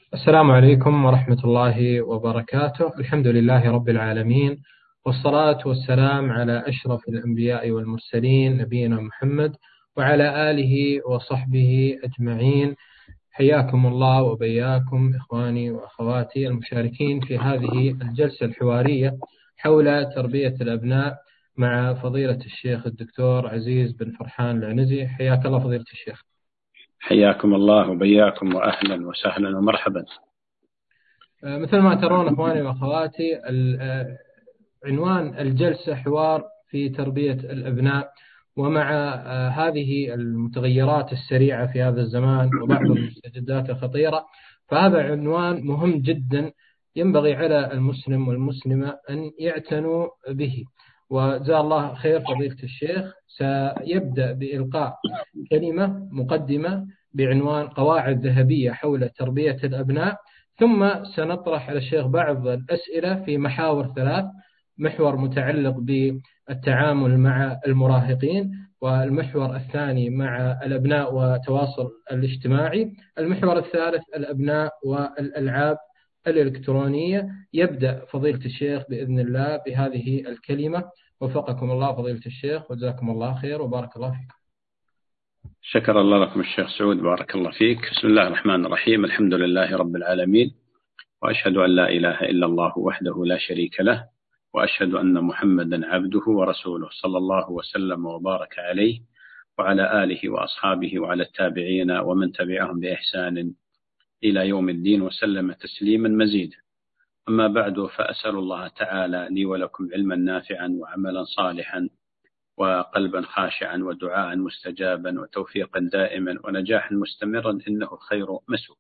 السلام عليكم ورحمة الله وبركاته. الحمد لله رب العالمين، والصلاة والسلام على أشرف الأنبياء والمرسلين نبينا محمد وعلى آله وصحبه أجمعين. حياكم الله وبياكم إخواني وأخواتي المشاركين في هذه الجلسة الحوارية حول تربية الأبناء مع فضيلة الشيخ الدكتور عزيز بن فرحان العنزي. حياك الله فضيلة الشيخ. حياكم الله وبياكم وأهلا وسهلا ومرحبا. مثل ما ترون أخواني وأخواتي، عنوان الجلسة حوار في تربية الأبناء، ومع هذه المتغيرات السريعة في هذا الزمان وبعض المستجدات الخطيرة، فهذا عنوان مهم جدا ينبغي على المسلم والمسلمة أن يعتنوا به. وجزاه الله خير فضيلة الشيخ سيبدأ بإلقاء كلمة مقدمة بعنوان قواعد ذهبية حول تربية الأبناء، ثم سنطرح على الشيخ بعض الأسئلة في محاور ثلاث: محور متعلق بالتعامل مع المراهقين، والمحور الثاني مع الأبناء والتواصل الاجتماعي، المحور الثالث الأبناء والألعاب الإلكترونية. يبدأ فضيلة الشيخ بإذن الله بهذه الكلمة. وفقكم الله فضيلة الشيخ، وجزاكم الله خير وبارك الله فيكم. شكر الله لكم الشيخ سعود، بارك الله فيك. بسم الله الرحمن الرحيم، الحمد لله رب العالمين، وأشهد أن لا إله إلا الله وحده لا شريك له، وأشهد أن محمدا عبده ورسوله، صلى الله وسلم وبارك عليه وعلى آله وأصحابه وعلى التابعين ومن تبعهم بإحسان إلى يوم الدين وسلم تسليما مزيدا. أما بعد، فأسأل الله تعالى لي ولكم علما نافعا وعملا صالحا وقلبا خاشعا ودعاء مستجابا وتوفيقا دائما ونجاحا مستمرا، إنه خير مسؤول.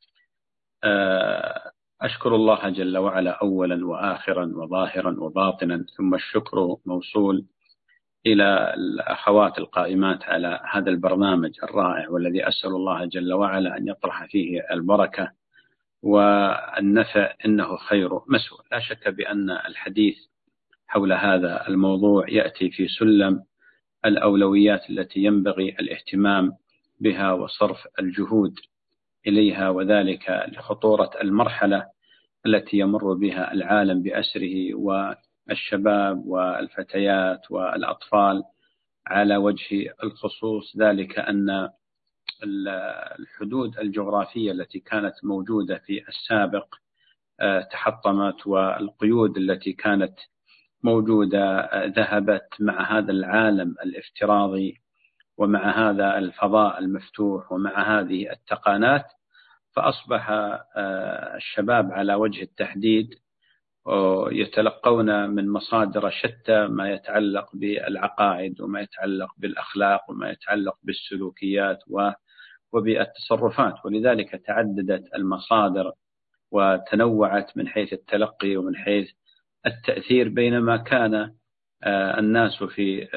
أشكر الله جل وعلا أولا وآخرا وظاهرا وباطنا، ثم الشكر موصول إلى الأخوات القائمات على هذا البرنامج الرائع، والذي أسأل الله جل وعلا أن يطرح فيه البركة والنفع، إنه خير مسؤول. لا شك بأن الحديث حول هذا الموضوع يأتي في سلم الأولويات التي ينبغي الاهتمام بها وصرف الجهود إليها، وذلك لخطورة المرحلة التي يمر بها العالم بأسره، والشباب والفتيات والأطفال على وجه الخصوص. ذلك أن الحدود الجغرافية التي كانت موجودة في السابق تحطمت، والقيود التي كانت موجودة ذهبت مع هذا العالم الافتراضي ومع هذا الفضاء المفتوح ومع هذه التقانات. فأصبح الشباب على وجه التحديد يتلقون من مصادر شتى ما يتعلق بالعقائد وما يتعلق بالأخلاق وما يتعلق بالسلوكيات وبالتصرفات، ولذلك تعددت المصادر وتنوعت من حيث التلقي ومن حيث التأثير. بينما كان الناس في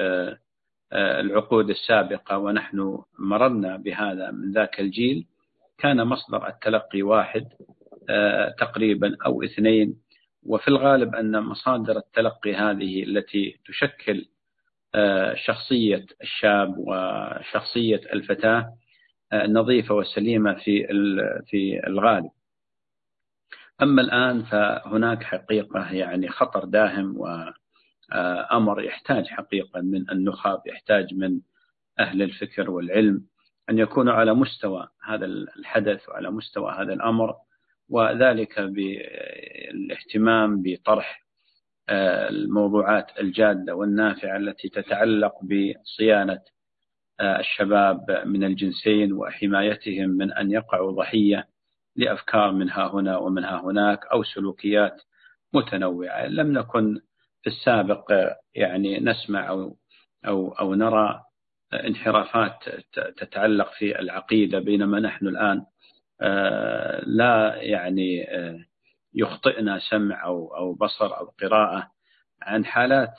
العقود السابقة ونحن مررنا بهذا من ذاك الجيل، كان مصدر التلقي واحد تقريبا أو اثنين، وفي الغالب أن مصادر التلقي هذه التي تشكل شخصية الشاب وشخصية الفتاة نظيفة وسليمة في الغالب. أما الآن فهناك حقيقة يعني خطر داهم، وأمر يحتاج حقيقة من النخب، يحتاج من أهل الفكر والعلم أن يكونوا على مستوى هذا الحدث وعلى مستوى هذا الأمر، وذلك بالاهتمام بطرح الموضوعات الجادة والنافعة التي تتعلق بصيانة الشباب من الجنسين وحمايتهم من أن يقعوا ضحية لأفكار من ها هنا ومن ها هناك أو سلوكيات متنوعة. لم نكن في السابق يعني نسمع أو نرى انحرافات تتعلق في العقيدة، بينما نحن الآن لا يعني يخطئنا سمع أو بصر أو قراءة عن حالات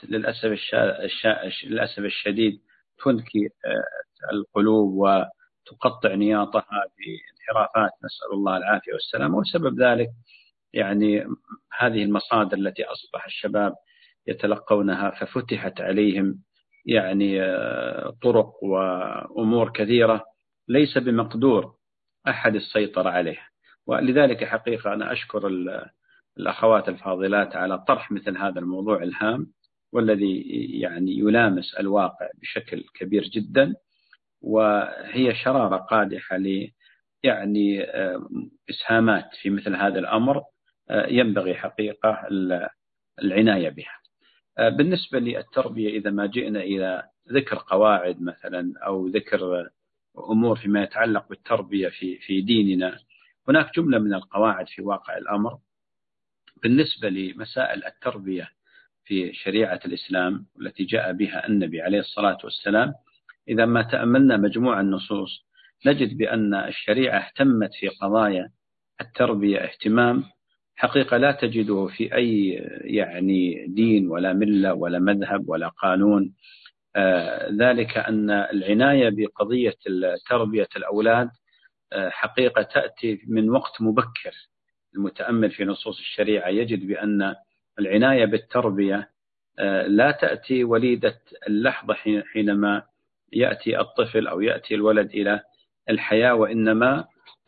للأسف الشديد تنكي القلوب وتقطع نياطها بانحرافات، نسأل الله العافية والسلامة. وسبب ذلك يعني هذه المصادر التي أصبح الشباب يتلقونها، ففتحت عليهم يعني طرق وأمور كثيرة ليس بمقدور أحد السيطرة عليها. ولذلك حقيقة أنا أشكر الأخوات الفاضلات على طرح مثل هذا الموضوع الهام، والذي يعني يلامس الواقع بشكل كبير جدا، وهي شرارة قادحة يعني إسهامات في مثل هذا الأمر ينبغي حقيقة العناية بها. بالنسبة للتربية، إذا ما جئنا إلى ذكر قواعد مثلا أو ذكر أمور فيما يتعلق بالتربية في ديننا، هناك جملة من القواعد في واقع الأمر بالنسبة لمسائل التربية في شريعة الإسلام التي جاء بها النبي عليه الصلاة والسلام. إذا ما تأملنا مجموع النصوص نجد بأن الشريعة اهتمت في قضايا التربية اهتمام حقيقة لا تجده في أي يعني دين ولا ملة ولا مذهب ولا قانون. ذلك أن العناية بقضية تربية الأولاد حقيقة تأتي من وقت مبكر. المتأمل في نصوص الشريعة يجد بأن العناية بالتربية لا تأتي وليدة اللحظة حينما يأتي الطفل أو يأتي الولد إلى الحياة، وإنما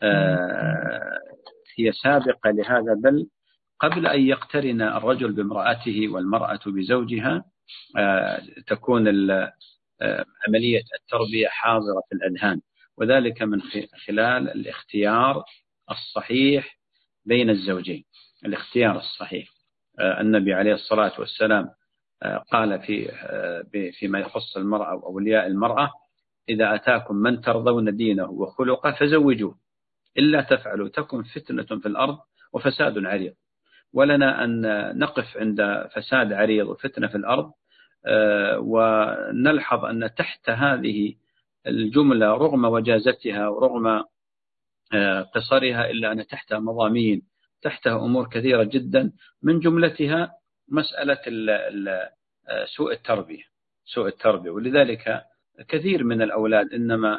هي سابقة لهذا، بل قبل أن يقترن الرجل بامرأته والمرأة بزوجها تكون عملية التربية حاضرة في الأذهان، وذلك من خلال الاختيار الصحيح بين الزوجين. الاختيار الصحيح، النبي عليه الصلاة والسلام قال فيما يخص المرأة وأولياء المرأة: إذا أتاكم من ترضون دينه وخلقه فزوجوه، إلا تفعلوا تكن فتنة في الأرض وفساد عريض. ولنا أن نقف عند فساد عريض وفتنة في الأرض، ونلحظ أن تحت هذه الجملة رغم وجازتها ورغم قصرها إلا أن تحتها مضامين، تحتها أمور كثيرة جدا، من جملتها مسألة سوء التربية. ولذلك كثير من الأولاد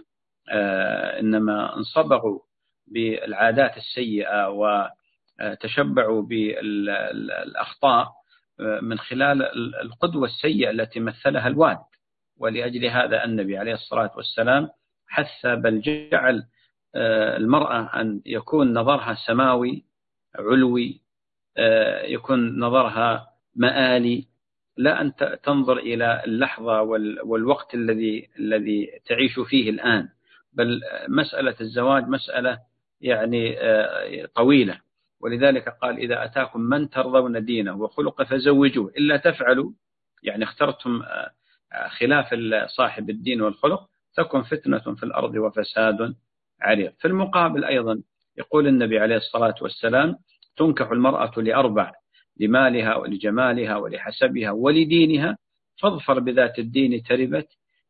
إنما انصبغوا بالعادات السيئة وتشبعوا بالأخطاء من خلال القدوة السيئة التي مثلها الوالد. ولأجل هذا النبي عليه الصلاة والسلام حث بل جعل المرأة أن يكون نظرها سماوي علوي، يكون نظرها مآلي، لا أن تنظر إلى اللحظة والوقت الذي تعيش فيه الآن، بل مسألة الزواج مسألة يعني طويلة. ولذلك قال: إذا أتاكم من ترضون دينه وخلقه فزوجوه، إلا تفعلوا يعني اخترتم خلاف صاحب الدين والخلق تكن فتنة في الأرض وفساد عريض. في المقابل أيضا يقول النبي عليه الصلاة والسلام: تنكح المرأة لأربع: لمالها ولجمالها ولحسبها ولدينها، فاظفر بذات الدين تربت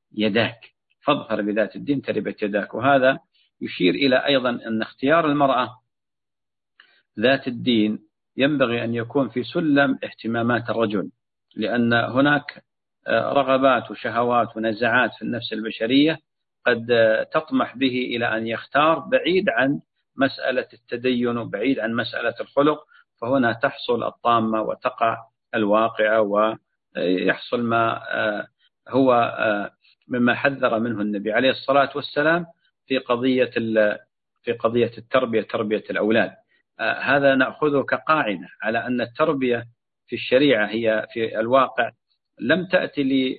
يداك. وهذا يشير إلى أيضا أن اختيار المرأة ذات الدين ينبغي أن يكون في سلم اهتمامات الرجل، لأن هناك رغبات وشهوات ونزعات في النفس البشرية قد تطمح به إلى أن يختار بعيد عن مسألة التدين وبعيد عن مسألة الخلق، فهنا تحصل الطامة وتقع الواقعة ويحصل ما هو مما حذر منه النبي عليه الصلاة والسلام في قضية التربية، تربية الأولاد. هذا نأخذه كقاعدة على أن التربية في الشريعة هي في الواقع لم تأتي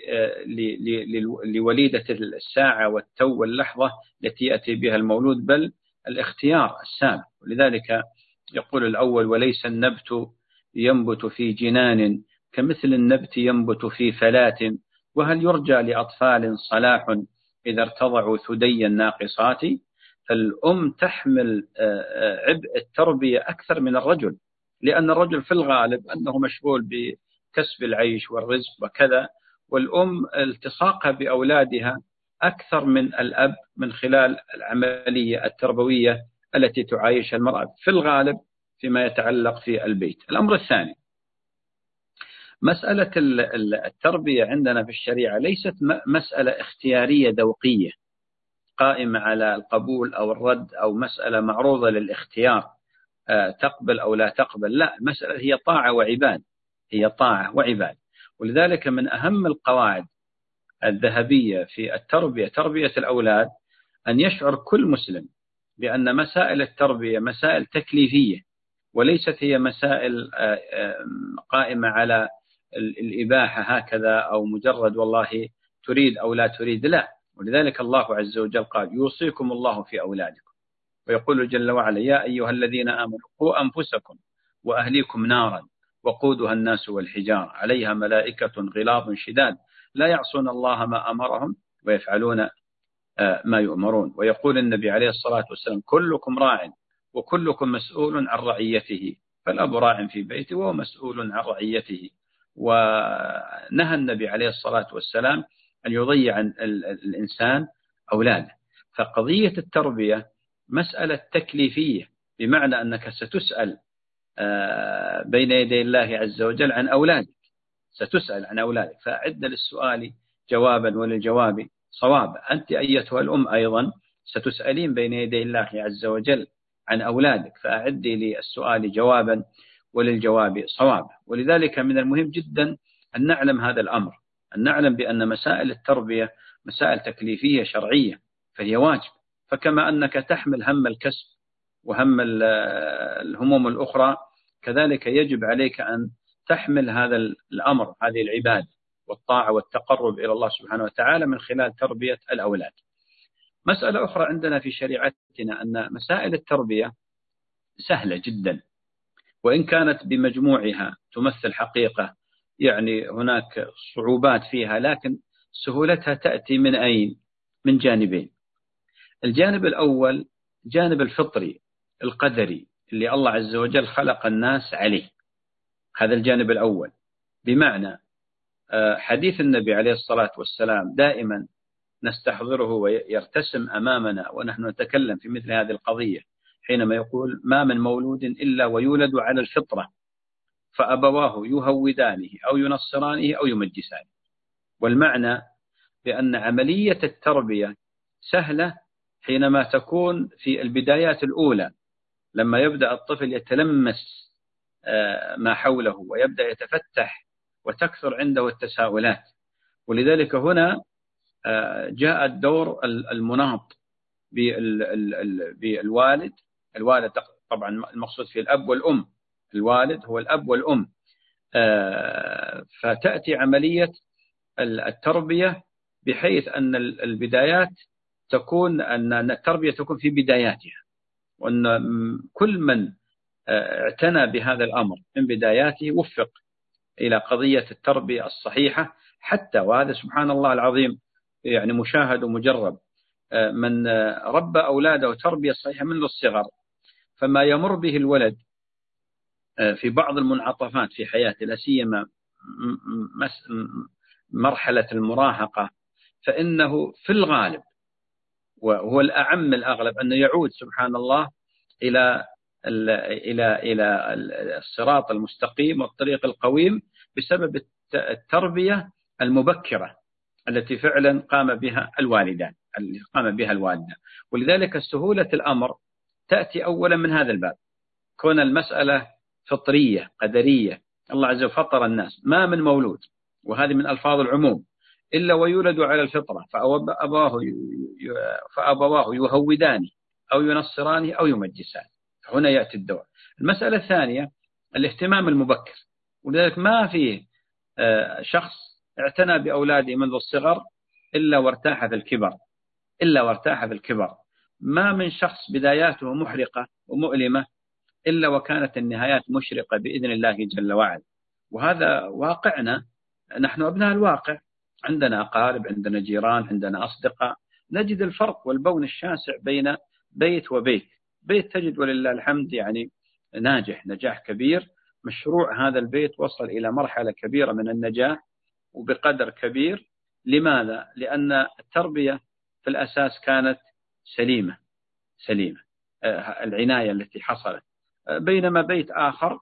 لوليدة الساعة والتو واللحظة التي يأتي بها المولود، بل الاختيار السابق. ولذلك يقول الأول: وليس النبت ينبت في جنان كمثل النبت ينبت في فلاة، وهل يرجى لأطفال صلاح إذا ارتضعوا ثدي الناقصات. فالأم تحمل عبء التربية أكثر من الرجل، لأن الرجل في الغالب أنه مشغول بكسب العيش والرزق وكذا، والأم التصاقها بأولادها أكثر من الأب من خلال العملية التربوية التي تعايش المرأة في الغالب فيما يتعلق في البيت. الأمر الثاني، مسألة التربية عندنا في الشريعة ليست مسألة اختيارية ذوقية قائمة على القبول أو الرد أو مسألة معروضة للاختيار تقبل أو لا تقبل، لا، المسألة هي طاعة وعباد. ولذلك من أهم القواعد الذهبية في التربية، تربية الأولاد، أن يشعر كل مسلم بأن مسائل التربية مسائل تكليفية، وليست هي مسائل قائمة على الإباحة هكذا أو مجرد والله تريد أو لا تريد، لا. ولذلك الله عز وجل قال يوصيكم الله في أولادكم، ويقول جل وعلا يا أيها الذين آمنوا قوا أنفسكم وأهليكم نارا وقودها الناس والحجار عليها ملائكة غلاظ شداد لا يعصون الله ما أمرهم ويفعلون ما يؤمرون. ويقول النبي عليه الصلاة والسلام كلكم راع وكلكم مسؤول عن رعيته، فالأب راع في بيته وهو مسؤول عن رعيته. ونهى النبي عليه الصلاة والسلام أن يضيع الإنسان أولاده. فقضية التربية مسألة تكليفية، بمعنى أنك ستسأل بين يدي الله عز وجل عن أولادك، ستسأل عن أولادك، فأعد للسؤال جوابا وللجواب صوابا. أنت أيتها الأم أيضا ستسألين بين يدي الله عز وجل عن أولادك، فأعدي للسؤال جوابا وللجواب صوابا. ولذلك من المهم جدا أن نعلم هذا الأمر، أن نعلم بأن مسائل التربية مسائل تكليفية شرعية، فهي واجب. فكما أنك تحمل هم الكسب وهم الهموم الأخرى، كذلك يجب عليك أن تحمل هذا الأمر، هذه العبادة والطاعة والتقرب إلى الله سبحانه وتعالى من خلال تربية الأولاد. مسألة أخرى عندنا في شريعتنا أن مسائل التربية سهلة جدا، وإن كانت بمجموعها تمثل حقيقة يعني هناك صعوبات فيها، لكن سهولتها تأتي من أين؟ من جانبين. الجانب الأول جانب الفطري القدري اللي الله عز وجل خلق الناس عليه، هذا الجانب الأول. بمعنى حديث النبي عليه الصلاة والسلام دائما نستحضره ويرتسم أمامنا ونحن نتكلم في مثل هذه القضية، حينما يقول ما من مولود إلا ويولد على الفطرة فأبواه يهودانه أو ينصرانه أو يمجسانه. والمعنى بأن عملية التربية سهلة حينما تكون في البدايات الأولى، لما يبدأ الطفل يتلمس ما حوله ويبدأ يتفتح وتكثر عنده التساؤلات. ولذلك هنا جاء الدور المناط بالوالد. الوالد طبعا المقصود في الأب والأم، الوالد هو الأب والأم. فتأتي عملية التربية بحيث أن البدايات تكون أن التربية تكون في بداياتها، وأن كل من اعتنى بهذا الأمر من بداياته وفق إلى قضية التربية الصحيحة. حتى وهذا سبحان الله العظيم يعني مشاهد ومجرب، من ربى أولاده تربية صحيحة منذ الصغر، فما يمر به الولد في بعض المنعطفات في حياته، لا سيما مرحلة المراهقة، فإنه في الغالب وهو الأعم الأغلب أنه يعود سبحان الله إلى الصراط المستقيم والطريق القويم بسبب التربية المبكرة التي فعلا قام بها الوالدان، ولذلك سهولة الأمر تأتي أولا من هذا الباب، كون المسألة فطرية قدرية. الله عز وجل فطر الناس، ما من مولود، وهذه من ألفاظ العموم، إلا ويولد على الفطرة فأبواه يهودانه أو ينصرانه أو يمجسانه. هنا يأتي الدور. المسألة الثانية الاهتمام المبكر، ولذلك ما في شخص اعتنى بأولاده منذ الصغر إلا وارتاح في الكبر. ما من شخص بداياته محرقة ومؤلمة إلا وكانت النهايات مشرقة بإذن الله جل وعلا. وهذا واقعنا، نحن أبناء الواقع، عندنا أقارب، عندنا جيران، عندنا أصدقاء، نجد الفرق والبون الشاسع بين بيت وبيت. بيت تجد ولله الحمد يعني نجاح كبير، مشروع هذا البيت وصل إلى مرحلة كبيرة من النجاح وبقدر كبير. لماذا؟ لأن التربية في الأساس كانت سليمة، العناية التي حصلت. بينما بيت آخر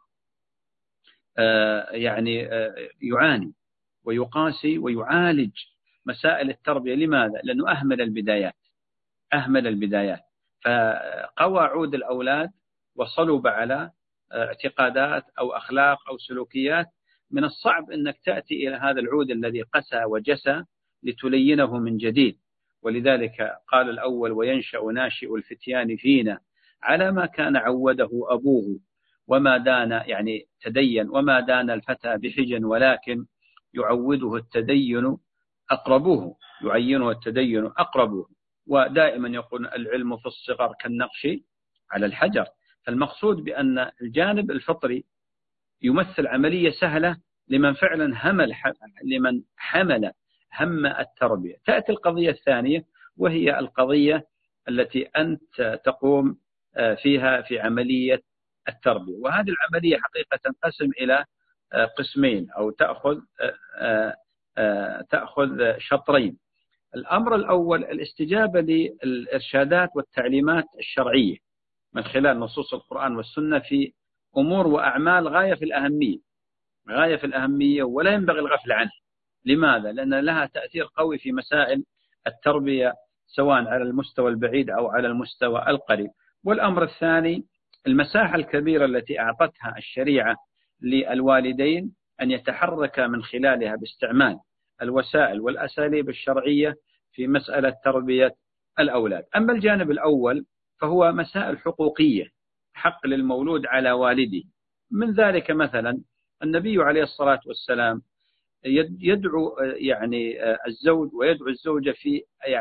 يعني يعاني ويقاسي ويعالج مسائل التربية. لماذا؟ لأنه أهمل البدايات، فقوى عود الأولاد وصلب على اعتقادات أو أخلاق أو سلوكيات من الصعب أنك تأتي إلى هذا العود الذي قسى وجسى لتلينه من جديد. ولذلك قال الأول: وينشأ ناشئ الفتيان فينا على ما كان عوده أبوه وما دان، يعني تدين، وما دان الفتى بحجا ولكن يعوده التدين أقربوه، يعينه التدين أقربوه. ودائما يقول: العلم في الصغر كالنقش على الحجر. فالمقصود بأن الجانب الفطري يمثل عملية سهلة لمن فعلا لمن حمل هم التربية. تأتي القضية الثانية، وهي القضية التي أنت تقوم فيها في عملية التربية. وهذه العملية حقيقة تنقسم إلى قسمين، أو تأخذ شطرين. الأمر الأول الاستجابة للإرشادات والتعليمات الشرعية من خلال نصوص القرآن والسنة في أمور وأعمال غاية في الأهمية ولا ينبغي الغفل عنها. لماذا؟ لأن لها تأثير قوي في مسائل التربية، سواء على المستوى البعيد أو على المستوى القريب. والأمر الثاني المساحة الكبيرة التي أعطتها الشريعة للوالدين أن يتحرك من خلالها باستعمال الوسائل والأساليب الشرعية في مسألة تربية الأولاد. أما الجانب الأول فهو مسائل حقوقية، حق للمولود على والده. من ذلك مثلا النبي عليه الصلاة والسلام يدعو الزوج ويدعو الزوجة في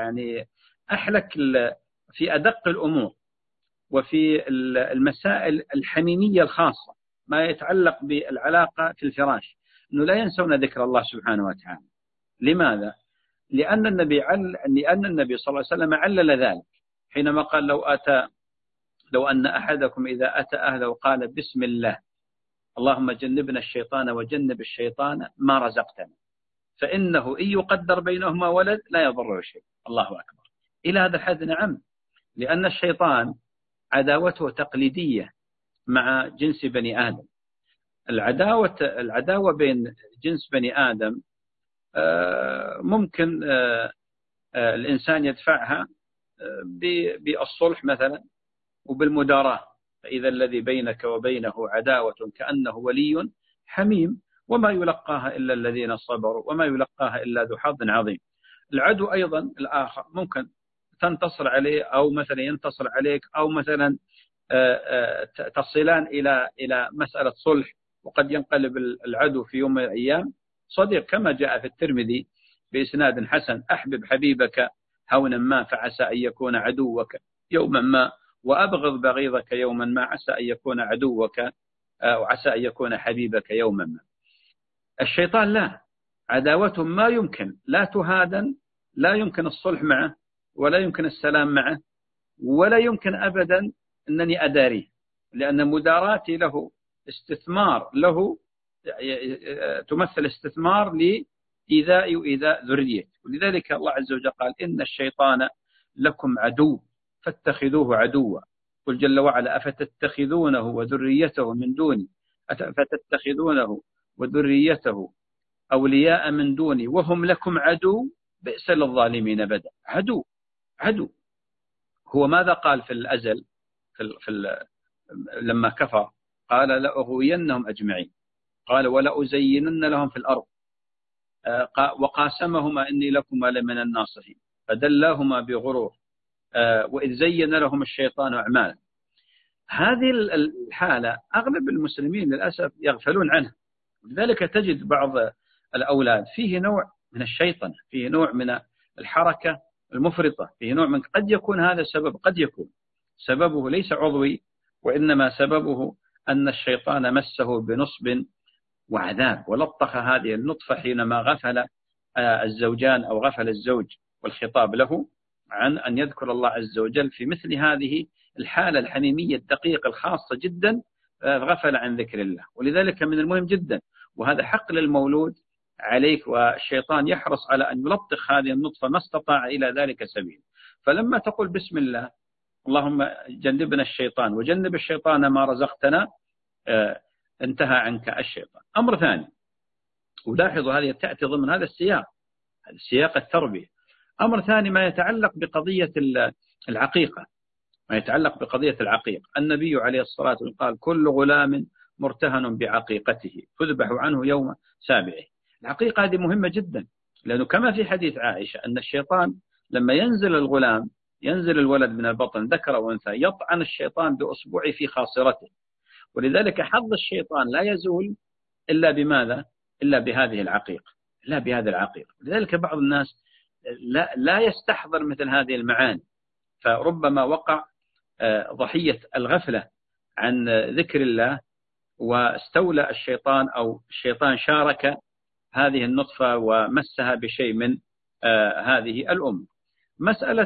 في أدق الأمور وفي المسائل الحميمية الخاصة ما يتعلق بالعلاقة في الفراش، أنه لا ينسون ذكر الله سبحانه وتعالى. لماذا؟ لأن النبي صلى الله عليه وسلم علل ذلك حينما قال: لو أن أحدكم إذا أتى أهله قال: بسم الله اللهم جنبنا الشيطان وجنب الشيطان ما رزقتنا، فإنه إن يقدر بينهما ولد لا يضره شيء. الله أكبر. إلى هذا الحد. نعم، لأن الشيطان عداوته تقليدية مع جنس بني آدم. العداوة بين جنس بني آدم ممكن الإنسان يدفعها بالصلح مثلا وبالمداراة، فإذا الذي بينك وبينه عداوة كأنه ولي حميم، وما يلقاها إلا الذين صبروا وما يلقاها إلا ذو حظ عظيم. العدو أيضا الآخر ممكن تنتصر عليه أو مثلا ينتصر عليك، أو مثلا تصلان إلى مسألة صلح، وقد ينقلب العدو في يوم من الأيام صديق، كما جاء في الترمذي بإسناد حسن: أحبب حبيبك هونا ما فعسى أن يكون عدوك يوما ما، وأبغض بغيضك يوما ما عسى أن يكون عدوك وعسى أن يكون حبيبك يوما ما. الشيطان لا، عداوته ما يمكن لا تهادن، لا يمكن الصلح معه ولا يمكن السلام معه، ولا يمكن أبدا أنني أداريه، لأن مداراتي له استثمار، له تمثل استثمار لإيذاء وإيذاء ذريته. ولذلك الله عز وجل قال: إن الشيطان لكم عدو فاتخذوه عدوا. قل جل وعلا: أفتتخذونه وذريته من دوني، أفتتخذونه وذريته أولياء من دوني وهم لكم عدو بئس للظالمين بدلا. عدو. هو ماذا قال في الأزل لما كفر؟ قال: لأغوينهم أجمعين، قال: ولأزينن لهم في الأرض، وقاسمهما إني لكما لمن الناصحين، فدلاهما بغرور، وإذ زين لهم الشيطان أعمالا. هذه الحالة أغلب المسلمين للأسف يغفلون عنها. لذلك تجد بعض الأولاد فيه نوع من الشيطنة، فيه نوع من الحركة المفرطة، فيه نوع من قد يكون هذا السبب، قد يكون سببه ليس عضوي، وإنما سببه أن الشيطان مسه بنصب وعذاب، ولطخ هذه النطفة حينما غفل الزوجان أو غفل الزوج والخطاب له عن أن يذكر الله عز وجل في مثل هذه الحالة الحميمية الدقيقة الخاصة جدا، غفل عن ذكر الله. ولذلك من المهم جدا، وهذا حق للمولود عليك، والشيطان يحرص على أن يلطخ هذه النطفة ما استطاع إلى ذلك سبيل. فلما تقول بسم الله اللهم جنبنا الشيطان وجنب الشيطان ما رزقتنا، انتهى عنك الشيطان. أمر ثاني، ولاحظوا هذه تأتي ضمن هذا السياق التربية. أمر ثاني ما يتعلق بقضية العقيقة، النبي عليه الصلاة والسلام قال: كل غلام مرتهن بعقيقته تذبح عنه يوم سابعه. العقيقة هذه مهمة جدا، لأنه كما في حديث عائشة أن الشيطان لما ينزل الغلام، ينزل الولد من البطن ذكر أو أنثى، يطعن الشيطان بأصبعه في خاصرته. ولذلك حظ الشيطان لا يزول إلا بماذا؟ إلا بهذه العقيقة، إلا بهذا العقيقة. لذلك بعض الناس لا يستحضر مثل هذه المعاني، فربما وقع ضحية الغفلة عن ذكر الله، واستولى الشيطان أو الشيطان شارك هذه النطفة ومسها بشيء من هذه الأم. مسألة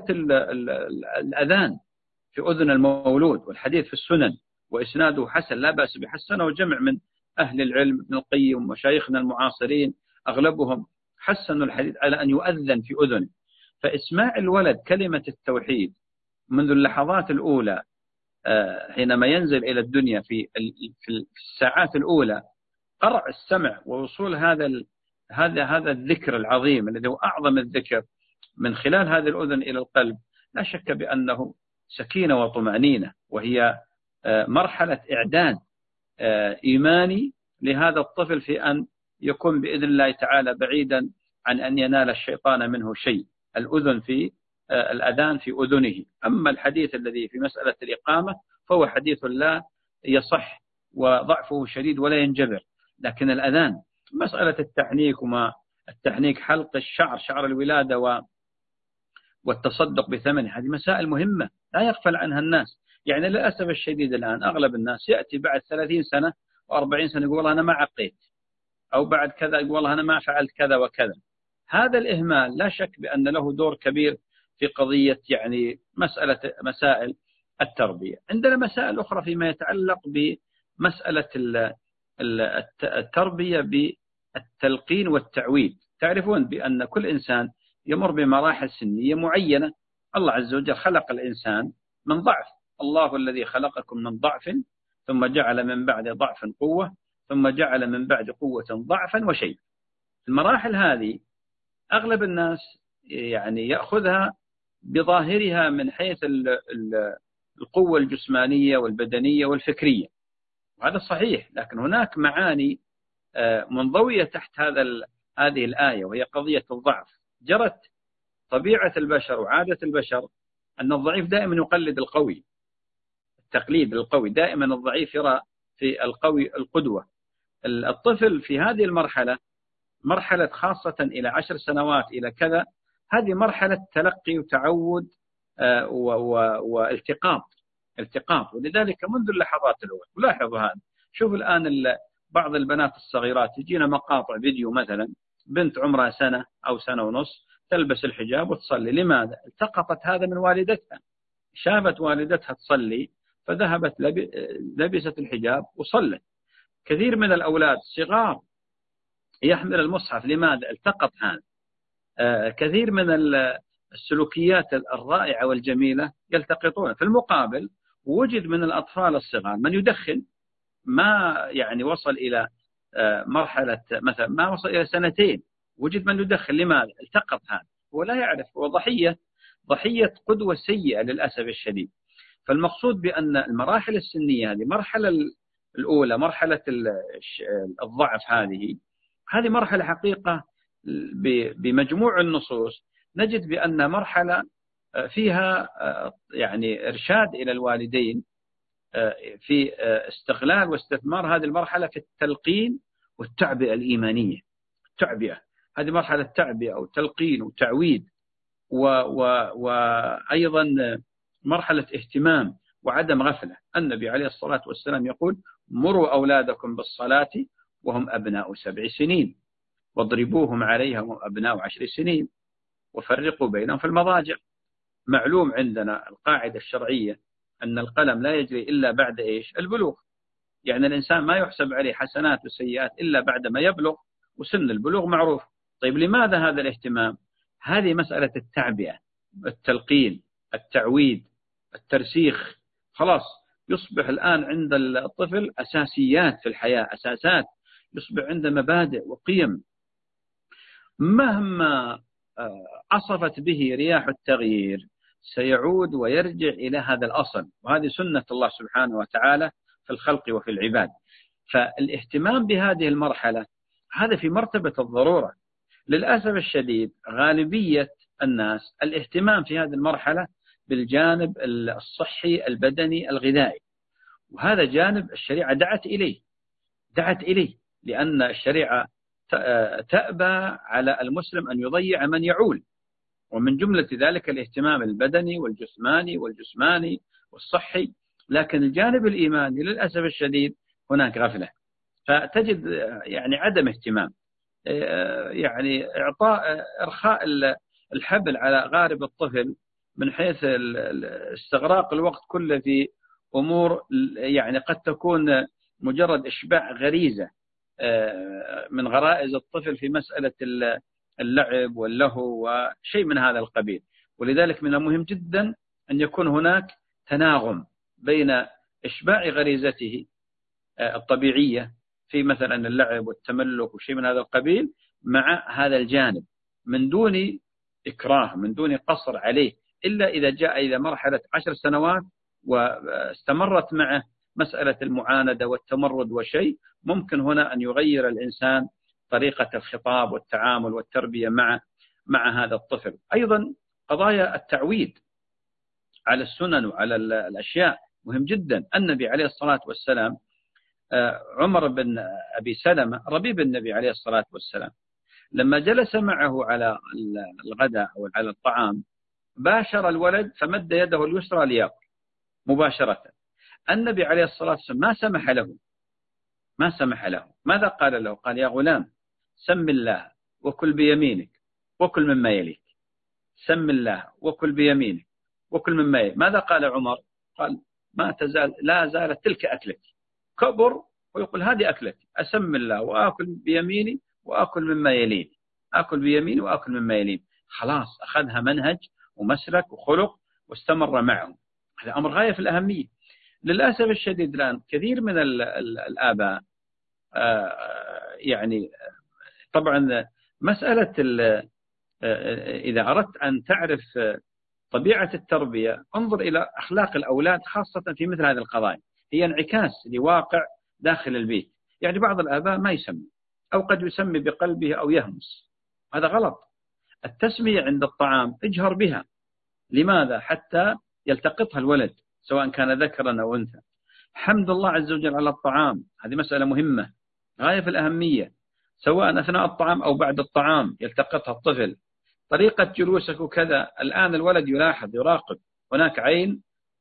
الأذان في أذن المولود، والحديث في السنن وإسناده حسن لا بأس بحسنه جمع من أهل العلم، ابن القيم ومشايخنا المعاصرين أغلبهم حسنوا الحديث على أن يؤذن في أذن. فإسماع الولد كلمة التوحيد منذ اللحظات الأولى حينما ينزل إلى الدنيا في الساعات الأولى، قرع السمع ووصول هذا الذكر العظيم الذي هو أعظم الذكر من خلال هذه الأذن إلى القلب، لا شك بأنه سكينة وطمأنينة، وهي مرحلة إعداد إيماني لهذا الطفل في أن يكون بإذن الله تعالى بعيدا عن أن ينال الشيطان منه شيء. الأذن في الأذان في أذنه. أما الحديث الذي في مسألة الإقامة فهو حديث لا يصح وضعفه شديد ولا ينجبر. لكن الأذان مسألة التحنيك، وما التحنيك حلق الشعر، شعر الولادة، والتصدق بثمنه، هذه مسائل مهمة لا يغفل عنها الناس. يعني للأسف الشديد الآن أغلب الناس يأتي بعد 30 سنة و40 سنة يقول والله أنا ما عقيت، أو بعد كذا يقول والله أنا ما فعلت كذا وكذا. هذا الإهمال لا شك بأن له دور كبير في قضية يعني مسائل التربية. عندنا مسائل أخرى فيما يتعلق بمسألة التربية بالتلقين والتعويد. تعرفون بأن كل إنسان يمر بمراحل سنية معينة. الله عز وجل خلق الإنسان من ضعف. الله الذي خلقكم من ضعف ثم جعل من بعد ضعف قوة ثم جعل من بعد قوة ضعفا وشيء. المراحل هذه أغلب الناس يعني يأخذها بظاهرها من حيث القوة الجسمانية والبدنية والفكرية، وهذا صحيح، لكن هناك معاني منضوية تحت هذه الآية، وهي قضية الضعف. جرت طبيعة البشر وعادة البشر أن الضعيف دائما يقلد القوي، التقليد القوي، دائما الضعيف يرى في القوي القدوة. الطفل في هذه المرحلة، مرحلة خاصة إلى 10 سنوات إلى كذا، هذه مرحلة تلقي وتعود والتقاط. ولذلك منذ اللحظات الأولى ولاحظوا هذا. شوف الآن بعض البنات الصغيرات يجينا مقاطع فيديو، مثلا بنت عمرها سنة أو سنة ونص تلبس الحجاب وتصلي. لماذا؟ التقطت هذا من والدتها، شافت والدتها تصلي فذهبت لبست الحجاب وصلت. كثير من الأولاد صغار يحمل المصحف. لماذا؟ التقط هذا. كثير من السلوكيات الرائعة والجميلة يلتقطون. في المقابل وجد من الأطفال الصغار من يدخن، ما يعني وصل إلى مرحلة مثلا ما وصل إلى 2 سنين، وجد من يدخن. لماذا؟ التقط هذا، هو لا يعرف، هو ضحية قدوة سيئة للأسف الشديد. فالمقصود بأن المراحل السنية هذه، مرحلة الأولى مرحلة الضعف، هذه مرحلة حقيقة بمجموع النصوص نجد بأن مرحلة فيها يعني إرشاد إلى الوالدين في استغلال واستثمار هذه المرحلة في التلقين والتعبئة الإيمانية. هذه مرحلة تعبئة أو تلقين وتعويد، وأيضا مرحلة اهتمام وعدم غفلة. النبي عليه الصلاة والسلام يقول: مروا أولادكم بالصلاة وهم أبناء 7 سنين واضربوهم عليها وهم أبناء 10 سنين وفرقوا بينهم في المضاجع. معلوم عندنا القاعدة الشرعية أن القلم لا يجري إلا بعد البلوغ. يعني الإنسان ما يحسب عليه حسنات وسيئات إلا بعد ما يبلغ، وسن البلوغ معروف. طيب لماذا هذا الاهتمام؟ هذه مسألة التعبئة، التلقين، التعويد، الترسيخ. خلاص يصبح الآن عند الطفل أساسيات في الحياة، أساسات، يصبح عنده مبادئ وقيم. مهما عصفت به رياح التغيير سيعود ويرجع إلى هذا الأصل، وهذه سنة الله سبحانه وتعالى في الخلق وفي العباد. فالاهتمام بهذه المرحلة هذا في مرتبة الضرورة. للأسف الشديد غالبية الناس الاهتمام في هذه المرحلة بالجانب الصحي البدني الغذائي، وهذا جانب الشريعة دعت إليه لأن الشريعة تأبى على المسلم أن يضيع من يعول، ومن جملة ذلك الاهتمام البدني والجسماني والصحي. لكن الجانب الإيماني للأسف الشديد هناك غفلة، فتجد يعني عدم اهتمام، يعني إرخاء الحبل على غارب الطفل من حيث استغراق الوقت كله في أمور يعني قد تكون مجرد إشباع غريزة من غرائز الطفل في مسألة اللعب واللهو وشيء من هذا القبيل. ولذلك من المهم جدا أن يكون هناك تناغم بين إشباع غريزته الطبيعية في مثلا اللعب والتملك وشيء من هذا القبيل مع هذا الجانب، من دون إكراه، من دون قصر عليه، إلا إذا جاء إلى مرحلة 10 سنوات واستمرت معه مسألة المعاندة والتمرد وشيء، ممكن هنا أن يغير الإنسان طريقة الخطاب والتعامل والتربية مع هذا الطفل. أيضا قضايا التعويد على السنن وعلى الأشياء مهم جدا. النبي عليه الصلاة والسلام، عمر بن أبي سلمة ربيب النبي عليه الصلاة والسلام، لما جلس معه على الغداء أو على الطعام باشر الولد فمد يده اليسرى ليأكل مباشرة. النبي عليه الصلاة والسلام ما سمح له. ماذا قال له؟ قال: يا غلام سم الله وكل بيمينك وكل مما يليك. سم الله وكل بيمينك وكل مما يليك. ماذا قال عمر؟ قال: لا زالت تلك أكلتي. كبر ويقول: هذه أكلتي، أسم الله وآكل بيميني وآكل مما يليني، آكل بيميني وآكل مما يليني. خلاص أخذها منهج ومسلك وخلق واستمر معه. هذا أمر غاية في الأهمية. للأسف الشديد الآن كثير من الآباء يعني طبعا مسألة إذا أردت أن تعرف طبيعة التربية انظر إلى أخلاق الأولاد خاصة في مثل هذه القضايا، هي انعكاس لواقع داخل البيت. يعني بعض الآباء ما يسمي، أو قد يسمي بقلبه أو يهمس، هذا غلط. التسمية عند الطعام اجهر بها. لماذا؟ حتى يلتقطها الولد سواء كان ذكرا أو أنثى. حمد الله عز وجل على الطعام، هذه مسألة مهمة غاية في الأهمية، سواء أثناء الطعام أو بعد الطعام يلتقطها الطفل. طريقة جلوسك وكذا، الآن الولد يلاحظ يراقب، هناك عين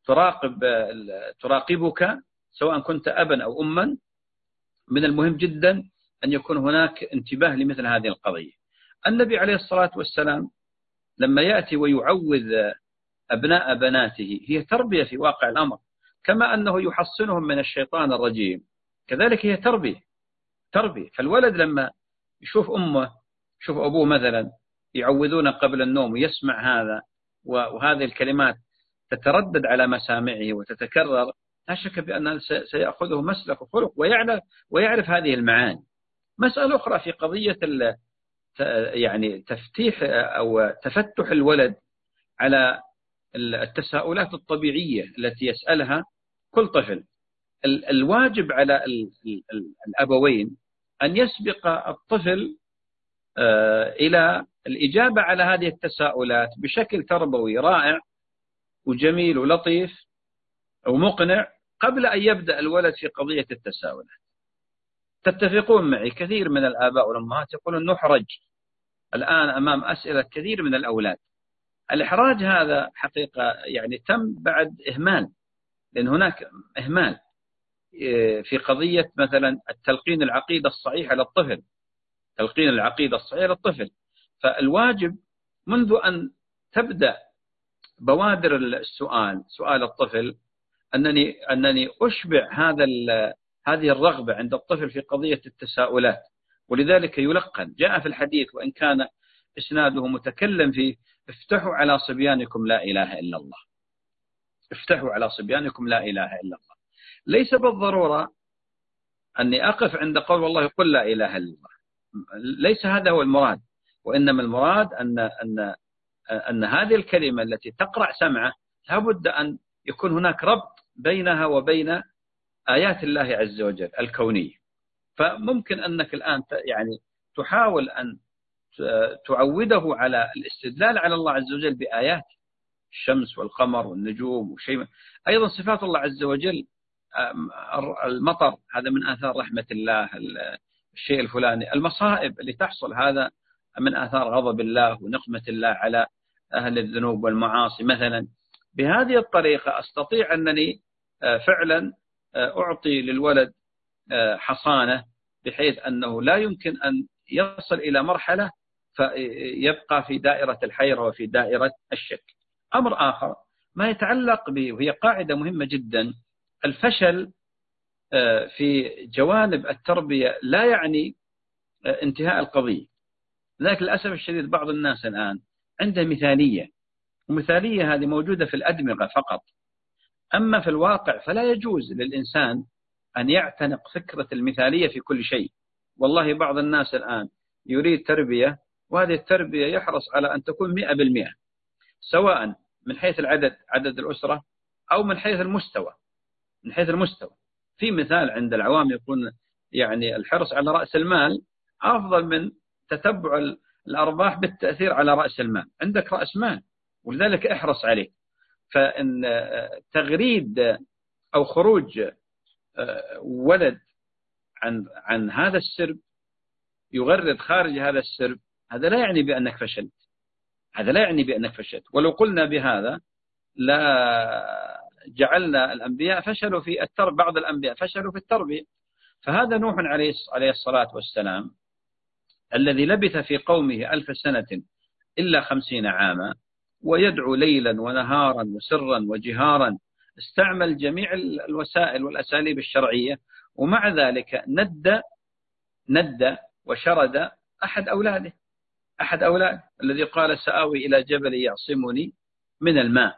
تراقبك سواء كنت أبا أو أما. من المهم جدا أن يكون هناك انتباه لمثل هذه القضية. النبي عليه الصلاة والسلام لما يأتي ويعوذ أبناء بناته هي تربية في واقع الأمر، كما أنه يحصنهم من الشيطان الرجيم كذلك هي تربية. فالولد لما يشوف أمه يشوف أبوه مثلا يعوذون قبل النوم ويسمع هذا وهذه الكلمات تتردد على مسامعه وتتكرر، لا شك بأنه سيأخذه مسلك وخلق ويعرف هذه المعاني. مسألة أخرى في قضية يعني تفتيح أو تفتح الولد على التساؤلات الطبيعية التي يسألها كل طفل. الواجب على الأبوين أن يسبق الطفل إلى الإجابة على هذه التساؤلات بشكل تربوي رائع وجميل ولطيف ومقنع قبل أن يبدأ الولد في قضية التساؤلات. تتفقون معي كثير من الآباء والأمهات يقولون نحرج الآن أمام أسئلة كثير من الأولاد. الإحراج هذا حقيقة يعني تم بعد إهمال، لأن هناك إهمال في قضية مثلا التلقين العقيدة الصحيحة للطفل. فالواجب منذ أن تبدأ بوادر سؤال الطفل أنني أشبع هذه الرغبة عند الطفل في قضية التساؤلات. ولذلك يلقن، جاء في الحديث وإن كان إسناده متكلم فيه: افتحوا على صبيانكم لا إله إلا الله. افتحوا على صبيانكم لا إله إلا الله. ليس بالضرورة أني أقف عند قول والله قل لا إله إلا الله، ليس هذا هو المراد، وإنما المراد أن هذه الكلمة التي تقرع سمعه لابد أن يكون هناك ربط بينها وبين آيات الله عز وجل الكونية. فممكن أنك الآن يعني تحاول أن تعوده على الاستدلال على الله عز وجل بآيات الشمس والقمر والنجوم وشيء. أيضا صفات الله عز وجل، المطر هذا من آثار رحمة الله، الشيء الفلاني، المصائب اللي تحصل هذا من آثار غضب الله ونقمة الله على أهل الذنوب والمعاصي مثلا. بهذه الطريقة أستطيع أنني فعلا أعطي للولد حصانة بحيث أنه لا يمكن أن يصل إلى مرحلة فيبقى في دائرة الحيرة وفي دائرة الشك. أمر آخر ما يتعلق به، وهي قاعدة مهمة جدا، الفشل في جوانب التربية لا يعني انتهاء القضية. لذلك للأسف الشديد بعض الناس الآن عنده مثالية، ومثالية هذه موجودة في الأدمغة فقط، أما في الواقع فلا يجوز للإنسان أن يعتنق فكرة المثالية في كل شيء. والله بعض الناس الآن يريد تربية، وهذه التربية يحرص على أن تكون 100%، سواء من حيث عدد الأسرة أو من حيث المستوى. من حيث المستوى في مثال عند العوام يقول يعني الحرص على رأس المال أفضل من تتبع الأرباح بالتأثير على رأس المال. عندك رأس مال ولذلك احرص عليه. فإن تغريد أو خروج ولد عن هذا السرب، يغرد خارج هذا السرب، هذا لا يعني بأنك فشلت، هذا لا يعني بأنك فشلت. ولو قلنا بهذا لا جعلنا الأنبياء فشلوا في التربية، بعض الأنبياء فشلوا في التربية. فهذا نوح عليه الصلاة والسلام الذي لبث في قومه 1000 سنة إلا 50 عاما، ويدعو ليلا ونهارا وسرا وجهارا، استعمل جميع الوسائل والأساليب الشرعية، ومع ذلك ند وشرد أحد أولاده الذي قال سآوي إلى جبل يعصمني من الماء.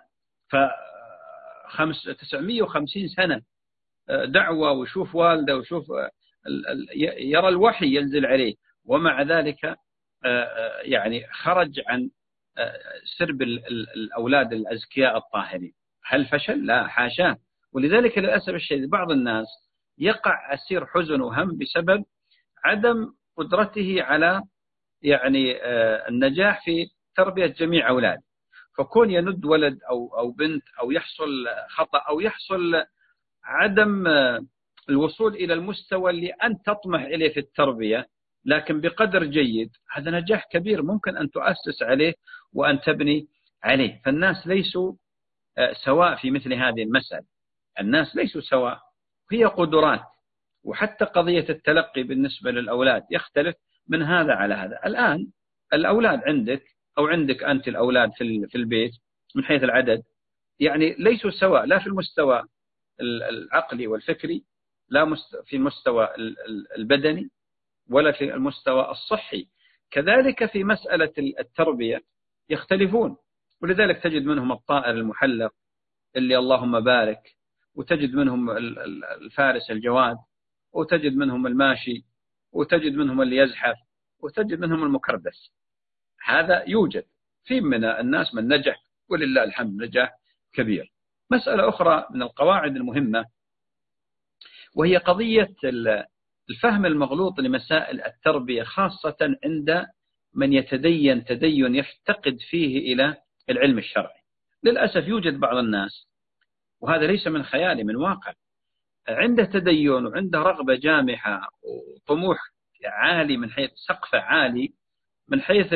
950 سنة دعوة، وشوف والده، وشوف يرى الوحي ينزل عليه، ومع ذلك يعني خرج عن سرب الأولاد الأزكياء الطاهرين. هل فشل؟ لا، حاشاه. ولذلك للأسف الشديد بعض الناس يقع أسير حزن وهم بسبب عدم قدرته على يعني النجاح في تربية جميع أولاده. فكون يند ولد أو بنت، أو يحصل خطأ، أو يحصل عدم الوصول إلى المستوى اللي أنت تطمح إليه في التربية لكن بقدر جيد، هذا نجاح كبير ممكن أن تؤسس عليه وأن تبني عليه. فالناس ليسوا سواء في مثل هذه المسألة، الناس ليسوا سواء، هي قدرات. وحتى قضية التلقي بالنسبة للأولاد يختلف من هذا على هذا. الآن الأولاد عندك أو عندك أنت الأولاد في البيت من حيث العدد يعني ليسوا سواء، لا في المستوى العقلي والفكري، لا في المستوى البدني، ولا في المستوى الصحي. كذلك في مسألة التربية يختلفون. ولذلك تجد منهم الطائر المحلق اللي اللهم بارك، وتجد منهم الفارس الجواد، وتجد منهم الماشي، وتجد منهم اللي يزحف، وتجد منهم المكردس. هذا يوجد في من الناس من نجح ولله الحمد نجاح كبير. مسألة أخرى من القواعد المهمة وهي قضية الفهم المغلوط لمسائل التربية، خاصة عند من يتدين تدين يفتقد فيه إلى العلم الشرعي. للأسف يوجد بعض الناس، وهذا ليس من خيالي، من واقع، عنده تدين وعنده رغبة جامحة وطموح عالي، من حيث سقف عالي، من حيث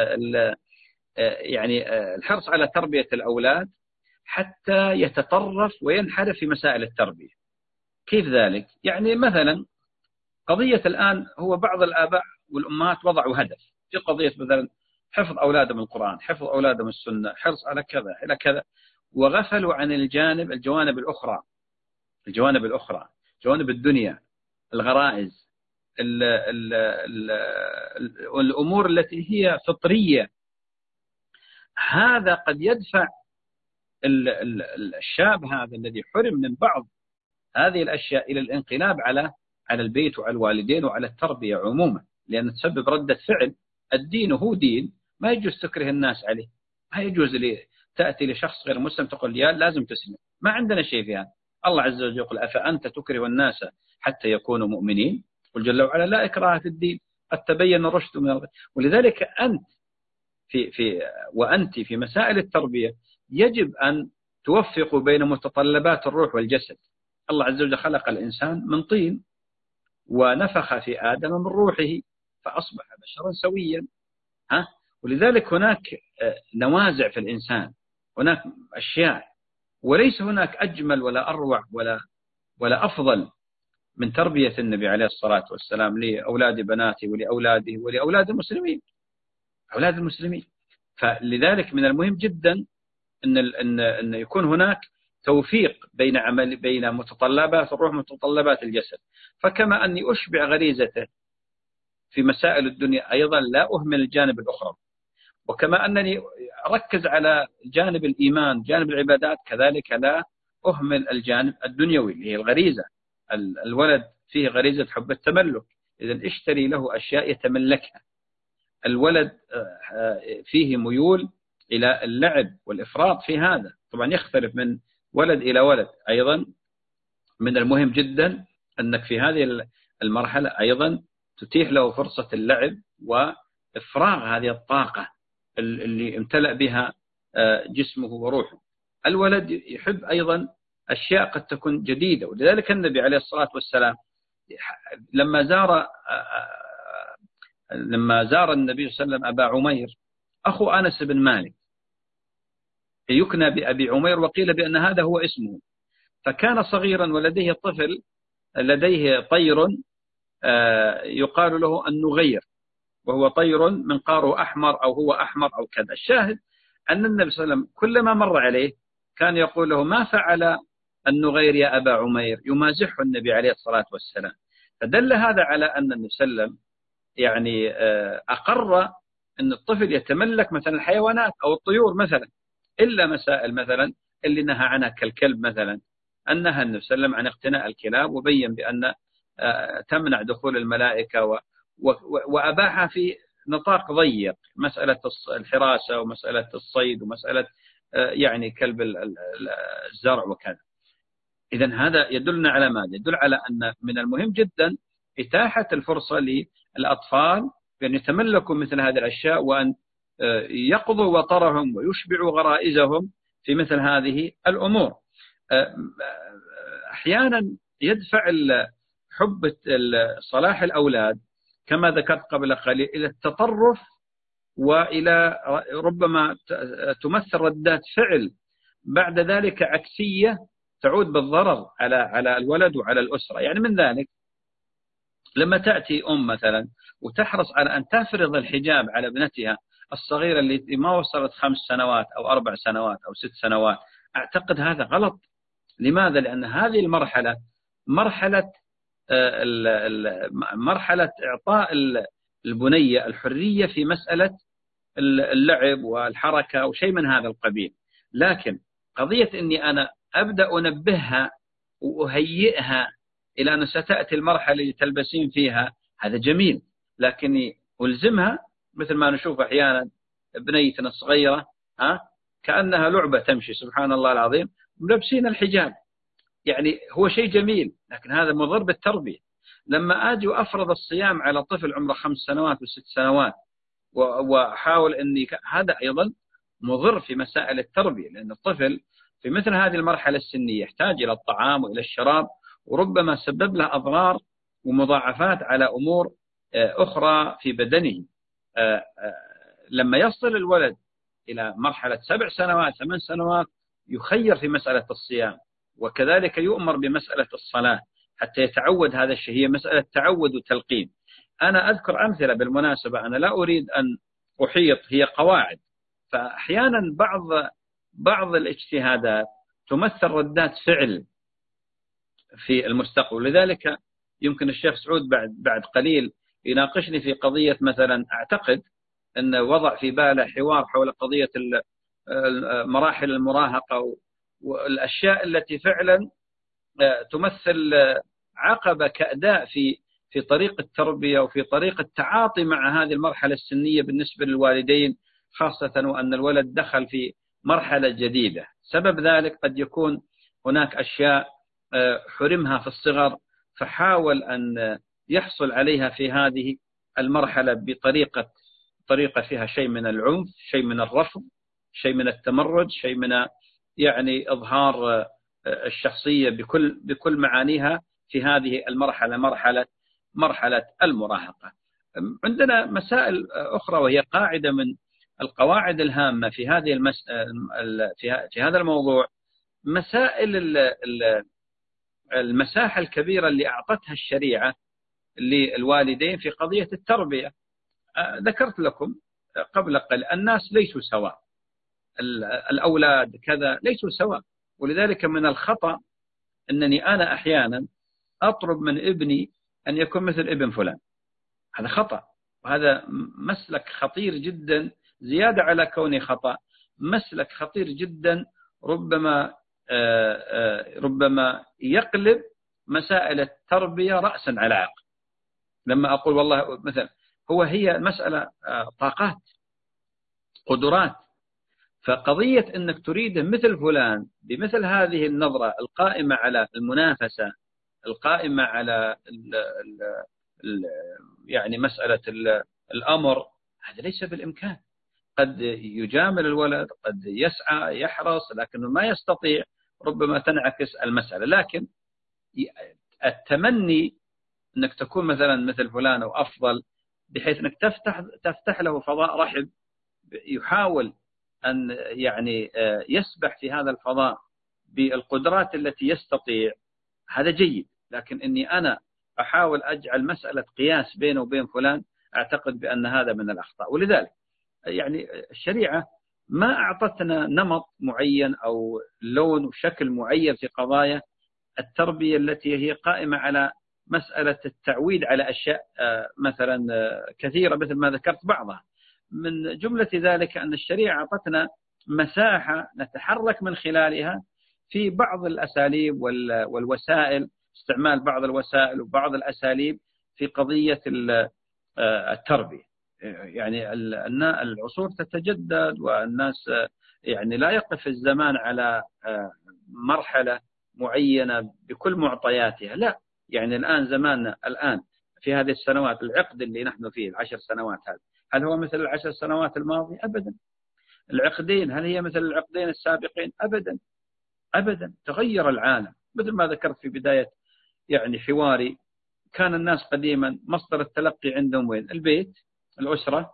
يعني الحرص على تربية الأولاد، حتى يتطرف وينحرف في مسائل التربية. كيف ذلك؟ يعني مثلا قضية الآن هو بعض الآباء والأمهات وضعوا هدف في قضية مثلا حفظ أولادهم القرآن، حفظ أولادهم السنة، حرص على كذا إلى كذا، وغفلوا عن الجوانب الأخرى، جوانب الدنيا، الغرائز، الأمور التي هي فطرية. هذا قد يدفع الشاب هذا الذي حرم من بعض هذه الأشياء إلى الانقلاب على البيت وعلى الوالدين وعلى التربية عموما، لأن تسبب ردة فعل. الدين هو دين، ما يجوز تكره الناس عليه، ما يجوز تأتي لشخص غير مسلم تقول يا لازم تسلم، ما عندنا شيء في هذا. الله عز وجل يقول أفأنت تكره الناس حتى يكونوا مؤمنين؟ قل جل وعلا لا إكراه في الدين، قد تبين الرشد من الغي. ولذلك أنت وأنت في مسائل التربية يجب أن توفقوا بين متطلبات الروح والجسد. الله عز وجل خلق الإنسان من طين ونفخ في آدم من روحه فأصبح بشرا سويا. ولذلك هناك نوازع في الإنسان، هناك أشياء، وليس هناك أجمل ولا أروع ولا أفضل من تربية النبي عليه الصلاة والسلام لأولاد بناته ولأولاده ولأولاد المسلمين، أولاد المسلمين. فلذلك من المهم جدا أن يكون هناك توفيق بين متطلبات الروح ومتطلبات الجسد. فكما أني أشبع غريزته في مسائل الدنيا أيضا لا أهمل الجانب الأخرى، وكما أنني أركز على جانب الإيمان جانب العبادات كذلك لا أهمل الجانب الدنيوي اللي هي الغريزة. الولد فيه غريزة حب التملك، إذن اشتري له أشياء يتملكها. الولد فيه ميول إلى اللعب والإفراط في هذا، طبعا يختلف من ولد إلى ولد. أيضا من المهم جدا أنك في هذه المرحلة أيضا تتيح له فرصة اللعب وإفراغ هذه الطاقة اللي امتلأ بها جسمه وروحه. الولد يحب أيضا أشياء قد تكون جديدة، ولذلك النبي عليه الصلاة والسلام لما زار النبي صلى الله عليه وسلم أبا عمير أخو أنس بن مالك، يكنى بأبي عمير وقيل بأن هذا هو اسمه، فكان صغيرا ولديه طفل لديه طير يقال له النغير، وهو طير منقاره أحمر أو هو أحمر أو كذا. الشاهد أن النبي صلى الله عليه وسلم كلما مر عليه كان يقول له ما فعل النغير يا أبا عمير، يمازحه النبي عليه الصلاة والسلام. فدل هذا على أن النبي صلى الله عليه وسلم يعني أقر أن الطفل يتملك مثلا الحيوانات أو الطيور مثلا، إلا مسائل مثلا اللي نهى عنها كالكلب مثلا، أنها النبي صلى الله عليه وسلم عن اقتناء الكلاب، وبين بأن تمنع دخول الملائكة، وأباحها في نطاق ضيق، مسألة الحراسة ومسألة الصيد ومسألة يعني كلب الزرع وكذا. إذن هذا يدلنا على ماذا؟ يدل على أن من المهم جدا إتاحة الفرصة للأطفال بأن يتملكوا مثل هذه الأشياء، وأن يقضوا وطرهم ويشبعوا غرائزهم في مثل هذه الأمور. أحيانا يدفع حب صلاح الأولاد كما ذكرت قبل قليل إلى التطرف، وإلى ربما تمثل ردات فعل بعد ذلك عكسية تعود بالضرر على الولد وعلى الأسرة. يعني من ذلك لما تأتي أم مثلا وتحرص على أن تفرض الحجاب على ابنتها الصغيرة اللي ما وصلت 5 سنوات أو 4 سنوات أو 6 سنوات، أعتقد هذا غلط. لماذا؟ لأن هذه المرحلة مرحلة إعطاء البنية الحرية في مسألة اللعب والحركة وشيء من هذا القبيل. لكن قضية أني أنا أبدأ أنبهها وأهيئها إلى أن ستأتي المرحلة اللي تلبسين فيها، هذا جميل، لكني ألزمها مثل ما نشوف أحيانا بنيتنا الصغيرة كأنها لعبة تمشي، سبحان الله العظيم، ملبسين الحجاب. يعني هو شيء جميل، لكن هذا مضر بالتربية. لما أجي وأفرض الصيام على طفل عمره 5 سنوات و6 سنوات وأحاول أني هذا أيضا مضر في مسائل التربية، لأن الطفل في مثل هذه المرحلة السنية يحتاج إلى الطعام وإلى الشراب، وربما سبب له أضرار ومضاعفات على أمور أخرى في بدنه. لما يصل الولد إلى مرحلة 7 سنوات 8 سنوات يخير في مسألة الصيام، وكذلك يؤمر بمسألة الصلاة حتى يتعود هذا الشيء، هي مسألة تعود وتلقين. أنا أذكر أمثلة بالمناسبة، أنا لا أريد أن أحيط، هي قواعد، فأحيانا بعض الاجتهادات تمثل ردات فعل في المستقبل. لذلك يمكن الشيخ سعود بعد قليل يناقشني في قضية مثلا، أعتقد أن وضع في باله حوار حول قضية مراحل المراهقة والأشياء التي فعلا تمثل عقبة كأداء في طريق التربية وفي طريق التعاطي مع هذه المرحلة السنية بالنسبة للوالدين، خاصة وأن الولد دخل في مرحلة جديدة. سبب ذلك قد يكون هناك أشياء حرمها في الصغر، فحاول أن يحصل عليها في هذه المرحلة طريقة فيها شيء من العنف، شيء من الرفض، شيء من التمرد، شيء من يعني إظهار الشخصية بكل معانيها في هذه المرحلة، مرحلة المراهقة. عندنا مسائل أخرى، وهي قاعدة من القواعد الهامة في في هذا الموضوع، مسائل المساحة الكبيرة اللي أعطتها الشريعة للوالدين في قضية التربية. ذكرت لكم قبل قليل الناس ليسوا سواء، الأولاد كذا ليسوا سواء، ولذلك من الخطأ أنني أنا أحيانا أطلب من ابني أن يكون مثل ابن فلان. هذا خطأ، وهذا مسلك خطير جدا، زيادة على كونه خطأ، مسلك خطير جدا، ربما يقلب مسائل التربية رأسا على عقب. لما أقول والله مثلا هي مسألة طاقات، قدرات، فقضية أنك تريد مثل فلان بمثل هذه النظرة القائمة على المنافسة، القائمة على يعني مسألة الأمر، هذا ليس بالإمكان. قد يجامل الولد، قد يسعى يحرص، لكنه ما يستطيع، ربما تنعكس المسألة. لكن التمني أنك تكون مثلا مثل فلان أو أفضل، بحيث أنك تفتح له فضاء رحب، يحاول أن يعني يسبح في هذا الفضاء بالقدرات التي يستطيع، هذا جيد. لكن إني أنا أحاول أجعل مسألة قياس بينه وبين فلان، أعتقد بأن هذا من الأخطاء. ولذلك يعني الشريعة ما أعطتنا نمط معين أو لون وشكل معين في قضايا التربية التي هي قائمة على مسألة التعويد على أشياء مثلا كثيرة مثل ما ذكرت بعضها. من جملة ذلك أن الشريعة أعطتنا مساحة نتحرك من خلالها في بعض الأساليب والوسائل، استعمال بعض الوسائل وبعض الأساليب في قضية التربية. يعني العصور تتجدد، والناس يعني لا يقف الزمان على مرحلة معينة بكل معطياتها، لا. يعني الآن زماننا الآن في هذه السنوات، العقد اللي نحن فيه 10 سنوات هذا، هل هو مثل 10 سنوات الماضية؟ أبدا. العقدين هل هي مثل العقدين السابقين؟ أبدا أبدا. تغير العالم. مثل ما ذكرت في بداية يعني حواري، كان الناس قديما مصدر التلقي عندهم وين؟ البيت، الأسرة،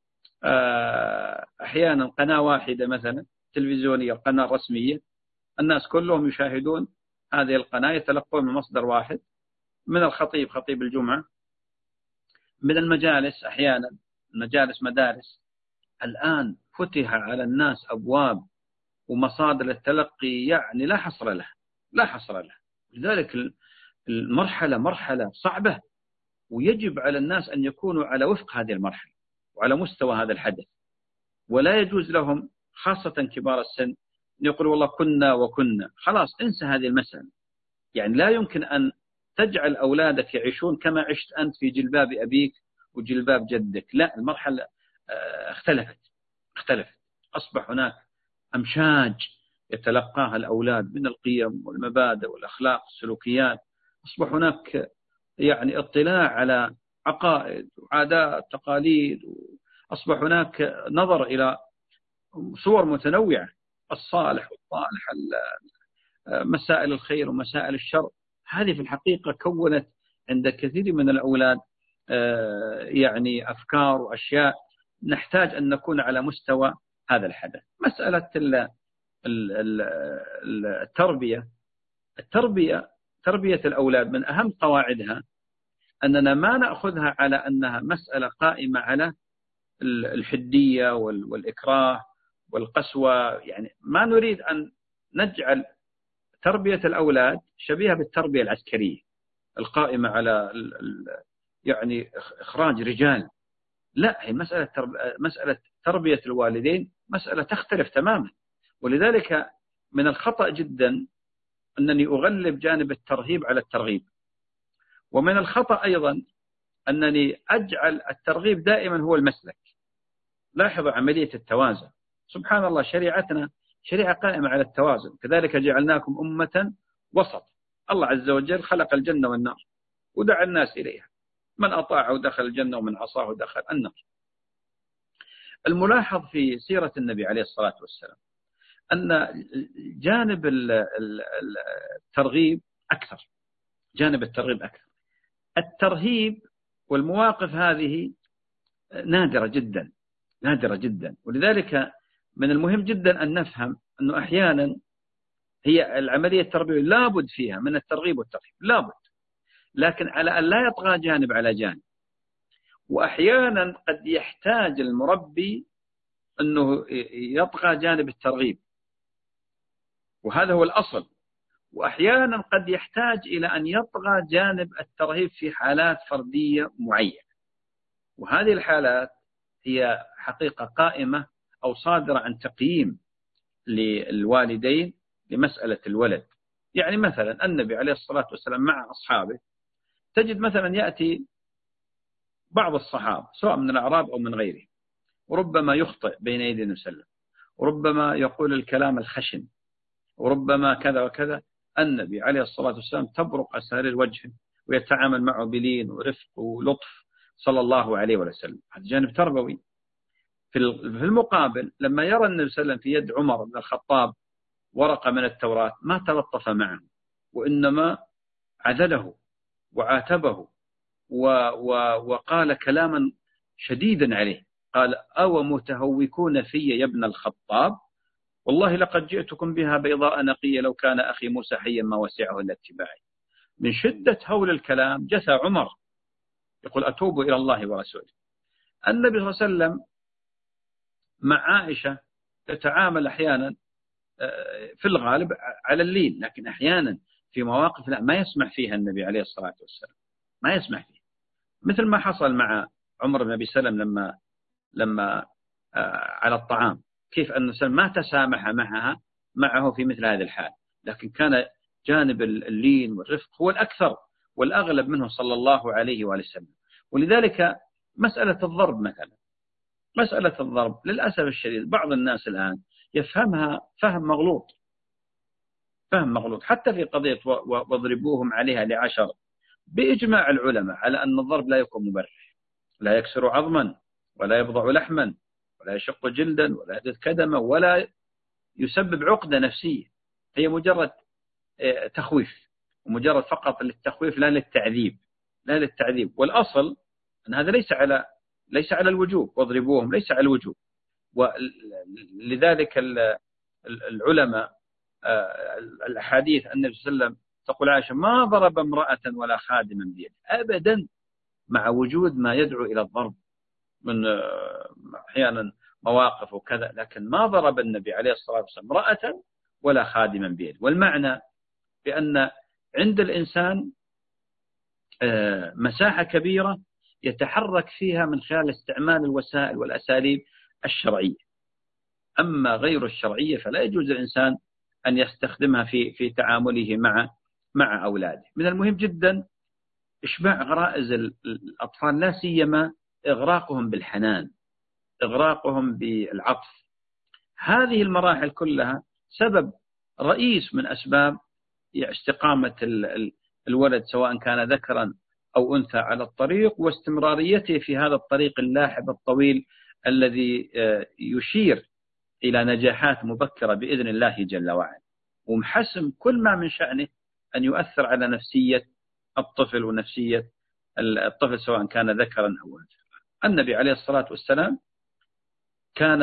أحيانا قناة واحدة مثلا تلفزيونية، القناة الرسمية، الناس كلهم يشاهدون هذه القناة، يتلقون من مصدر واحد، من الخطيب، خطيب الجمعة، من المجالس، أحيانا مجالس مدارس. الآن فتح على الناس أبواب ومصادر التلقي يعني لا حصر له، لا حصر له. لذلك المرحلة مرحلة صعبة، ويجب على الناس أن يكونوا على وفق هذه المرحلة وعلى مستوى هذا الحدث. ولا يجوز لهم خاصة كبار السن أن يقولوا والله كنا وكنا، خلاص انسى هذه المسألة. يعني لا يمكن أن تجعل أولادك يعيشون كما عشت أنت في جلباب أبيك وجلباب جدك. لا، المرحلة اختلفت. أصبح هناك أمشاج يتلقاها الأولاد من القيم والمبادئ والأخلاق والسلوكيات. أصبح هناك يعني اطلاع على عقائد وعادات تقاليد، أصبح هناك نظر إلى صور متنوعة، الصالح والطالح، مسائل الخير ومسائل الشر. هذه في الحقيقة كونت عند كثير من الأولاد يعني أفكار وأشياء نحتاج أن نكون على مستوى هذا الحدث. مسألة تربية الأولاد من أهم قواعدها أننا ما نأخذها على أنها مسألة قائمة على الحدية والإكراه والقسوة. يعني ما نريد أن نجعل تربية الأولاد شبيهة بالتربية العسكرية القائمة على يعني إخراج رجال. لا، هي مسألة تربية الوالدين مسألة تختلف تماما. ولذلك من الخطأ جدا أنني أغلب جانب الترهيب على الترغيب، ومن الخطأ أيضا أنني أجعل الترغيب دائما هو المسلك. لاحظوا عملية التوازن. سبحان الله، شريعتنا شريعة قائمة على التوازن. كذلك جعلناكم أمة وسط. الله عز وجل خلق الجنة والنار ودعا الناس إليها، من أطاعه دخل الجنة ومن عصاه دخل النار. الملاحظ في سيرة النبي عليه الصلاة والسلام أن جانب الترغيب أكثر، جانب الترغيب أكثر. الترهيب والمواقف هذه نادرة جدا، نادرة جدا. ولذلك من المهم جدا أن نفهم أنه أحيانا هي العملية التربوية لابد فيها من الترغيب والترهيب، لابد، لكن على أن لا يطغى جانب على جانب. وأحيانا قد يحتاج المربي أنه يطغى جانب الترغيب، وهذا هو الأصل. وأحيانا قد يحتاج إلى أن يطغى جانب الترهيب في حالات فردية معينة، وهذه الحالات هي حقيقة قائمة أو صادرة عن تقييم للوالدين لمسألة الولد. يعني مثلا النبي عليه الصلاة والسلام مع أصحابه تجد مثلا يأتي بعض الصحابة سواء من الأعراب أو من غيره، وربما يخطئ بين يدي النبي صلى الله عليه وسلم، وربما يقول الكلام الخشن، وربما كذا وكذا. النبي عليه الصلاة والسلام تبرق أسارير وجهه ويتعامل معه بلين ورفق ولطف صلى الله عليه وسلم. هذا جانب تربوي. في المقابل لما يرى النبي صلى الله عليه وسلم في يد عمر بن الخطاب ورقة من التوراة ما تلطف معه، وإنما عذله وعاتبه وقال كلاما شديدا عليه. قال: أو متهوكون في يا ابن الخطاب، والله لقد جئتكم بها بيضاء نقية، لو كان أخي موسى حيا ما وسعه إلا اتباعي. من شدة هول الكلام جثى عمر يقول: أتوب إلى الله ورسوله. النبي صلى الله عليه وسلم مع عائشة يتعامل أحيانا في الغالب على اللين، لكن أحيانا في مواقف لا ما يسمح فيها النبي عليه الصلاة والسلام، ما يسمح فيها، مثل ما حصل مع عمر بن أبي سلم لما على الطعام، كيف أن ما تسامح معه في مثل هذه الحال، لكن كان جانب اللين والرفق هو الأكثر والأغلب منه صلى الله عليه وسلم. ولذلك مسألة الضرب مثلا، مسألة الضرب للأسف الشديد بعض الناس الآن يفهمها فهم مغلوط، فهم مغلوط، حتى في قضية واضربوهم عليها ل10 بإجماع العلماء على أن الضرب لا يكون مبرح، لا يكسر عظما ولا يبضع لحما ولا يشق جلدا ولا يحدث كدما ولا يسبب عقدة نفسية، هي مجرد تخويف، ومجرد فقط للتخويف لا للتعذيب، لا للتعذيب. والأصل أن هذا ليس على الوجوب، واضربوهم ليس على الوجوب. ولذلك العلماء الأحاديث النبي صلى الله عليه وسلم تقول عائشة: ما ضرب امرأة ولا خادما بيده أبدا، مع وجود ما يدعو إلى الضرب من أحيانا مواقف وكذا، لكن ما ضرب النبي عليه الصلاة والسلام امرأة ولا خادما بيده. والمعنى بأن عند الإنسان مساحة كبيرة يتحرك فيها من خلال استعمال الوسائل والأساليب الشرعية، أما غير الشرعية فلا يجوز الإنسان أن يستخدمها في تعامله مع أولاده. من المهم جدا إشباع غرائز الأطفال، لا سيما إغراقهم بالحنان، إغراقهم بالعطف. هذه المراحل كلها سبب رئيس من أسباب استقامة الولد سواء كان ذكرا أو أنثى على الطريق، واستمراريته في هذا الطريق اللاحب الطويل الذي يشير إلى نجاحات مبكرة بإذن الله جل وعلا، ومحسم كل ما من شأنه أن يؤثر على نفسية الطفل ونفسية الطفل سواء كان ذكرا أو أنثى. النبي عليه الصلاة والسلام كان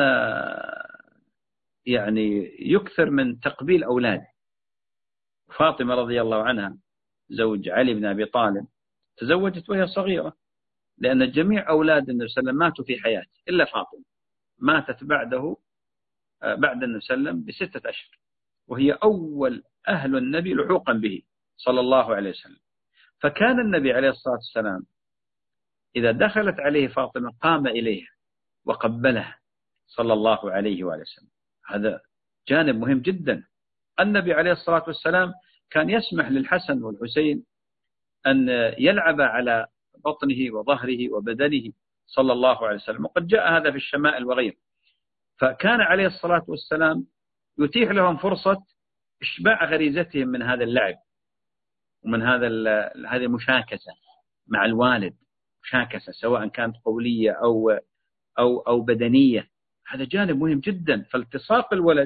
يعني يكثر من تقبيل أولاده. فاطمة رضي الله عنها زوج علي بن أبي طالب تزوجت وهي صغيرة، لأن جميع أولاد النبي صلى الله عليه وسلم ماتوا في حياته إلا فاطمة، ماتت بعد النبي صلى الله عليه وسلم ب6 أشهر، وهي أول أهل النبي لحوقا به صلى الله عليه وسلم. فكان النبي عليه الصلاة والسلام إذا دخلت عليه فاطمة قام إليها وقبلها صلى الله عليه وسلم. هذا جانب مهم جدا. النبي عليه الصلاة والسلام كان يسمح للحسن والحسين أن يلعب على بطنه وظهره وبدنه صلى الله عليه وسلم، وقد جاء هذا في الشمائل وغيره. فكان عليه الصلاة والسلام يتيح لهم فرصة إشباع غريزتهم من هذا اللعب ومن هذه المشاكسة مع الوالد مشاكسة سواء كانت قولية أو بدنية. هذا جانب مهم جدا. فالتصاق الولد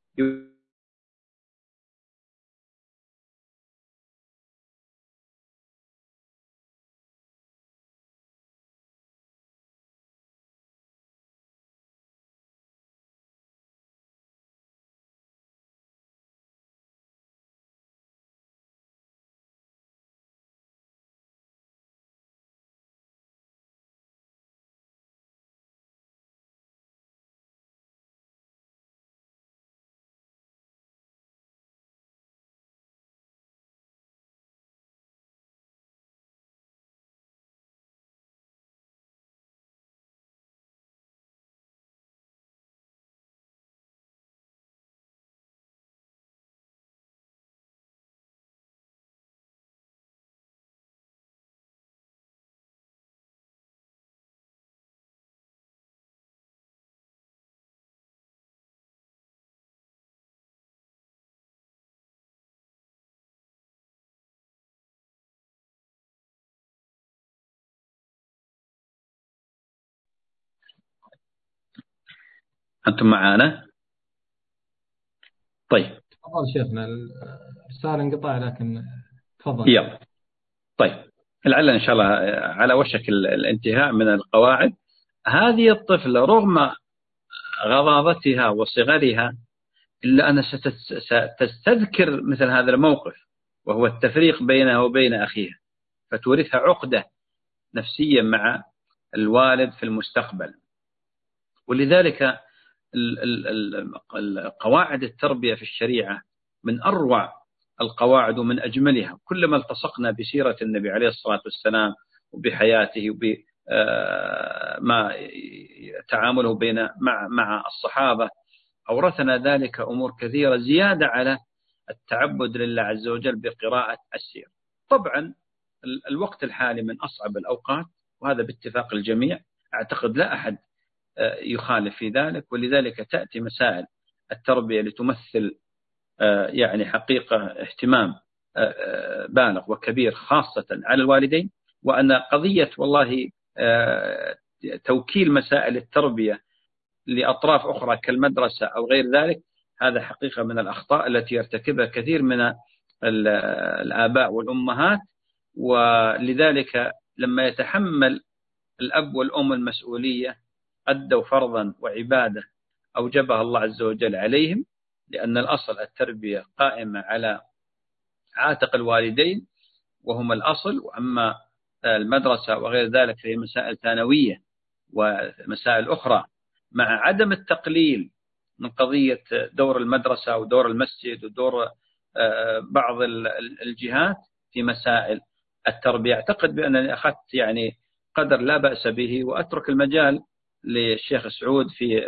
أنتم معانا؟ طيب تفضل شيخنا، الرسالة انقطع لكن تفضل. يلا. طيب لعل إن شاء الله على وشك الانتهاء من القواعد. هذه الطفلة رغم غضاضتها وصغرها إلا أنها ستستذكر مثل هذا الموقف، وهو التفريق بينها وبين أخيها، فتورثها عقدة نفسية مع الوالد في المستقبل. ولذلك قواعد التربية في الشريعة من أروع القواعد ومن أجملها. كلما التصقنا بسيرة النبي عليه الصلاة والسلام وبحياته وبما تعامله مع الصحابة، أورثنا ذلك أمور كثيرة زيادة على التعبد لله عز وجل بقراءة السير. طبعا الوقت الحالي من أصعب الأوقات، وهذا باتفاق الجميع، أعتقد لا أحد يخالف في ذلك. ولذلك تأتي مسائل التربية لتمثل يعني حقيقة اهتمام بالغ وكبير خاصة على الوالدين. وأن قضية والله توكيل مسائل التربية لأطراف أخرى كالمدرسة أو غير ذلك، هذا حقيقة من الأخطاء التي يرتكبها كثير من الآباء والأمهات. ولذلك لما يتحمل الأب والأم المسؤولية أدوا فرضا وعبادة أوجبها الله عز وجل عليهم، لأن الأصل التربية قائمة على عاتق الوالدين وهم الأصل. وأما المدرسة وغير ذلك فهي مسائل ثانوية ومسائل أخرى، مع عدم التقليل من قضية دور المدرسة ودور المسجد ودور بعض الجهات في مسائل التربية. أعتقد بأنني أخذت يعني قدر لا بأس به، وأترك المجال للشيخ سعود في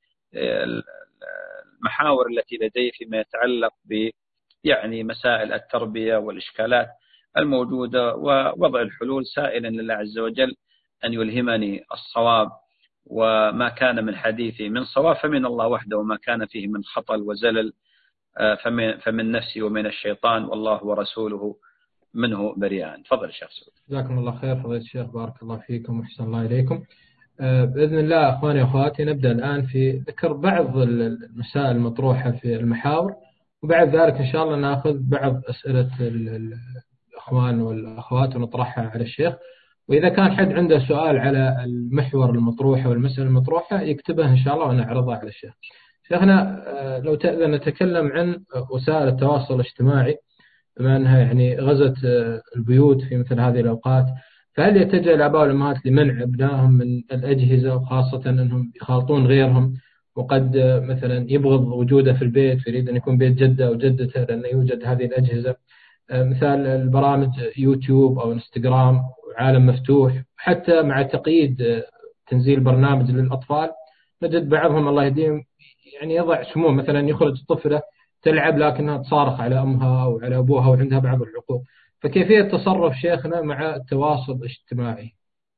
المحاور التي لديه فيما يتعلق ب يعني مسائل التربية والإشكالات الموجودة ووضع الحلول، سائلا لله عز وجل أن يلهمني الصواب، وما كان من حديثي من صواب فمن الله وحده، وما كان فيه من خطل وزلل فمن نفسي ومن الشيطان، والله ورسوله منه بريئان. تفضل الشيخ سعود. جزاكم الله خير فضيلة الشيخ، بارك الله فيكم وأحسن الله إليكم. بإذن الله أخواني وأخواتي نبدأ الآن في ذكر بعض المسائل المطروحة في المحاور، وبعد ذلك إن شاء الله نأخذ بعض أسئلة الأخوان والأخوات ونطرحها على الشيخ. وإذا كان حد عنده سؤال على المحور المطروح والمسألة المطروحة يكتبها إن شاء الله ونعرضها على الشيخ. شيخنا لو تأذن نتكلم عن وسائل التواصل الاجتماعي، بما أنها يعني غزت البيوت في مثل هذه الأوقات، فهل يتجه الآباء والأمهات لمنع أبنائهم من الأجهزة، وخاصة أنهم يخالطون غيرهم، وقد مثلا يبغض وجوده في البيت فيريد أن يكون بيت جده أو جدته لأنه يوجد هذه الأجهزة؟ مثال البرامج يوتيوب أو انستغرام وعالم مفتوح، حتى مع تقييد تنزيل برنامج للأطفال نجد بعضهم الله يهديهم يعني يضع سموم، مثلا يخرج طفلة تلعب لكنها تصارخ على أمها أو على أبوها وعندها بعض العقوق. فكيفية تصرف شيخنا مع التواصل الاجتماعي؟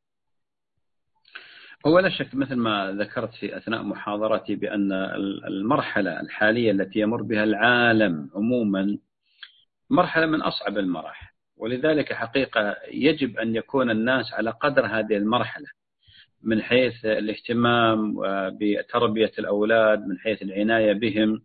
ولا شك مثل ما ذكرت في أثناء محاضرتي بأن المرحلة الحالية التي يمر بها العالم عموما مرحلة من أصعب المراحل، ولذلك حقيقة يجب أن يكون الناس على قدر هذه المرحلة من حيث الاهتمام بتربية الأولاد، من حيث العناية بهم.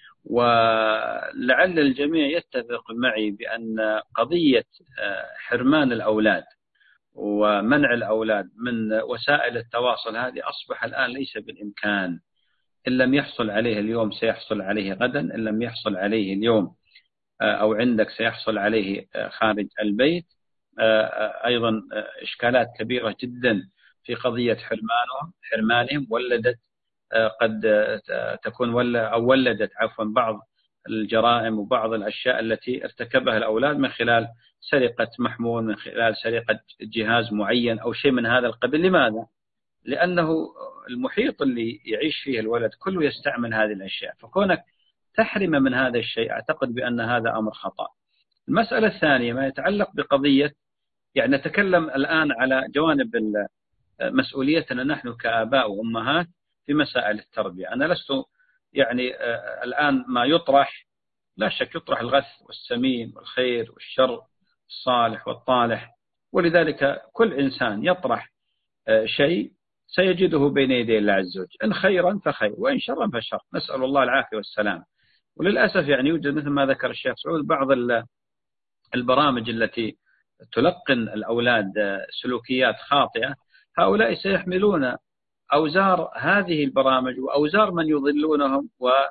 ولعل الجميع يتفق معي بأن قضية حرمان الأولاد ومنع الأولاد من وسائل التواصل هذه أصبح الآن ليس بالإمكان. إن لم يحصل عليه اليوم سيحصل عليه غدا، إن لم يحصل عليه اليوم أو عندك سيحصل عليه خارج البيت. أيضا إشكالات كبيرة جدا في قضية حرمانهم ولدت قد تكون ولدت بعض الجرائم وبعض الأشياء التي ارتكبها الأولاد من خلال سرقة محمول، من خلال سرقة جهاز معين أو شيء من هذا القبيل. لماذا؟ لأنه المحيط اللي يعيش فيه الولد كله يستعمل هذه الأشياء، فكونك تحرم من هذا الشيء أعتقد بأن هذا أمر خطأ. المسألة الثانية ما يتعلق بقضية، يعني نتكلم الآن على جوانب مسؤوليتنا نحن كآباء وأمهات في مسائل التربية. أنا لست يعني الآن ما يطرح لا شك يطرح الغث والسمين والخير والشر، الصالح والطالح، ولذلك كل إنسان يطرح شيء سيجده بين يدي الله عز وجل، إن خيرا فخير وإن شرا فشر، نسأل الله العافية والسلام. وللأسف يعني يوجد مثل ما ذكر الشيخ سعود بعض البرامج التي تلقن الأولاد سلوكيات خاطئة، هؤلاء سيحملون أوزار هذه البرامج وأوزار من يضلونهم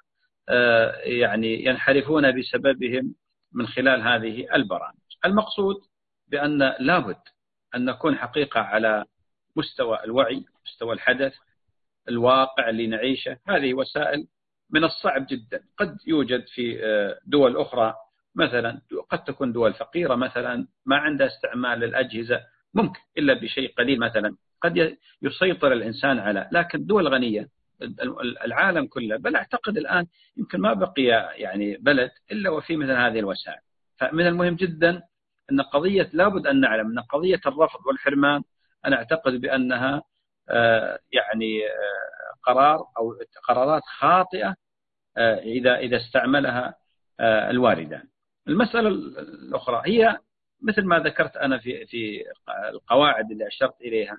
ويعني ينحرفون بسببهم من خلال هذه البرامج. المقصود بأن لابد أن نكون حقيقة على مستوى الوعي، مستوى الحدث الواقع اللي نعيشه. هذه وسائل من الصعب جدا، قد يوجد في دول أخرى مثلا، قد تكون دول فقيرة مثلا ما عندها استعمال للأجهزة ممكن إلا بشيء قليل مثلا قد يسيطر الإنسان على، لكن دول غنية العالم كله، بل أعتقد الآن يمكن ما بقي يعني بلد إلا وفي مثل هذه الوسائل. فمن المهم جدا أن قضية لابد أن نعلم أن قضية الرفض والحرمان أنا أعتقد بأنها يعني قرار أو قرارات خاطئة إذا استعملها الواردان. المسألة الأخرى هي مثل ما ذكرت أنا في القواعد اللي أشرت إليها،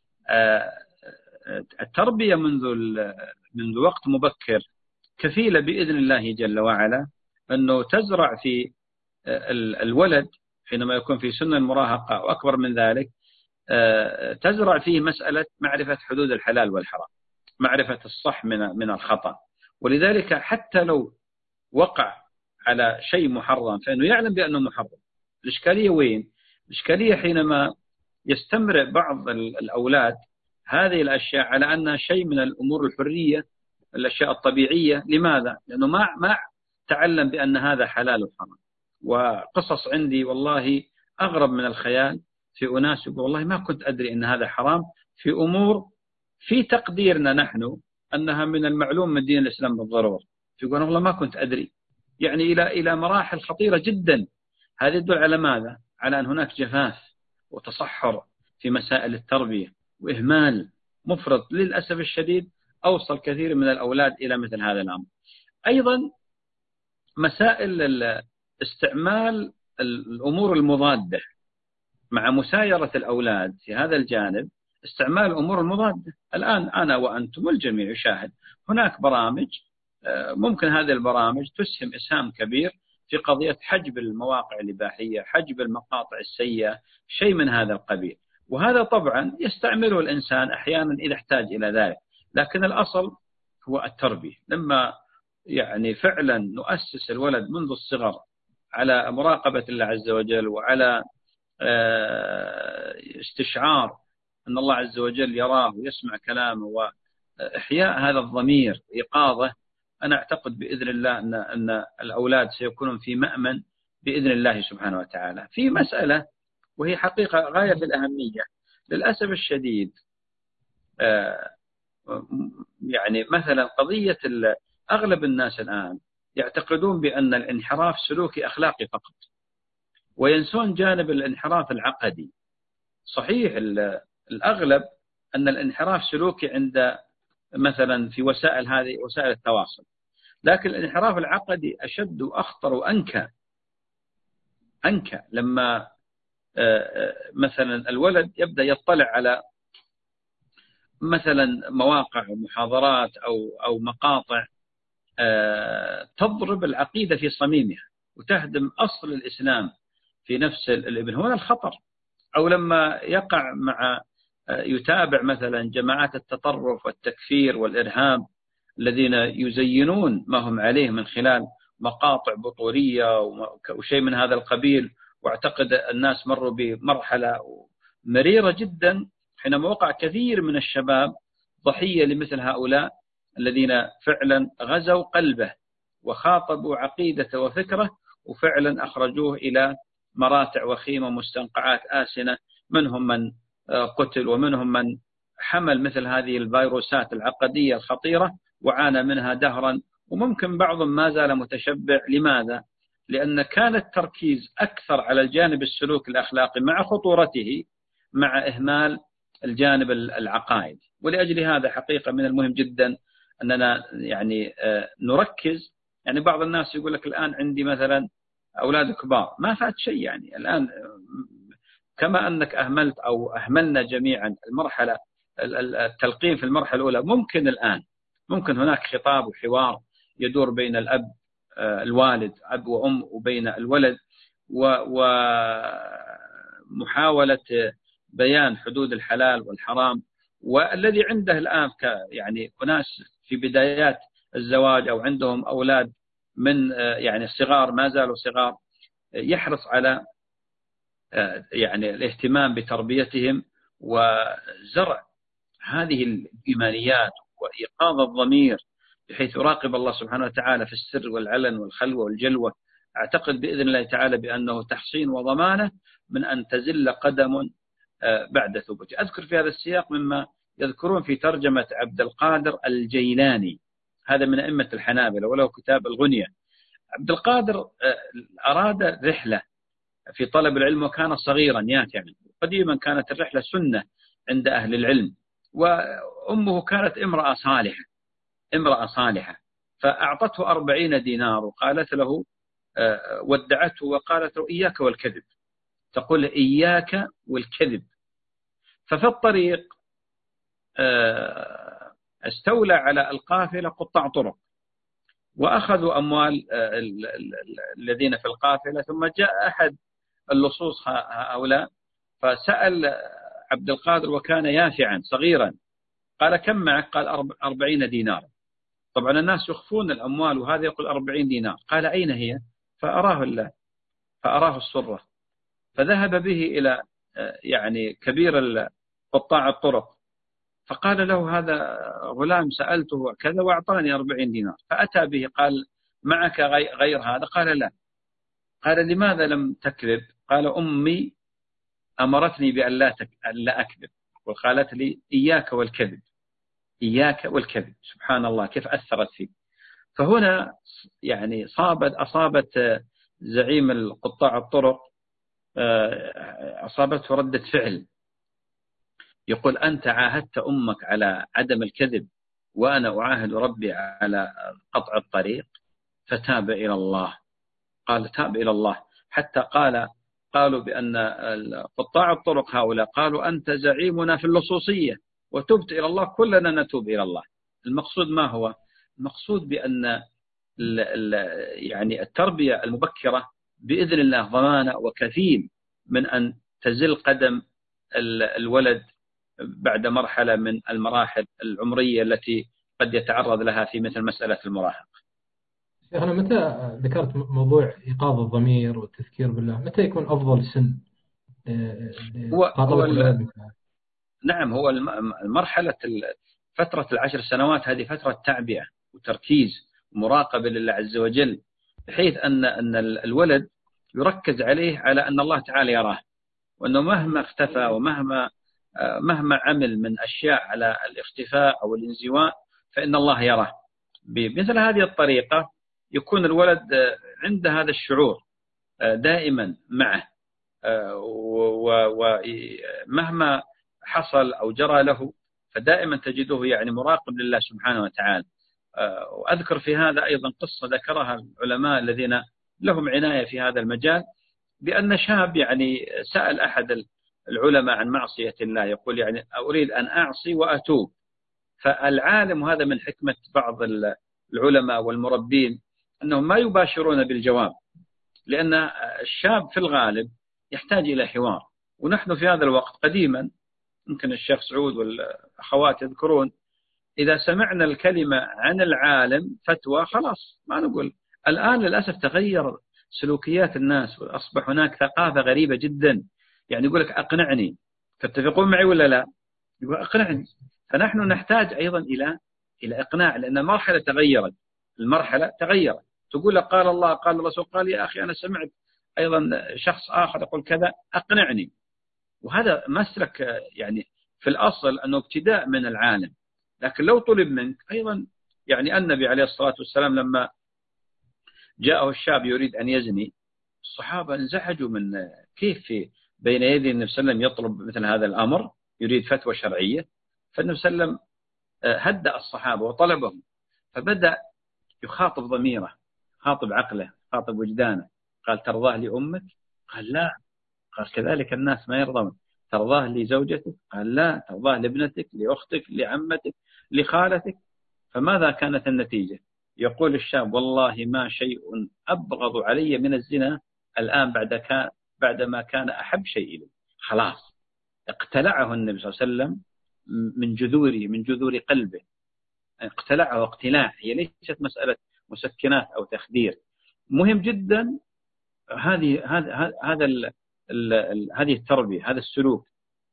التربية منذ وقت مبكر كفيلة بإذن الله جل وعلا أنه تزرع في الولد حينما يكون في سن المراهقة وأكبر من ذلك، تزرع فيه مسألة معرفة حدود الحلال والحرام، معرفة الصح من الخطأ. ولذلك حتى لو وقع على شيء محرم فإنه يعلم بأنه محرم. الإشكالية وين؟ الإشكالية حينما يستمر بعض الأولاد هذه الأشياء على أنها شيء من الأمور الحرية، الأشياء الطبيعية. لماذا؟ لأنه ما تعلم بأن هذا حلال وحرام. وقصص عندي والله أغرب من الخيال في أناس يقول والله ما كنت أدري أن هذا حرام في أمور في تقديرنا نحن أنها من المعلوم من دين الإسلام بالضرورة، يقول والله ما كنت أدري. يعني إلى مراحل خطيرة جدا. هذا يدل على ماذا؟ على أن هناك جفاف وتصحر في مسائل التربية وإهمال مفرط للأسف الشديد أوصل كثير من الأولاد إلى مثل هذا الأمر. أيضا مسائل استعمال الأمور المضادة مع مسايرة الأولاد في هذا الجانب، استعمال الأمور المضادة. الآن أنا وأنتم والجميع يشاهد هناك برامج ممكن هذه البرامج تسهم إسهام كبير في قضية حجب المواقع الإباحية، حجب المقاطع السيئة، شيء من هذا القبيل. وهذا طبعا يستعمله الإنسان أحيانا إذا احتاج إلى ذلك، لكن الأصل هو التربية. لما يعني فعلا نؤسس الولد منذ الصغر على مراقبة الله عز وجل وعلى استشعار أن الله عز وجل يراه ويسمع كلامه وإحياء هذا الضمير إيقاظه، أنا أعتقد بإذن الله أن الأولاد سيكونون في مأمن بإذن الله سبحانه وتعالى. في مسألة وهي حقيقة غاية في الأهمية للأسف الشديد، يعني مثلا قضية أغلب الناس الآن يعتقدون بأن الانحراف سلوكي أخلاقي فقط، وينسون جانب الانحراف العقدي. صحيح الأغلب أن الانحراف سلوكي عند مثلا في هذه وسائل التواصل، لكن الانحراف العقدي أشد وأخطر وأنكى. أنكى لما مثلا الولد يبدأ يطلع على مثلا مواقع ومحاضرات أو مقاطع تضرب العقيدة في صميمها وتهدم أصل الإسلام في نفس الابن. هنا الخطر. أو لما يقع مع يتابع مثلا جماعات التطرف والتكفير والإرهاب الذين يزينون ما هم عليه من خلال مقاطع بطولية وشيء من هذا القبيل، واعتقد الناس مروا بمرحلة مريرة جدا حينما وقع كثير من الشباب ضحية لمثل هؤلاء الذين فعلا غزوا قلبه وخاطبوا عقيدته وفكره، وفعلا أخرجوه إلى مراتع وخيمة مستنقعات آسنة. منهم من قتل، ومنهم من حمل مثل هذه الفيروسات العقدية الخطيرة وعانى منها دهرا، وممكن بعضهم ما زال متشبع. لماذا؟ لأن كان التركيز أكثر على الجانب السلوك الأخلاقي مع خطورته، مع إهمال الجانب العقائدي. ولأجل هذا حقيقة من المهم جدا أننا يعني نركز. يعني بعض الناس يقول لك الآن عندي مثلا أولاد كبار، ما فات شيء. يعني الآن كما أنك أهملت أو أهملنا جميعا المرحلة التلقين في المرحلة الأولى، ممكن الآن ممكن هناك خطاب وحوار يدور بين الأب الوالد أب وأم وبين الولد، ومحاولة بيان حدود الحلال والحرام. والذي عنده الآن يعني أناس في بدايات الزواج أو عندهم أولاد من يعني الصغار ما زالوا صغار، يحرص على يعني الاهتمام بتربيتهم وزرع هذه الإيمانيات وإيقاظ الضمير بحيث يراقب الله سبحانه وتعالى في السر والعلن والخلوة والجلوة. أعتقد بإذن الله تعالى بأنه تحصين وضمانة من أن تزل قدم بعد ثبوت. أذكر في هذا السياق مما يذكرون في ترجمة عبد القادر الجيلاني، هذا من أئمة الحنابلة وله كتاب الغنية. عبد القادر أراد رحلة في طلب العلم وكان صغيرا ياتعا. قديما كانت الرحلة سنة عند أهل العلم، وأمه كانت امرأة صالحة فأعطته 40 دينار وقالت له ودعته وقالت له إياك والكذب، تقول إياك والكذب. ففي الطريق استولى على القافلة قطاع طرق وأخذوا أموال الذين في القافلة. ثم جاء أحد اللصوص هؤلاء فسأل عبد القادر وكان يافعا صغيرا، قال كم معك؟ قال 40 دينار. طبعا الناس يخفون الأموال وهذا يقول 40 دينار. قال أين هي؟ فأراه السرة، فذهب به إلى يعني كبير قطاع الطرق، فقال له هذا غلام سألته كذا وأعطاني 40 دينار. فأتى به قال معك غير هذا؟ قال لا. قال لماذا لم تكذب؟ قال أمي أمرتني بأن لا أكذب وقالت لي إياك والكذب، إياك والكذب. سبحان الله كيف أثرت فيه. فهنا يعني أصابت زعيم القطاع الطرق أصابته ردة فعل، يقول أنت عاهدت أمك على عدم الكذب وأنا أعاهد ربي على قطع الطريق. فتاب إلى الله. قال تاب إلى الله، حتى قالوا بأن قطاع الطرق هؤلاء قالوا أنت زعيمنا في اللصوصية وتبت إلى الله، كلنا نتوب إلى الله. المقصود ما هو؟ المقصود بأن يعني التربية المبكرة بإذن الله ضمانة وكفيل من أن تزل قدم الولد بعد مرحلة من المراحل العمرية التي قد يتعرض لها في مثل مسألة المراهقة. شيخنا متى ذكرت موضوع إيقاظ الضمير والتذكير بالله، متى يكون أفضل سن نعم، هو المرحلة فترة 10 سنوات هذه فترة تعبئة وتركيز ومراقبة لله عز وجل، بحيث أن الولد يركز عليه على أن الله تعالى يراه، وأنه مهما اختفى ومهما عمل من أشياء على الاختفاء أو الانزواء فإن الله يراه. بمثل هذه الطريقة يكون الولد عند هذا الشعور دائما معه، ومهما حصل أو جرى له فدائما تجده يعني مراقب لله سبحانه وتعالى. وأذكر في هذا أيضا قصة ذكرها العلماء الذين لهم عناية في هذا المجال، بأن شاب يعني سأل أحد العلماء عن معصية الله، يقول يعني أريد أن أعصي وأتوب. فالعالم، وهذا من حكمة بعض العلماء والمربين، أنهم ما يباشرون بالجواب، لأن الشاب في الغالب يحتاج إلى حوار. ونحن في هذا الوقت قديما، يمكن الشيخ سعود والأخوات يذكرون، إذا سمعنا الكلمة عن العالم فتوى خلاص ما نقول. الآن للأسف تغير سلوكيات الناس، وأصبح هناك ثقافة غريبة جدا. يعني يقول لك أقنعني. تتفقون معي ولا لا؟ يقول أقنعني. فنحن نحتاج أيضا إلى إقناع، لأن المرحلة تغيرت. المرحلة تغيرت. تقول لك قال الله قال الرسول قال يا أخي أنا سمعت أيضا شخص آخر يقول كذا، أقنعني. وهذا مسلك يعني في الأصل أنه ابتداء من العالم. لكن لو طلب منك أيضا، يعني النبي عليه الصلاة والسلام لما جاءه الشاب يريد أن يزني، الصحابة انزعجوا من كيف في بين يدي النبي صلى الله عليه وسلم يطلب مثل هذا الأمر، يريد فتوى شرعية. فالنبي صلى الله عليه وسلم هدأ الصحابة وطلبهم، فبدأ يخاطب ضميره، يخاطب عقله، يخاطب وجدانه. قال ترضاه لأمك؟ قال لا. قال كذلك الناس ما يرضون. ترضاه لزوجتك؟ قال لا. ترضاه لابنتك، لأختك، لعمتك، لخالتك؟ فماذا كانت النتيجة؟ يقول الشاب والله ما شيء أبغض علي من الزنا الآن بعدما كان أحب شيء إلي. خلاص اقتلعه النبي صلى الله عليه وسلم من جذوره، من جذور قلبه. اقتلعه اقتلاع. هي ليست مسألة مسكنات أو تخدير. مهم جدا هذه التربية، هذا السلوك.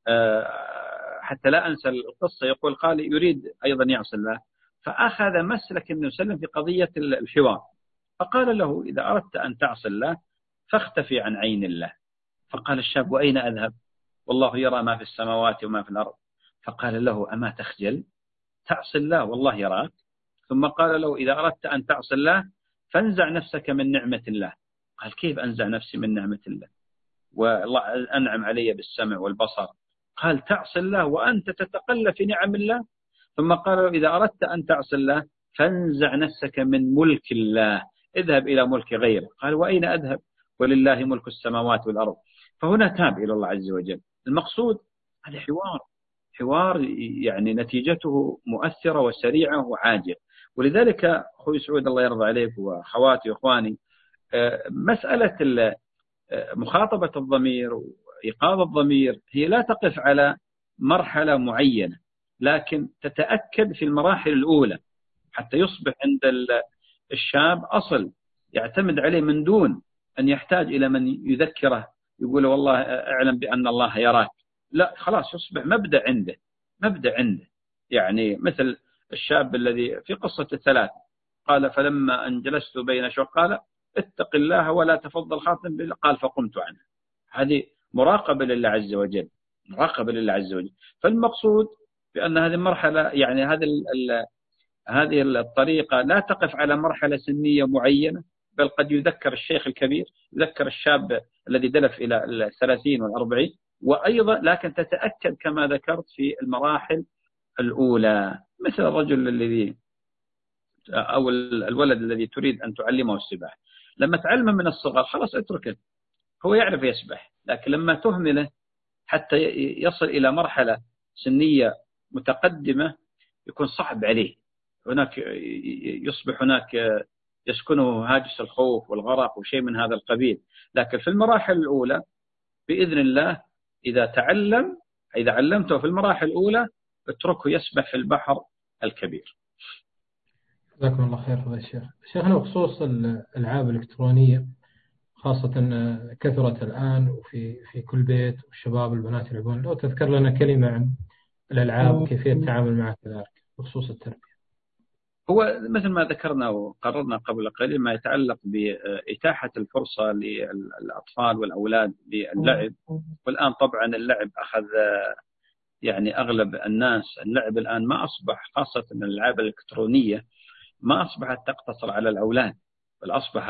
حتى لا أنسى القصة. يقول قال يريد أيضا يعصي الله، فأخذ مسلك النبي صلى الله عليه وسلم في قضية الحوار. فقال له إذا أردت أن تعصي الله فاختفي عن عين الله. فقال الشاب وأين أذهب والله يرى ما في السماوات وما في الأرض. فقال له أما تخجل تعصي الله والله يراك. ثم قال له إذا أردت أن تعصي الله فانزع نفسك من نعمة الله. قال كيف أنزع نفسي من نعمة الله والله أنعم علي بالسمع والبصر؟ قال تعصي الله وأنت تتقلب في نعم الله. ثم قال له إذا أردت أن تعصي الله فانزع نفسك من ملك الله، اذهب إلى ملك غيره. قال وأين أذهب ولله ملك السماوات والأرض. فهنا تاب إلى الله عز وجل. المقصود هذا حوار يعني نتيجته مؤثرة وسريعة وعاجلة. ولذلك أخوي سعود الله يرضى عليك وأخواتي وأخواني، مسألة مخاطبة الضمير وإيقاظ الضمير هي لا تقف على مرحلة معينة، لكن تتأكد في المراحل الأولى حتى يصبح عند الشاب أصل يعتمد عليه من دون أن يحتاج إلى من يذكره يقول والله اعلم بأن الله يراك. لا، خلاص يصبح مبدأ عنده. يعني مثل الشاب الذي في قصة الثلاث قال فلما أن جلست بين قال اتق الله ولا تفضل خاتم بالله. قال فقمت عنه. هذه مراقبة لله عز وجل، فالمقصود بأن هذه المرحلة يعني هذه الطريقة لا تقف على مرحلة سنية معينة، بل قد يذكر الشيخ الكبير، يذكر الشاب الذي دلف إلى 30 و40، وأيضا لكن تتأكد كما ذكرت في المراحل الأولى، مثل الرجل الذي أو الولد الذي تريد أن تعلمه السباحة. لما تعلمه من الصغر خلاص اتركه، هو يعرف يسبح. لكن لما تهمله حتى يصل إلى مرحلة سنية متقدمة يكون صعب عليه. هناك يصبح هناك يسكنه هاجس الخوف والغرق وشيء من هذا القبيل. لكن في المراحل الأولى بإذن الله إذا علمته في المراحل الأولى اتركه يسبح في البحر الكبير. جزاكم الله خير فضيلة الشيخ. شيخنا بخصوص الألعاب الإلكترونية خاصة كثرت الآن وفي كل بيت، والشباب والبنات يلعبون، لو تذكر لنا كلمة عن الألعاب وكيفية التعامل معها كذلك بخصوص التربية. هو مثل ما ذكرنا وقررنا قبل قليل ما يتعلق بإتاحة الفرصة للأطفال والأولاد للعب. والآن طبعا اللعب أخذ يعني أغلب الناس. اللعب الآن ما أصبح، خاصة الألعاب الإلكترونية ما أصبحت تقتصر على الأولاد، بل أصبح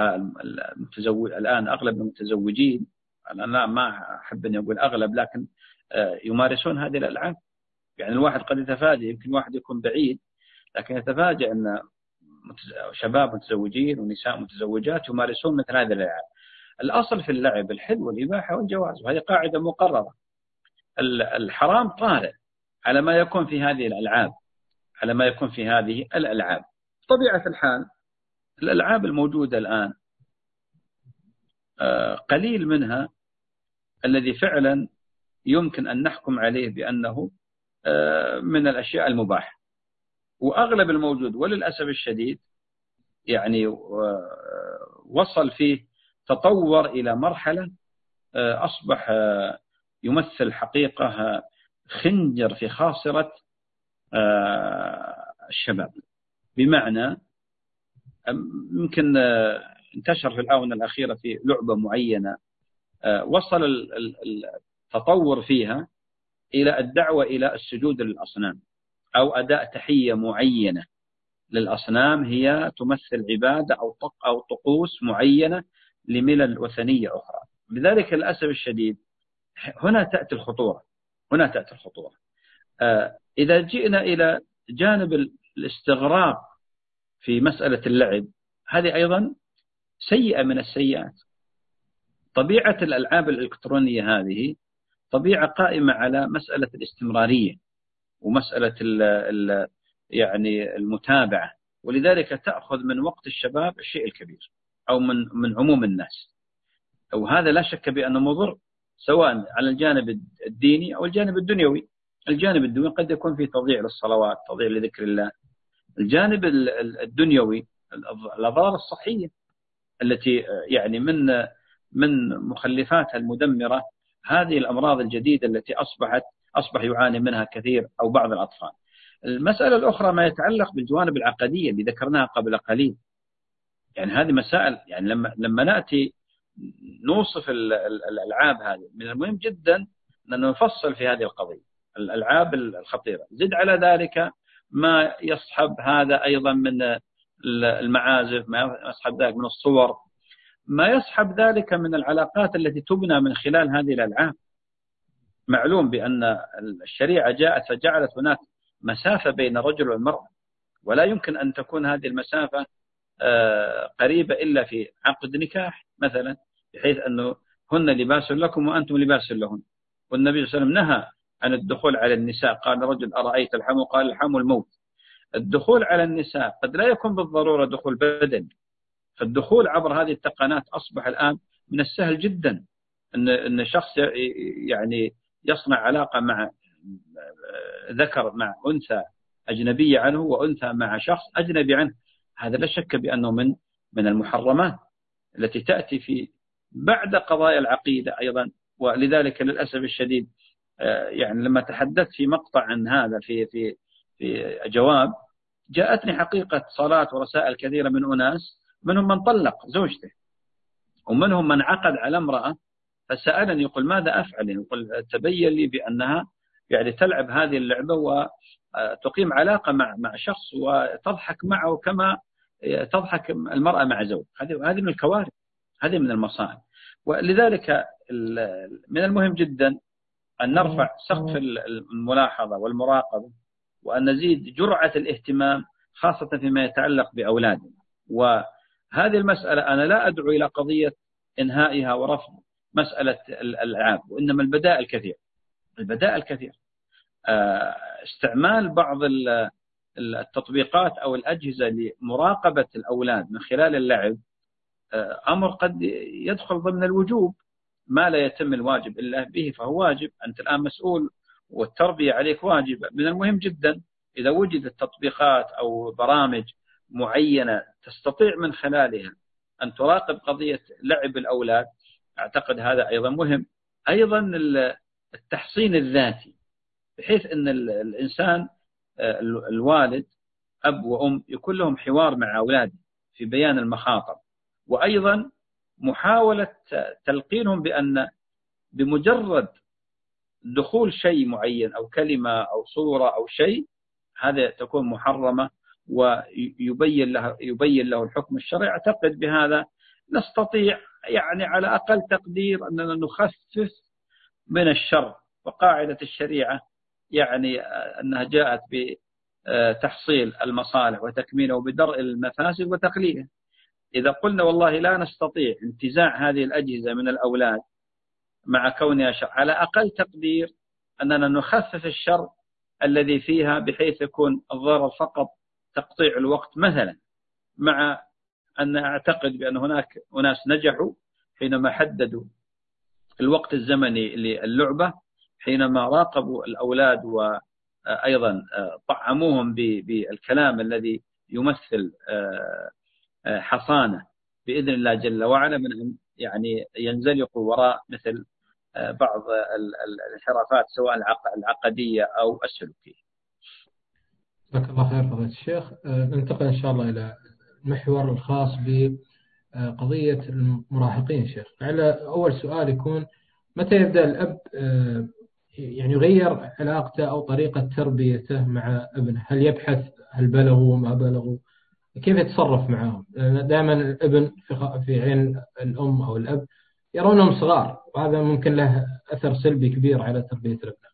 الآن أغلب المتزوجين، أنا ما أحب أن أقول أغلب، لكن يمارسون هذه الألعاب. يعني الواحد قد يتفاجئ، يمكن واحد يكون بعيد لكن يتفاجأ أن شباب متزوجين ونساء متزوجات يمارسون مثل هذه الألعاب. الأصل في اللعب الحل والإباحة والجواز، وهذه قاعدة مقررة. الحرام طارئ على ما يكون في هذه الألعاب، على ما يكون في هذه الألعاب. بطبيعة الحال الألعاب الموجودة الآن قليل منها الذي فعلا يمكن أن نحكم عليه بأنه من الأشياء المباحة، وأغلب الموجود وللأسف الشديد يعني وصل فيه تطور إلى مرحلة أصبح يمثل حقيقة خنجر في خاصرة الشباب. بمعنى يمكن انتشر في الآونة الأخيرة في لعبة معينة وصل التطور فيها إلى الدعوة إلى السجود للأصنام، أو أداء تحية معينة للأصنام هي تمثل عبادة أو طقوس معينة لملل وثنية أخرى. لذلك للأسف الشديد هنا تأتي الخطورة، هنا تأتي الخطورة. إذا جئنا إلى جانب الاستغراق في مسألة اللعب، هذه أيضا سيئة من السيئات. طبيعة الألعاب الإلكترونية هذه طبيعة قائمة على مسألة الاستمرارية ومسألة يعني المتابعة، ولذلك تأخذ من وقت الشباب الشيء الكبير أو من عموم الناس، وهذا لا شك بأنه مضر سواء على الجانب الديني أو الجانب الدنيوي. الجانب الدنيوي قد يكون فيه تضييع للصلوات، تضييع لذكر الله. الجانب الدنيوي الأضرار الصحية التي يعني من مخلفاتها المدمرة هذه الأمراض الجديدة التي أصبح يعاني منها كثير أو بعض الأطفال. المسألة الأخرى ما يتعلق بالجوانب العقدية اللي ذكرناها قبل قليل. يعني هذه مسائل، يعني لما نأتي نوصف الألعاب هذه من المهم جدا أن نفصل في هذه القضية، الألعاب الخطيرة. زد على ذلك ما يصحب هذا أيضا من المعازف، ما يصحب ذلك من الصور، ما يصحب ذلك من العلاقات التي تبنى من خلال هذه الألعاب. معلوم بأن الشريعة جاءت فجعلت هناك مسافة بين الرجل والمرأة، ولا يمكن أن تكون هذه المسافة قريبة إلا في عقد نكاح مثلا، بحيث أنه هن لباس لكم وأنتم لباس لهن. والنبي صلى الله عليه وسلم نهى عن الدخول على النساء. قال رجل أرأيت الحم؟ قال الحم الموت. الدخول على النساء قد لا يكون بالضرورة دخول بدني، فالدخول عبر هذه التقنات أصبح الآن من السهل جدا أن شخص يعني يصنع علاقة مع ذكر مع أنثى أجنبية عنه، وأنثى مع شخص أجنبي عنه. هذا لا شك بأنه من المحرمات التي تأتي في بعد قضايا العقيدة أيضا. ولذلك للأسف الشديد يعني لما تحدثت في مقطع عن هذا في جواب، جاءتني حقيقة صلاة ورسائل كثيرة من أناس، منهم من طلق زوجته، ومنهم من عقد على امرأة فسألني يقول ماذا أفعل؟ يقول تبين لي بأنها يعني تلعب هذه اللعبة وتقيم علاقة مع شخص وتضحك معه كما تضحك المرأة مع زوج. هذه من الكوارث، هذه من المصائب. ولذلك من المهم جدا أن نرفع سقف الملاحظة والمراقبة، وأن نزيد جرعة الاهتمام خاصة فيما يتعلق بأولادنا. وهذه المسألة أنا لا أدعو إلى قضية إنهائها ورفض مسألة الألعاب، وإنما البدائل كثير. استعمال بعض التطبيقات أو الأجهزة لمراقبة الأولاد من خلال اللعب أمر قد يدخل ضمن الوجوب. ما لا يتم الواجب إلا به فهو واجب، أنت الآن مسؤول والتربية عليك واجب. من المهم جدا إذا وجدت تطبيقات أو برامج معينة تستطيع من خلالها أن تراقب قضية لعب الأولاد، أعتقد هذا أيضا مهم. أيضا التحصين الذاتي، بحيث أن الإنسان الوالد أب وأم يكون لهم حوار مع أولاده في بيان المخاطر، وأيضا محاولة تلقينهم بأن بمجرد دخول شيء معين أو كلمة أو صورة أو شيء هذا تكون محرمة، ويبين له الحكم الشرعي. أعتقد بهذا نستطيع يعني على أقل تقدير أننا نخفف من الشر. وقاعدة الشريعة يعني أنها جاءت بتحصيل المصالح وتكمينه وبدرء المفاسد وتقليله. إذا قلنا والله لا نستطيع انتزاع هذه الأجهزة من الأولاد مع كونها شر، على أقل تقدير أننا نخفف الشر الذي فيها بحيث يكون الضرر فقط تقطيع الوقت مثلا، مع أن أعتقد بأن هناك أناس نجحوا حينما حددوا الوقت الزمني للعبة، حينما راقبوا الأولاد وأيضا طعموهم بالكلام الذي يمثل حصانة بإذن الله جل وعلا من أن يعني ينزلقوا وراء مثل بعض الانحرافات سواء العقدية أو السلوكية. جزاك الله خير فضيلة الشيخ. ننتقل إن شاء الله إلى المحور الخاص بقضية المراهقين شيخ. على أول سؤال يكون: متى يبدأ الأب يعني يغير علاقته أو طريقة تربيته مع ابنه؟ هل يبحث هل بلغوا ما بلغوا؟ كيف يتصرف معهم؟ دائما الابن في عين الأم أو الأب يرونهم صغار، وهذا ممكن له أثر سلبي كبير على تربية الأبناء.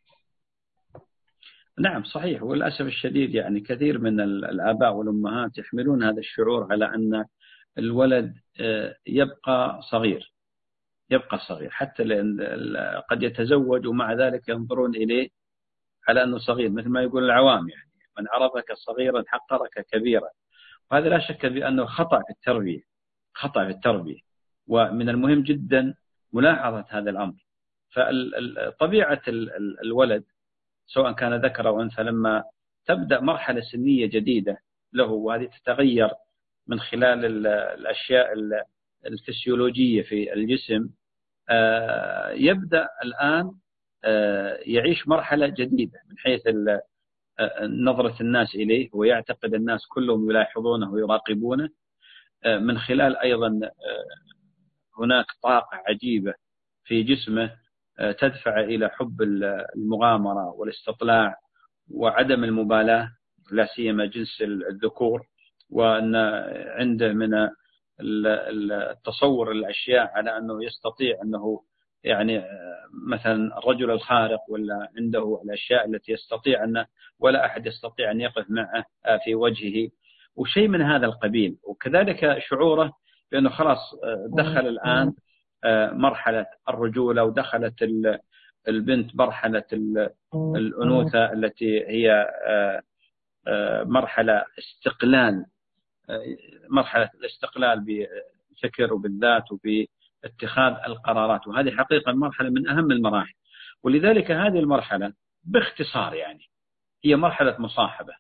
نعم صحيح، وللأسف الشديد يعني كثير من الآباء والأمهات يحملون هذا الشعور على أن الولد يبقى صغير، حتى لأن قد يتزوج ومع ذلك ينظرون إليه على أنه صغير، مثل ما يقول العوام يعني من عرفك صغيرا حقرك كبيرا. وهذا لا شك بأنه خطأ في التربية، ومن المهم جدا ملاحظة هذا الأمر. فطبيعة الولد سواء كان ذكر أو أنثى لما تبدأ مرحلة سنية جديدة له، وهذه تتغير من خلال الأشياء الفسيولوجية في الجسم، يبدأ الآن يعيش مرحلة جديدة من حيث نظرة الناس إليه، ويعتقد الناس كلهم يلاحظونه ويراقبونه، من خلال أيضا هناك طاقة عجيبة في جسمه تدفع إلى حب المغامرة والاستطلاع وعدم المبالاة، لا سيما جنس الذكور، وأن عنده من التصور الأشياء على أنه يستطيع أنه يعني مثلا الرجل الخارق، ولا عنده الأشياء التي يستطيع أن ولا أحد يستطيع أن يقف معه في وجهه وشيء من هذا القبيل. وكذلك شعوره بأنه خلاص دخل الآن مرحلة الرجولة، ودخلت البنت مرحلة الأنوثة التي هي مرحلة الاستقلال بالفكر وبالذات وباتخاذ القرارات، وهذه حقيقة مرحلة من أهم المراحل. ولذلك هذه المرحلة باختصار يعني هي مرحلة مصاحبة،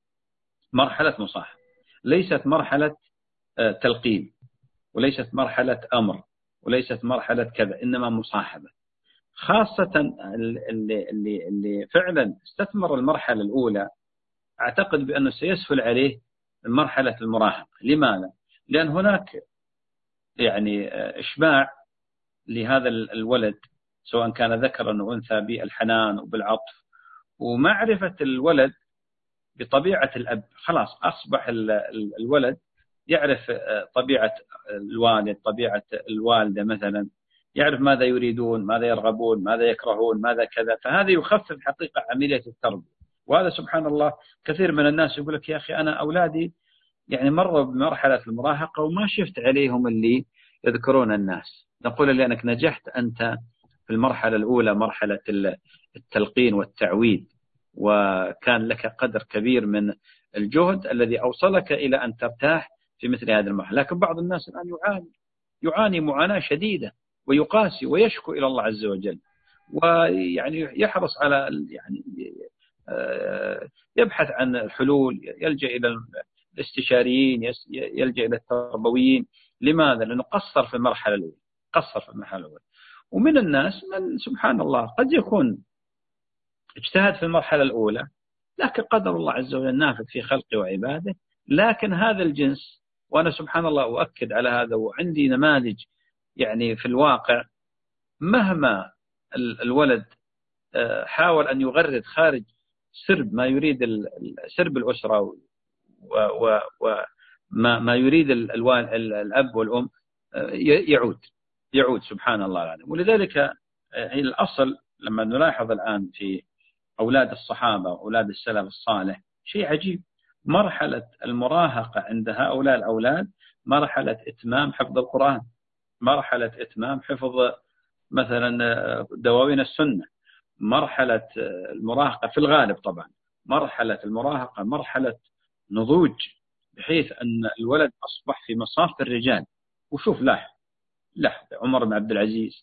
ليست مرحلة تلقين، وليست مرحلة أمر، وليست مرحلة كذا، إنما مصاحبة. خاصة اللي فعلا استثمر المرحلة الأولى أعتقد بأنه سيسهل عليه مرحلة المراهقة. لماذا؟ لأن هناك يعني إشباع لهذا الولد سواء كان ذكرا أو أنثى بالحنان وبالعطف، ومعرفة الولد بطبيعة الأب. خلاص أصبح الولد يعرف طبيعة الوالد، طبيعة الوالدة مثلا، يعرف ماذا يريدون، ماذا يرغبون، ماذا يكرهون، ماذا كذا. فهذا يخفف حقيقة عملية التربية. وهذا سبحان الله كثير من الناس يقول لك يا أخي أنا أولادي يعني مروا بمرحلة المراهقة وما شفت عليهم اللي يذكرون الناس. نقول لأنك نجحت أنت في المرحلة الأولى، مرحلة التلقين والتعويد، وكان لك قدر كبير من الجهد الذي أوصلك إلى أن ترتاح في مثل هذه المرحلة. لكن بعض الناس الآن يعاني معاناة شديدة ويقاسي ويشكو إلى الله عز وجل، ويعني يحرص على يعني يبحث عن الحلول، يلجأ إلى الاستشاريين، يلجأ إلى التربويين. لماذا؟ لأنه قصر في المرحلة الأولى. ومن الناس من سبحان الله قد يكون اجتهد في المرحلة الأولى، لكن قدر الله عز وجل نافذ في خلقه وعباده. لكن هذا الجنس، وأنا سبحان الله أؤكد على هذا، وعندي نماذج يعني في الواقع، مهما الولد حاول أن يغرد خارج سرب ما يريد سرب الأسرة وما يريد الأب والأم، يعود سبحان الله العظيم. ولذلك هي الأصل لما نلاحظ الآن في أولاد الصحابة وأولاد السلف الصالح شيء عجيب. مرحلة المراهقة عند هؤلاء الأولاد مرحلة إتمام حفظ القرآن، مرحلة إتمام حفظ مثلا دواوين السنة، مرحلة المراهقة في الغالب طبعا، مرحلة المراهقة مرحلة نضوج، بحيث أن الولد أصبح في مصاف الرجال. وشوف لاحظ عمر بن عبد العزيز،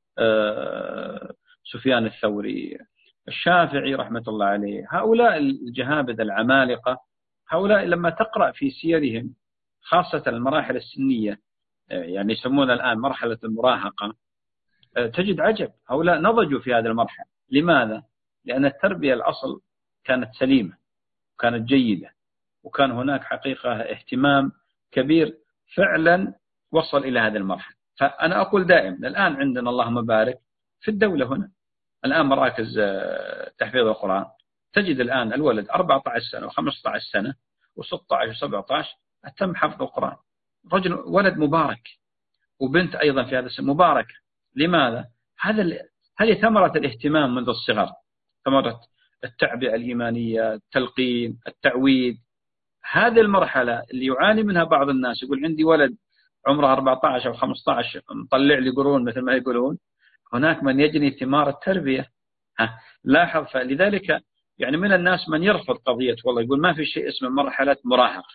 سفيان الثوري، الشافعي رحمة الله عليه، هؤلاء الجهابذة العمالقة، هؤلاء لما تقرأ في سيرهم خاصة المراحل السنية، يعني يسمونها الآن مرحلة المراهقة، تجد عجب، هؤلاء نضجوا في هذه المرحلة. لماذا؟ لأن التربية الأصل كانت سليمة وكانت جيدة، وكان هناك حقيقة اهتمام كبير فعلا وصل إلى هذه المرحلة. فأنا أقول دائما الآن عندنا اللهم بارك في الدولة هنا الآن مراكز تحفيظ القرآن، تجد الآن الولد 14 سنة و15 سنة و16 و17 تم حفظ القرآن، رجل ولد مبارك، وبنت أيضا في هذا السن مباركة. لماذا؟ هذه ثمرة الاهتمام منذ الصغر، ثمرة التعبئة الإيمانية، التلقين، التعويد. هذه المرحلة اللي يعاني منها بعض الناس، يقول عندي ولد عمره 14 أو 15 مطلع لي قرون مثل ما يقولون، هناك من يجني ثمار التربية. لاحظ، فلذلك يعني من الناس من يرفض قضية، والله يقول ما في شيء اسمه مرحلة مراهقة.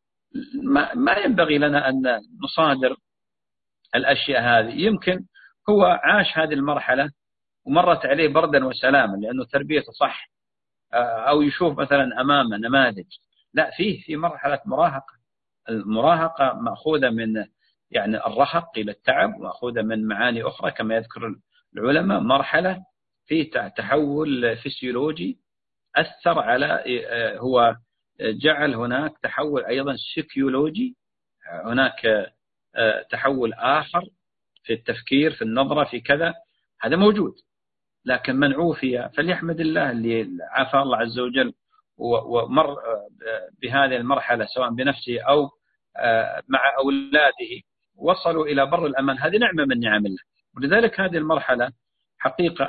ما ينبغي لنا أن نصادر الأشياء هذه. يمكن هو عاش هذه المرحلة ومرت عليه بردا وسلاما لأنه تربيته صح، أو يشوف مثلا أمامه نماذج. لا، في مرحلة مراهقة. المراهقة مأخوذة من يعني الرهق إلى التعب، ومأخوذة من معاني أخرى كما يذكر العلماء. مرحلة في تحول فسيولوجي أثر على، هو جعل هناك تحول أيضا سيكيولوجي، هناك تحول آخر في التفكير، في النظرة، في كذا، هذا موجود. لكن من عوفي فليحمد الله، اللي عافى الله عز وجل ومر بهذه المرحلة سواء بنفسه أو مع أولاده وصلوا إلى بر الأمان، هذه نعمة من نعم الله. ولذلك هذه المرحلة حقيقة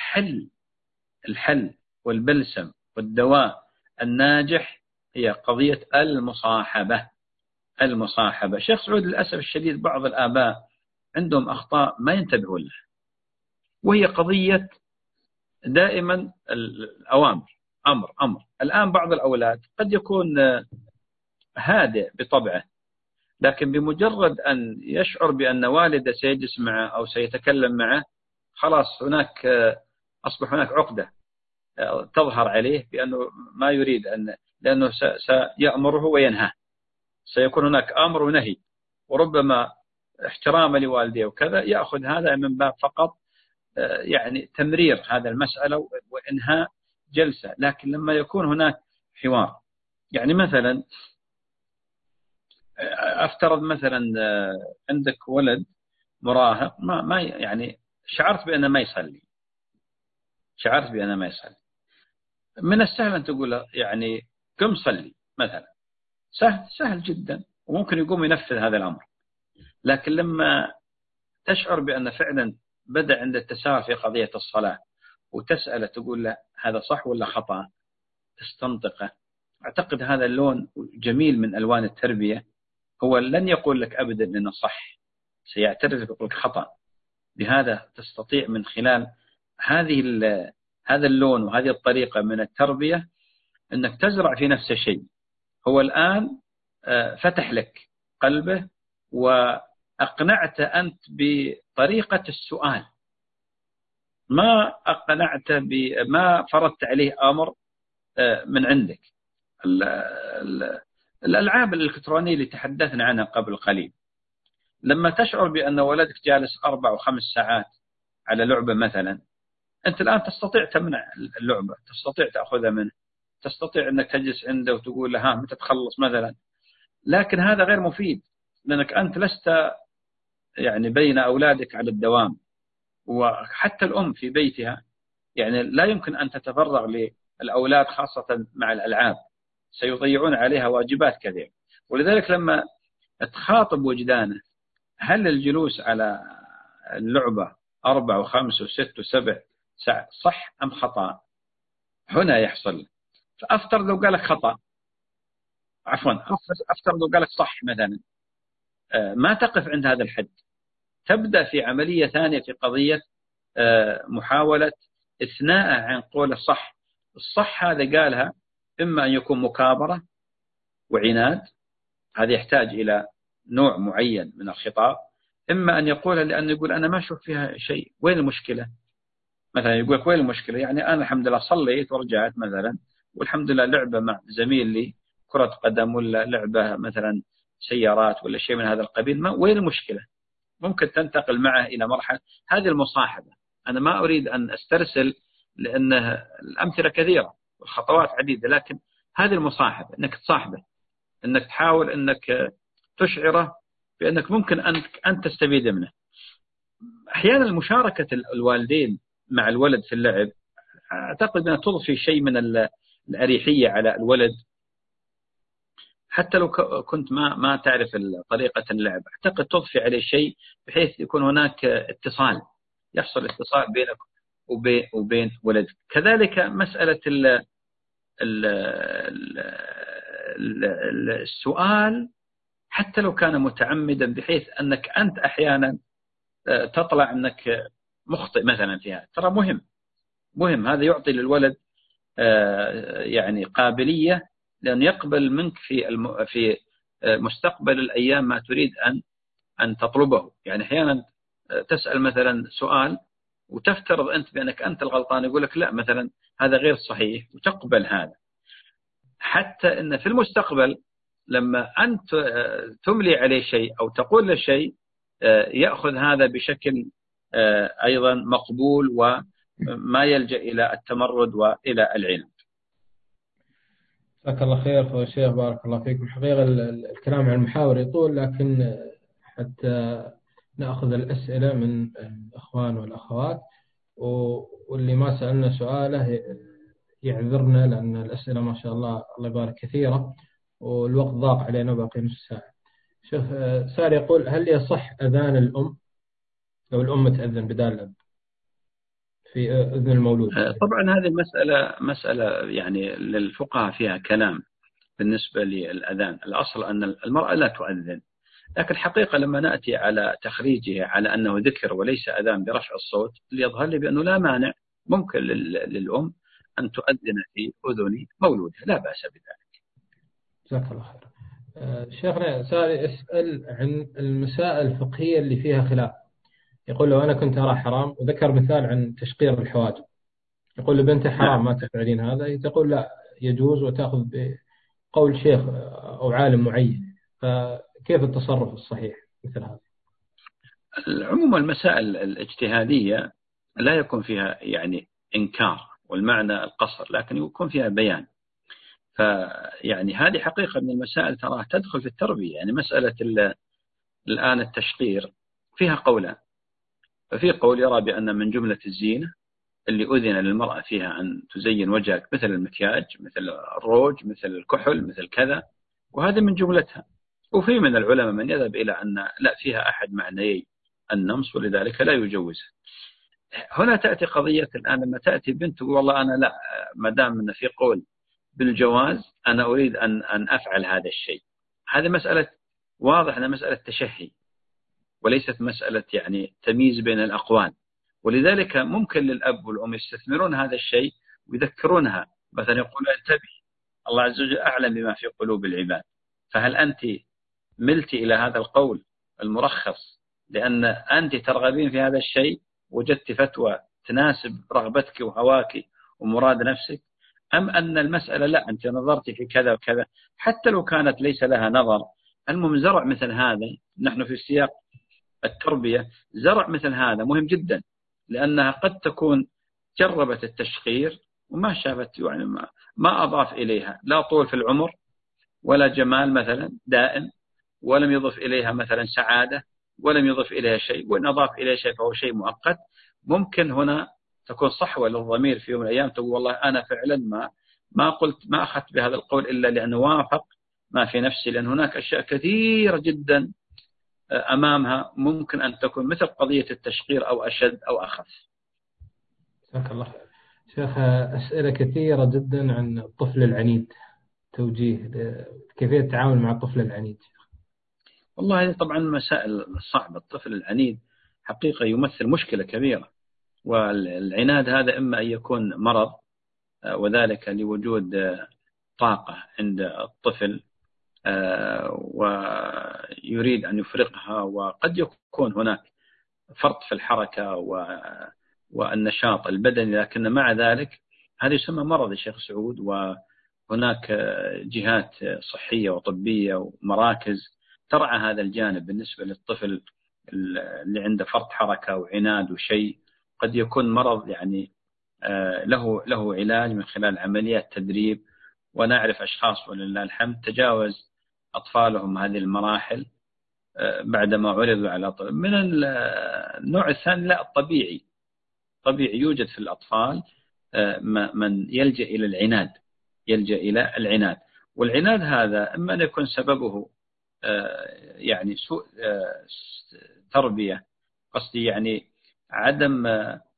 الحل والبلسم والدواء الناجح هي قضية المصاحبة. شيخ سعود للأسف الشديد بعض الآباء عندهم أخطاء ما ينتبهون لها، وهي قضية دائما الأوامر، أمر. الآن بعض الأولاد قد يكون هادئ بطبعه، لكن بمجرد أن يشعر بأن والده سيجلس معه أو سيتكلم معه، خلاص أصبح هناك عقدة تظهر عليه بأنه ما يريد لأنه سيأمره وينهاه، سيكون هناك أمر ونهي، وربما احترام لوالديه وكذا يأخذ هذا من باب فقط يعني تمرير هذا المسألة وإنهاء جلسة. لكن لما يكون هناك حوار، يعني مثلا أفترض مثلا عندك ولد مراهق ما يعني شعرت بأنه ما يصلي، من السهل أن تقول له يعني قم صلي مثلا، سهل جدا، وممكن يقوم ينفذ هذا الأمر. لكن لما تشعر بأن فعلا بدأ عند التساهل في قضية الصلاة وتسأله تقول له هذا صح ولا خطأ، تستنطقه، أعتقد هذا اللون جميل من ألوان التربية. هو لن يقول لك أبدا أنه صح، سيعترف يقول لك خطأ. بهذا تستطيع من خلال هذا اللون وهذه الطريقة من التربية أنك تزرع في نفسه شيء. هو الآن فتح لك قلبه وأقنعت أنت بطريقة السؤال، ما أقنعت ما فرضت عليه أمر من عندك. الألعاب الإلكترونية اللي تحدثنا عنها قبل قليل، لما تشعر بأن ولدك جالس 4 أو 5 ساعات على لعبة مثلا، أنت الآن تستطيع تمنع اللعبة، تستطيع تأخذها منه، تستطيع أنك تجلس عنده وتقول له ها متى تخلص مثلا. لكن هذا غير مفيد، لأنك أنت لست يعني بين أولادك على الدوام. وحتى الأم في بيتها يعني لا يمكن أن تتفرغ للأولاد خاصة مع الألعاب، سيضيعون عليها واجبات كثيرة. ولذلك لما تخاطب وجدانه، هل الجلوس على اللعبة 4 و5 و6 و7 ساعات صح أم خطأ؟ هنا يحصل. فأفترض لو قالك خطأ، عفوا أفترض لو قالك صح مثلا، ما تقف عند هذا الحد، تبدأ في عملية ثانية في قضية محاولة إثناء عن قول الصح. الصح هذا قالها إما أن يكون مكابرة وعناد، هذا يحتاج إلى نوع معين من الخطاب، إما أن يقولها لأنه يقول أنا ما أشوف فيها شيء، وين المشكلة؟ مثلا يقول لك وين المشكلة؟ يعني أنا الحمد لله صليت ورجعت مثلا، والحمد لله لعبة مع زميل لي كرة قدم، ولا لعبة مثلا سيارات ولا شيء من هذا القبيل، ما وين المشكلة؟ ممكن تنتقل معه إلى مرحلة هذه المصاحبة. أنا ما أريد أن أسترسل لأن الأمثلة كثيرة والخطوات عديدة، لكن هذه المصاحبة، أنك تصاحبه، أنك تحاول أنك تشعره بأنك ممكن أن تستفيد منه. أحيانا مشاركة الوالدين مع الولد في اللعب أعتقد أنها تضفي شيء من الأريحية على الولد، حتى لو كنت ما تعرف طريقة اللعب، أعتقد تضفي عليه شيء بحيث يكون هناك اتصال، يحصل اتصال بينك وبين ولدك. كذلك مسألة السؤال حتى لو كان متعمدا، بحيث أنك أنت أحيانا تطلع أنك مخطئ مثلا فيها، ترى مهم هذا يعطي للولد يعني قابلية لأن يقبل منك في مستقبل الأيام ما تريد أن تطلبه. يعني أحيانا تسأل مثلا سؤال وتفترض أنت بأنك أنت الغلطان، يقول لك لا مثلا هذا غير صحيح، وتقبل هذا، حتى أن في المستقبل لما أنت تملي عليه شيء أو تقول له شيء يأخذ هذا بشكل أيضا مقبول، وما يلجأ إلى التمرد وإلى العلم. جزاك الله خير أخوي الشيخ، بارك الله فيكم. حقيقة الكلام عن المحاور يطول، لكن حتى نأخذ الأسئلة من الأخوان والأخوات، واللي ما سألنا سؤاله يعذرنا، لأن الأسئلة ما شاء الله الله يبارك كثيرة، والوقت ضاق علينا، باقي نص ساعة. شيخ سار يقول هل يصح أذان الأم لو الأم تأذن بدال الأب في أذن المولود؟ طبعا هذه مسألة يعني للفقهاء فيها كلام. بالنسبة للأذان الأصل أن المرأة لا تؤذن، لكن حقيقة لما نأتي على تخريجه على أنه ذكر وليس أذان برفع الصوت، يظهر لي بأنه لا مانع، ممكن للأم أن تؤذن في أذن مولودها، لا بأس بذلك. جزاك الله خير. شيخنا ساري يسأل عن المسائل الفقهية اللي فيها خلاف. يقول لو أنا كنت أرى حرام، وذكر مثال عن تشقير الحواجب، يقول لبنته حرام ما تفعلين هذا، تقول لا يجوز، وتأخذ بقول شيخ أو عالم معين. فكيف التصرف الصحيح مثل هذا؟ عموما المسائل الاجتهادية لا يكون فيها يعني إنكار والمعنى القصر، لكن يكون فيها بيان. فيعني هذه حقيقة من المسائل تراها تدخل في التربية. يعني مسألة الآن التشقير فيها قولان، ففي قول يرى بأن من جملة الزينة اللي أذن للمرأة فيها أن تزين وجهك، مثل المكياج، مثل الروج، مثل الكحل، مثل كذا، وهذا من جملتها. وفي من العلماء من يذهب إلى أن لا، فيها أحد معنيي النمص، ولذلك لا يجوزها. هنا تأتي قضية الآن لما تأتي بنت تقول والله أنا لا، ما دام أن في قول بالجواز أنا أريد أن أفعل هذا الشيء. هذه مسألة واضح أنها مسألة تشهي، وليست مسألة يعني تمييز بين الأقوال. ولذلك ممكن للأب والأم يستثمرون هذا الشيء ويذكرونها، مثلا يقول انتبه، الله عز وجل أعلم بما في قلوب العباد، فهل أنت ملت إلى هذا القول المرخص لأن أنت ترغبين في هذا الشيء، وجدت فتوى تناسب رغبتك وهواك ومراد نفسك، أم أن المسألة لا، أنت نظرت في كذا وكذا، حتى لو كانت ليس لها نظر. المهم زرع مثل هذا، نحن في سياق التربية، زرع مثل هذا مهم جدا، لأنها قد تكون جربت التشخير وما شافت، يعني ما أضاف إليها لا طول في العمر ولا جمال مثلا دائم، ولم يضف إليها مثلا سعادة، ولم يضف إليها شيء، وإن أضاف إليها شيء فهو شيء مؤقت. ممكن هنا تكون صحوة للضمير في يوم من الأيام، تقول والله أنا فعلا ما قلت، ما أخذت بهذا القول إلا لأنه وافق ما في نفسي، لأن هناك أشياء كثيرة جدا أمامها ممكن أن تكون مثل قضية التشقير أو أشد أو أخف. جزاك الله خير. شيخ أسئلة كثيرة جدا عن الطفل العنيد، توجيه كيفية التعامل مع الطفل العنيد. والله هذه طبعا مسائل صعبة. الطفل العنيد حقيقة يمثل مشكلة كبيرة، والعناد هذا إما أن يكون مرض، وذلك لوجود طاقة عند الطفل ويريد أن يفرقها، وقد يكون هناك فرط في الحركة والنشاط البدني، لكن مع ذلك هذا يسمى مرض يا شيخ سعود. وهناك جهات صحية وطبية ومراكز ترعى هذا الجانب بالنسبة للطفل اللي عنده فرط حركة وعناد وشيء قد يكون مرض، يعني له علاج من خلال عمليات تدريب. ونعرف أشخاص ولله الحمد تجاوز أطفالهم هذه المراحل بعدما عرضوا على طفل. من النوع الثاني لا، الطبيعي يوجد في الأطفال من يلجأ إلى العناد. والعناد هذا إما أن يكون سببه يعني سوء تربية، قصدي يعني عدم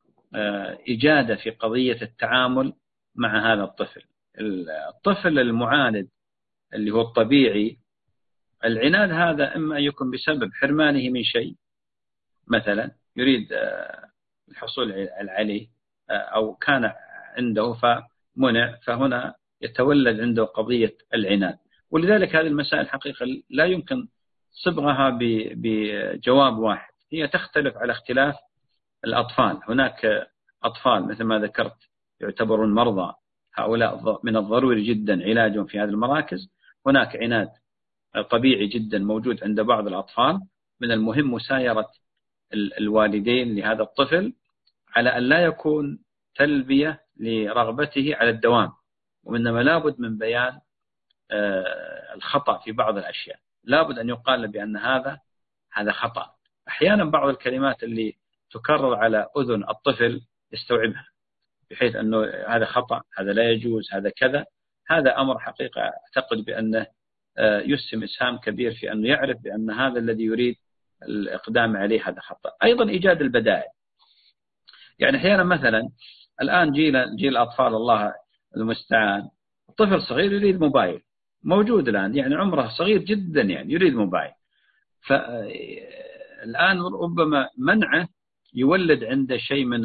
إجادة في قضية التعامل مع هذا الطفل. الطفل المعاند اللي هو الطبيعي، العناد هذا إما أن يكون بسبب حرمانه من شيء، مثلا يريد الحصول عليه أو كان عنده فمنع، فهنا يتولد عنده قضية العناد. ولذلك هذه المسائل حقيقة لا يمكن صبغها بجواب واحد، هي تختلف على اختلاف الأطفال. هناك أطفال مثل ما ذكرت يعتبرون مرضى، هؤلاء من الضروري جدا علاجهم في هذه المراكز. هناك عناد طبيعي جدا موجود عند بعض الأطفال، من المهم مسايرة الوالدين لهذا الطفل على أن لا يكون تلبية لرغبته على الدوام، وإنما لابد من بيان الخطأ في بعض الأشياء. لابد أن يقال بأن هذا خطأ. أحيانا بعض الكلمات اللي تكرر على أذن الطفل يستوعبها، بحيث أنه هذا خطأ، هذا لا يجوز، هذا كذا. هذا أمر حقيقة أعتقد بأنه يسهم إسهام كبير في أنه يعرف بأن هذا الذي يريد الإقدام عليه هذا خطأ. أيضا إيجاد البدائل، يعني أحيانا مثلا الآن جيل الأطفال الله المستعان، طفل صغير يريد موبايل، موجود الآن يعني عمره صغير جدا يعني يريد موبايل. فالآن ربما منعه يولد عنده شيء من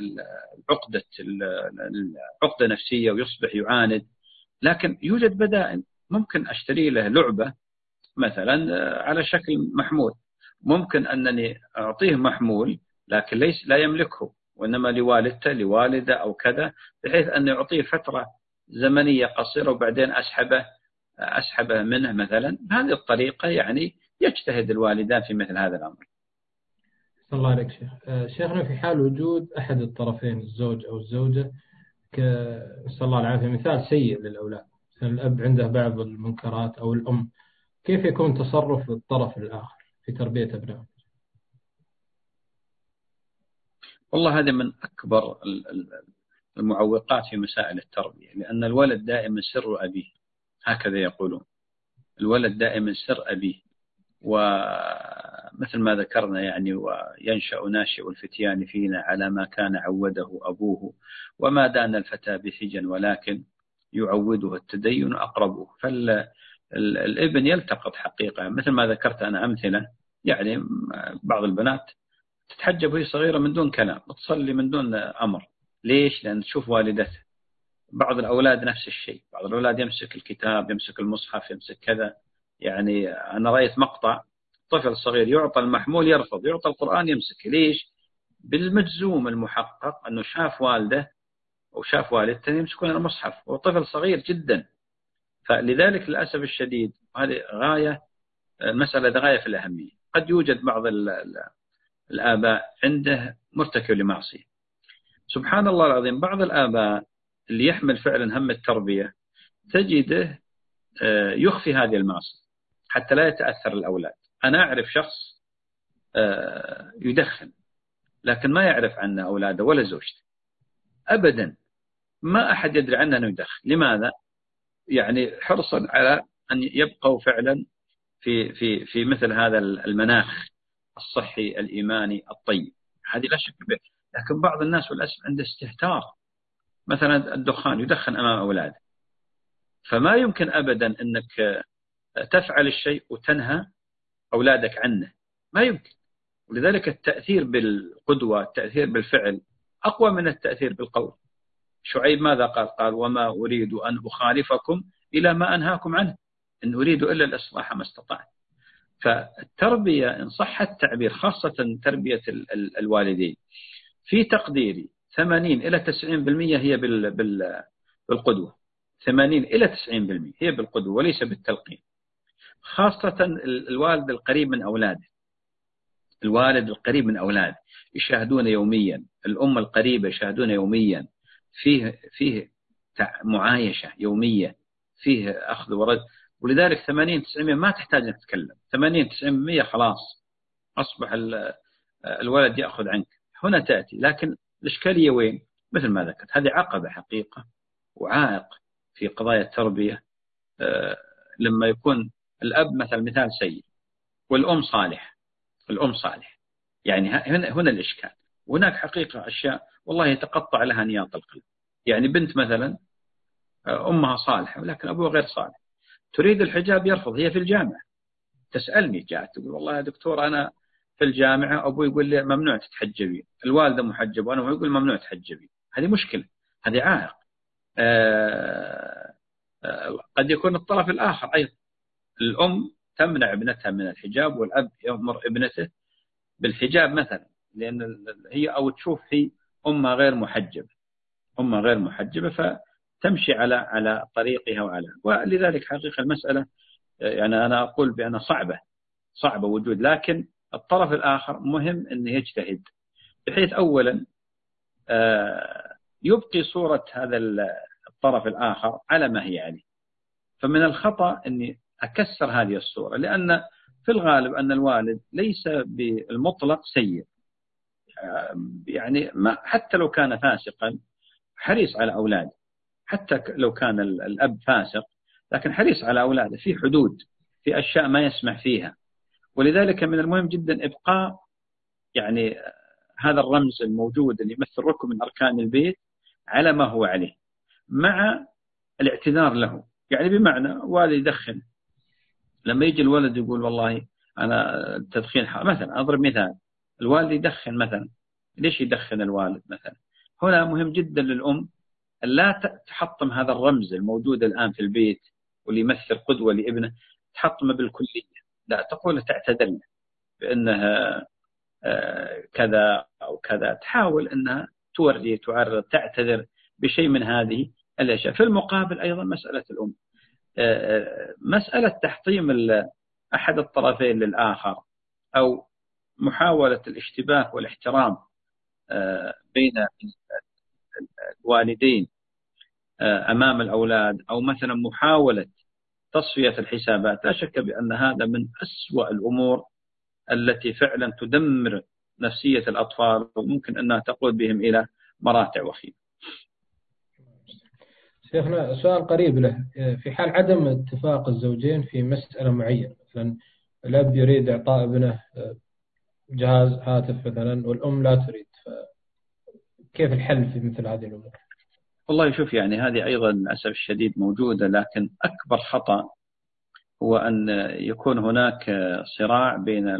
العقدة نفسية ويصبح يعاند. لكن يوجد بدائل، ممكن أشتري له لعبة مثلا على شكل محمول، ممكن أنني أعطيه محمول لكن لا يملكه، وإنما لوالدته لوالده أو كذا، بحيث أن يعطيه فترة زمنية قصيرة وبعدين أسحبه منه مثلا. بهذه الطريقة يعني يجتهد الوالدان في مثل هذا الأمر. صلى الله عليك شيخ. شيخنا، في حال وجود أحد الطرفين الزوج أو الزوجة صلى الله العافية مثال سيء للأولاد، الأب عنده بعض المنكرات أو الأم، كيف يكون تصرف الطرف الآخر في تربية أبنائه؟ والله هذا من أكبر المعوقات في مسائل التربية، لأن الولد دائما سر أبيه، هكذا يقولون، الولد دائما سر أبيه. ومثل ما ذكرنا يعني وينشأ ناشئ الفتيان فينا على ما كان عوده أبوه، وما دان الفتى بحجا ولكن يعوده التدين أقربه. فالابن يلتقط حقيقة، مثل ما ذكرت أنا أمثلة، يعني بعض البنات تتحجب وهي صغيرة من دون كلام، وتصلي من دون أمر. ليش؟ لأن تشوف والدته. بعض الأولاد نفس الشيء، بعض الأولاد يمسك الكتاب، يمسك المصحف، يمسك كذا. يعني أنا رأيت مقطع طفل صغير يعطى المحمول يرفض، يعطى القرآن يمسك. ليش؟ بالمجزوم المحقق أنه شاف والده وشاف والدته يمسكون المصحف، وطفل صغير جدا. فلذلك للأسف الشديد هذه مسألة غاية في الأهمية. قد يوجد بعض الآباء عنده مرتكب لمعصية، سبحان الله العظيم. بعض الآباء اللي يحمل فعلا هم التربية تجده يخفي هذه المعصية حتى لا يتأثر الأولاد. أنا أعرف شخص يدخن لكن ما يعرف عنه أولاده ولا زوجته أبدا، ما أحد يدري عنه أنه يدخن. لماذا؟ يعني حرصا على أن يبقوا فعلا في مثل هذا المناخ الصحي الإيماني الطيب، هذه لا شك به. لكن بعض الناس للأسف عنده استهتار، مثلا الدخان، يدخن أمام أولاده. فما يمكن أبدا أنك تفعل الشيء وتنهى أولادك عنه، ما يمكن. ولذلك التأثير بالقدوة، التأثير بالفعل أقوى من التأثير بالقول. شعيب ماذا قال؟ قال وما أريد أن أخالفكم إلى ما أنهاكم عنه، إن أريد إلا الإصلاح ما استطعت. فالتربية إن صح التعبير، خاصة تربية الوالدين، في تقديري 80 إلى 90% هي بالقدوة. 80 إلى 90% هي بالقدوة وليس بالتلقين، خاصة الوالد القريب من أولاده. الوالد القريب من أولاده يشاهدون يوميا، الأم القريبة يشاهدون يوميا، فيه معايشة يومية، فيه أخذ ورد. ولذلك 80-90% ما تحتاج أن تتكلم، 80-90% خلاص أصبح الولد يأخذ عنك. هنا تأتي، لكن الإشكالية وين؟ مثل ما ذكرت، هذه عقبة حقيقة وعائق في قضايا التربية. لما يكون الأب مثال سيء والأم صالح، الأم صالح، يعني هنا الإشكال. وهناك حقيقة أشياء والله يتقطع لها نياط القلب. يعني بنت مثلا أمها صالحة ولكن أبوها غير صالح، تريد الحجاب يرفض، هي في الجامعة تسألني، جاءت تقول والله يا دكتور أنا في الجامعة أبوي يقول لي ممنوع تتحجبي، الوالدة محجبة وأنا يقول ممنوع تتحجبي. هذه مشكلة، هذه عائق. قد يكون الطرف الآخر أيضا، الأم تمنع ابنتها من الحجاب والأب يأمر ابنته بالحجاب مثلا، لأن هي أو تشوف هي أمها غير محجبة فتمشي على طريقها ولذلك حقيقة المسألة يعني أنا أقول بأنها صعبة وجود، لكن الطرف الآخر مهم أنه يجتهد بحيث أولا يبقي صورة هذا الطرف الآخر على ما هي عليه. فمن الخطأ أني أكسر هذه الصورة، لأن في الغالب أن الوالد ليس بالمطلق سيء، يعني حتى لو كان فاسقا حريص على أولاده، حتى لو كان الأب فاسق لكن حريص على أولاده، في حدود، في أشياء ما يسمح فيها. ولذلك من المهم جدا إبقاء يعني هذا الرمز الموجود اللي يمثل ركن من أركان البيت على ما هو عليه، مع الاعتذار له. يعني بمعنى والد يدخن، لما يجي الولد يقول والله أنا التدخين مثلا، أضرب مثال، الوالد يدخن مثلا، ليش يدخن الوالد مثلا؟ هنا مهم جدا للأم أن لا تحطم هذا الرمز الموجود الآن في البيت واللي يمثل قدوة لابنه، تحطمه بالكلية، لا، تقول تعتذر بأنها كذا أو كذا، تحاول أنها توري تعرض تعتذر بشيء من هذه الأشياء. في المقابل أيضا مسألة الأم، مسألة تحطيم أحد الطرفين للآخر أو محاولة الاشتباك والاحترام بين الوالدين أمام الأولاد، أو مثلا محاولة تصفية الحسابات، لا شك بأن هذا من أسوأ الأمور التي فعلا تدمر نفسية الأطفال وممكن أنها تقود بهم إلى مراتع وخيمة. شيخنا سؤال قريب له، في حال عدم اتفاق الزوجين في مسألة معينة، مثلا الأب يريد إعطاء ابنه جهاز هاتف مثلا والأم لا تريد، كيف الحل في مثل هذه الأمور؟ والله شوف، يعني هذه أيضا للأسف الشديد موجودة، لكن أكبر خطأ هو أن يكون هناك صراع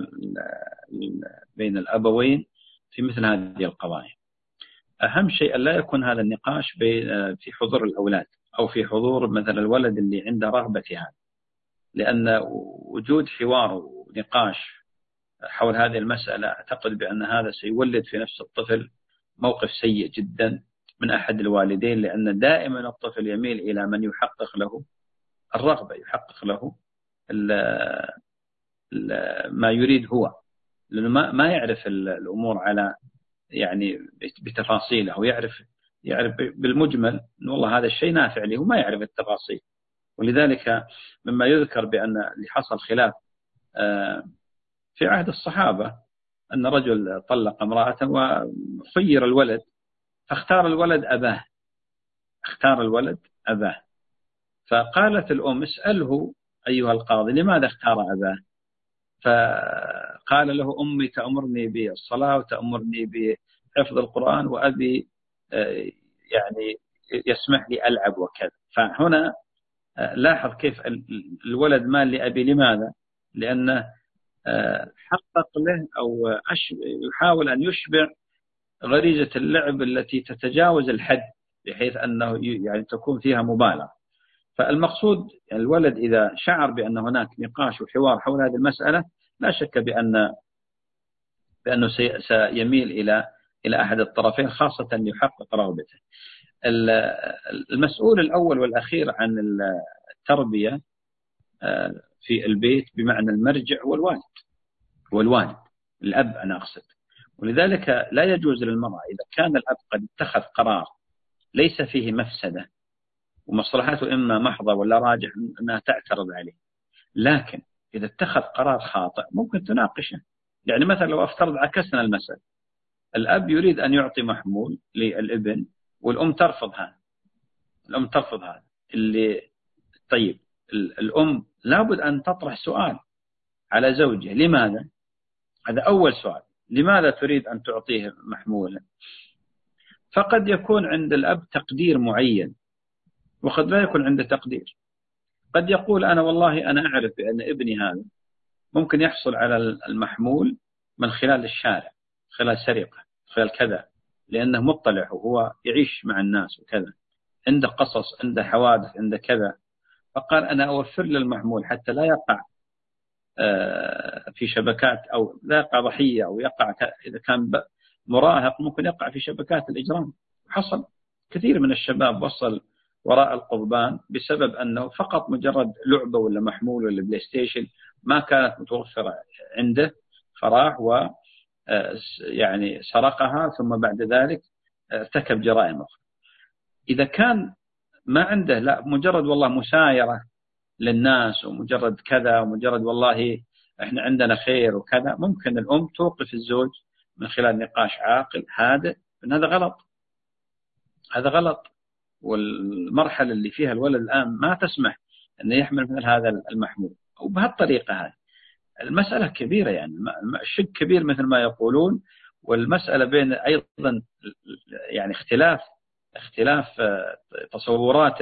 بين الأبوين في مثل هذه القضايا. أهم شيء أن لا يكون هذا النقاش في حضور الأولاد أو في حضور مثلا الولد اللي عنده رغبة في هذا، لأن وجود حوار ونقاش حول هذه المسألة أعتقد بأن هذا سيولد في نفس الطفل موقف سيء جدا من أحد الوالدين، لأن دائما الطفل يميل إلى من يحقق له الرغبة، يحقق له ما يريد هو، لأنه ما يعرف الأمور على يعني بتفاصيله، ويعرف بالمجمل أن والله هذا الشيء نافع له وما يعرف التفاصيل. ولذلك مما يذكر بأن اللي حصل خلاف في عهد الصحابة أن رجل طلق امرأة وخير الولد فاختار الولد أباه، فقالت الأم اسأله أيها القاضي لماذا اختار أباه؟ فقال له أمي تأمرني بالصلاة وتأمرني بحفظ القرآن وأبي يعني يسمح لي ألعب وكذا. فهنا لاحظ كيف الولد مال لأبي، لماذا؟ لأنه حقق له أو يحاول أن يشبع غريزة اللعب التي تتجاوز الحد، بحيث أنه يعني تكون فيها مبالغة. فالمقصود الولد إذا شعر بأن هناك نقاش وحوار حول هذه المسألة، لا شك بأنه سيميل إلى أحد الطرفين، خاصة يحقق رغبته. المسؤول الأول والأخير عن التربية في البيت بمعنى المرجع هو الوالد الأب أنا أقصد. ولذلك لا يجوز للمرأة إذا كان الأب قد اتخذ قرار ليس فيه مفسدة ومصلحته إما محضة ولا راجح أنها تعترض عليه، لكن إذا اتخذ قرار خاطئ ممكن تناقشه. يعني مثلا لو أفترض عكسنا المسألة، الأب يريد أن يعطي محمول للابن والأم ترفض هذا طيب الأم لابد أن تطرح سؤال على زوجها، لماذا؟ هذا أول سؤال، لماذا تريد أن تعطيه محمولا؟ فقد يكون عند الأب تقدير معين وقد لا يكون عنده تقدير. قد يقول أنا والله أنا أعرف بأن ابني هذا ممكن يحصل على المحمول من خلال الشارع، خلال سرقة، خلال كذا، لأنه مطلع وهو يعيش مع الناس وكذا، عنده قصص، عنده حوادث، عنده كذا. فقال أنا أوفر له المحمول حتى لا يقع في شبكات، أو لا يقع ضحية، أو يقع إذا كان مراهق ممكن يقع في شبكات الإجرام. حصل كثير من الشباب وصل وراء القضبان بسبب أنه فقط مجرد لعبة ولا محمول ولا بلاي ستيشن ما كانت متوفرة عنده، فراح و يعني سرقها، ثم بعد ذلك ارتكب جرائم أخرى. إذا كان ما عنده، لا مجرد والله مسايرة للناس ومجرد كذا ومجرد والله احنا عندنا خير وكذا، ممكن الأم توقف الزوج من خلال نقاش عاقل هادئ ان هذا غلط، والمرحلة اللي فيها الولد الآن ما تسمح أنه يحمل مثل هذا المحمول أو بهالطريقة. هذه المسألة كبيرة، يعني الشق كبير مثل ما يقولون، والمسألة بين أيضا يعني اختلاف تصورات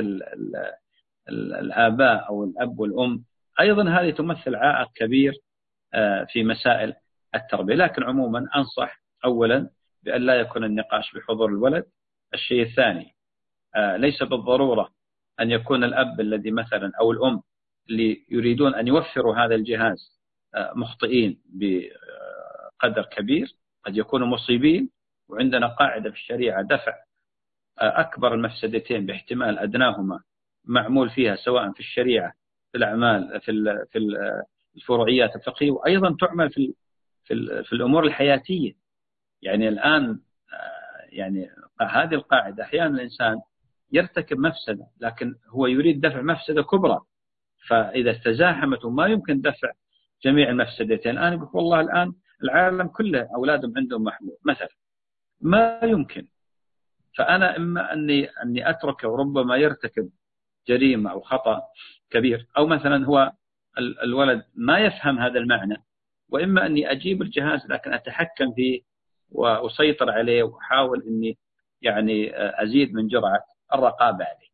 الآباء أو الأب والأم، أيضا هذه تمثل عائق كبير في مسائل التربية. لكن عموما أنصح أولا بأن لا يكون النقاش بحضور الولد. الشيء الثاني، ليس بالضرورة أن يكون الأب الذي مثلا أو الأم اللي يريدون أن يوفروا هذا الجهاز مخطئين بقدر كبير، قد يكونوا مصيبين. وعندنا قاعدة في الشريعة دفع أكبر المفسدتين باحتمال أدناهما معمول فيها، سواء في الشريعة، في الأعمال، في الفروعيات الفقهية، وأيضا تعمل في الأمور الحياتية. يعني الآن يعني هذه القاعدة أحيانا الإنسان يرتكب مفسدة لكن هو يريد دفع مفسدة كبرى، فإذا تزاحمت وما يمكن دفع جميع المفسدتين، الآن يقول والله الآن العالم كله أولادهم عندهم محمول مثلا، ما يمكن. فأنا إما أني أتركه وربما يرتكب جريمة أو خطأ كبير، أو مثلا هو الولد ما يفهم هذا المعنى، وإما أني أجيب الجهاز لكن أتحكم فيه وأسيطر عليه وأحاول أني يعني أزيد من جرعة الرقابة عليه.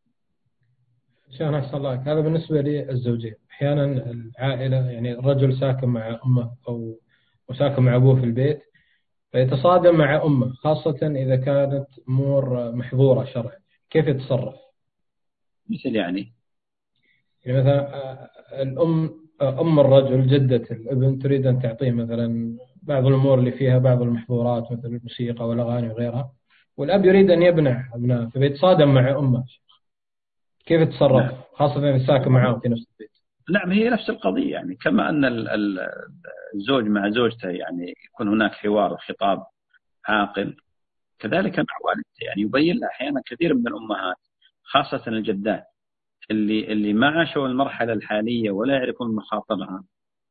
شان أحسن الله. هذا بالنسبة للزوجين. أحيانا العائلة يعني الرجل ساكن مع أمه أو وساكن مع أبوه في البيت، فيتصادم مع أمه، خاصة إذا كانت أمور محظورة شرعا، كيف يتصرف؟ مثل يعني مثلا أم الرجل جدة الابن تريد أن تعطيه مثلا بعض الأمور اللي فيها بعض المحظورات مثل الموسيقى والأغاني وغيرها، والأب يريد أن يمنع ابنه، فبيتصادم مع أمه، كيف يتصرف؟ نعم. خاصة إذا ساكن معهم في نفس البيت. نعم، هي نفس القضية. يعني كما أن الزوج مع زوجته يعني يكون هناك حوار وخطاب عاقل، كذلك مع والدته. يعني يبين له أحيانا كثير من الأمهات خاصة الجدات اللي ما عاشوا المرحلة الحالية ولا يعرفون مخاطرها،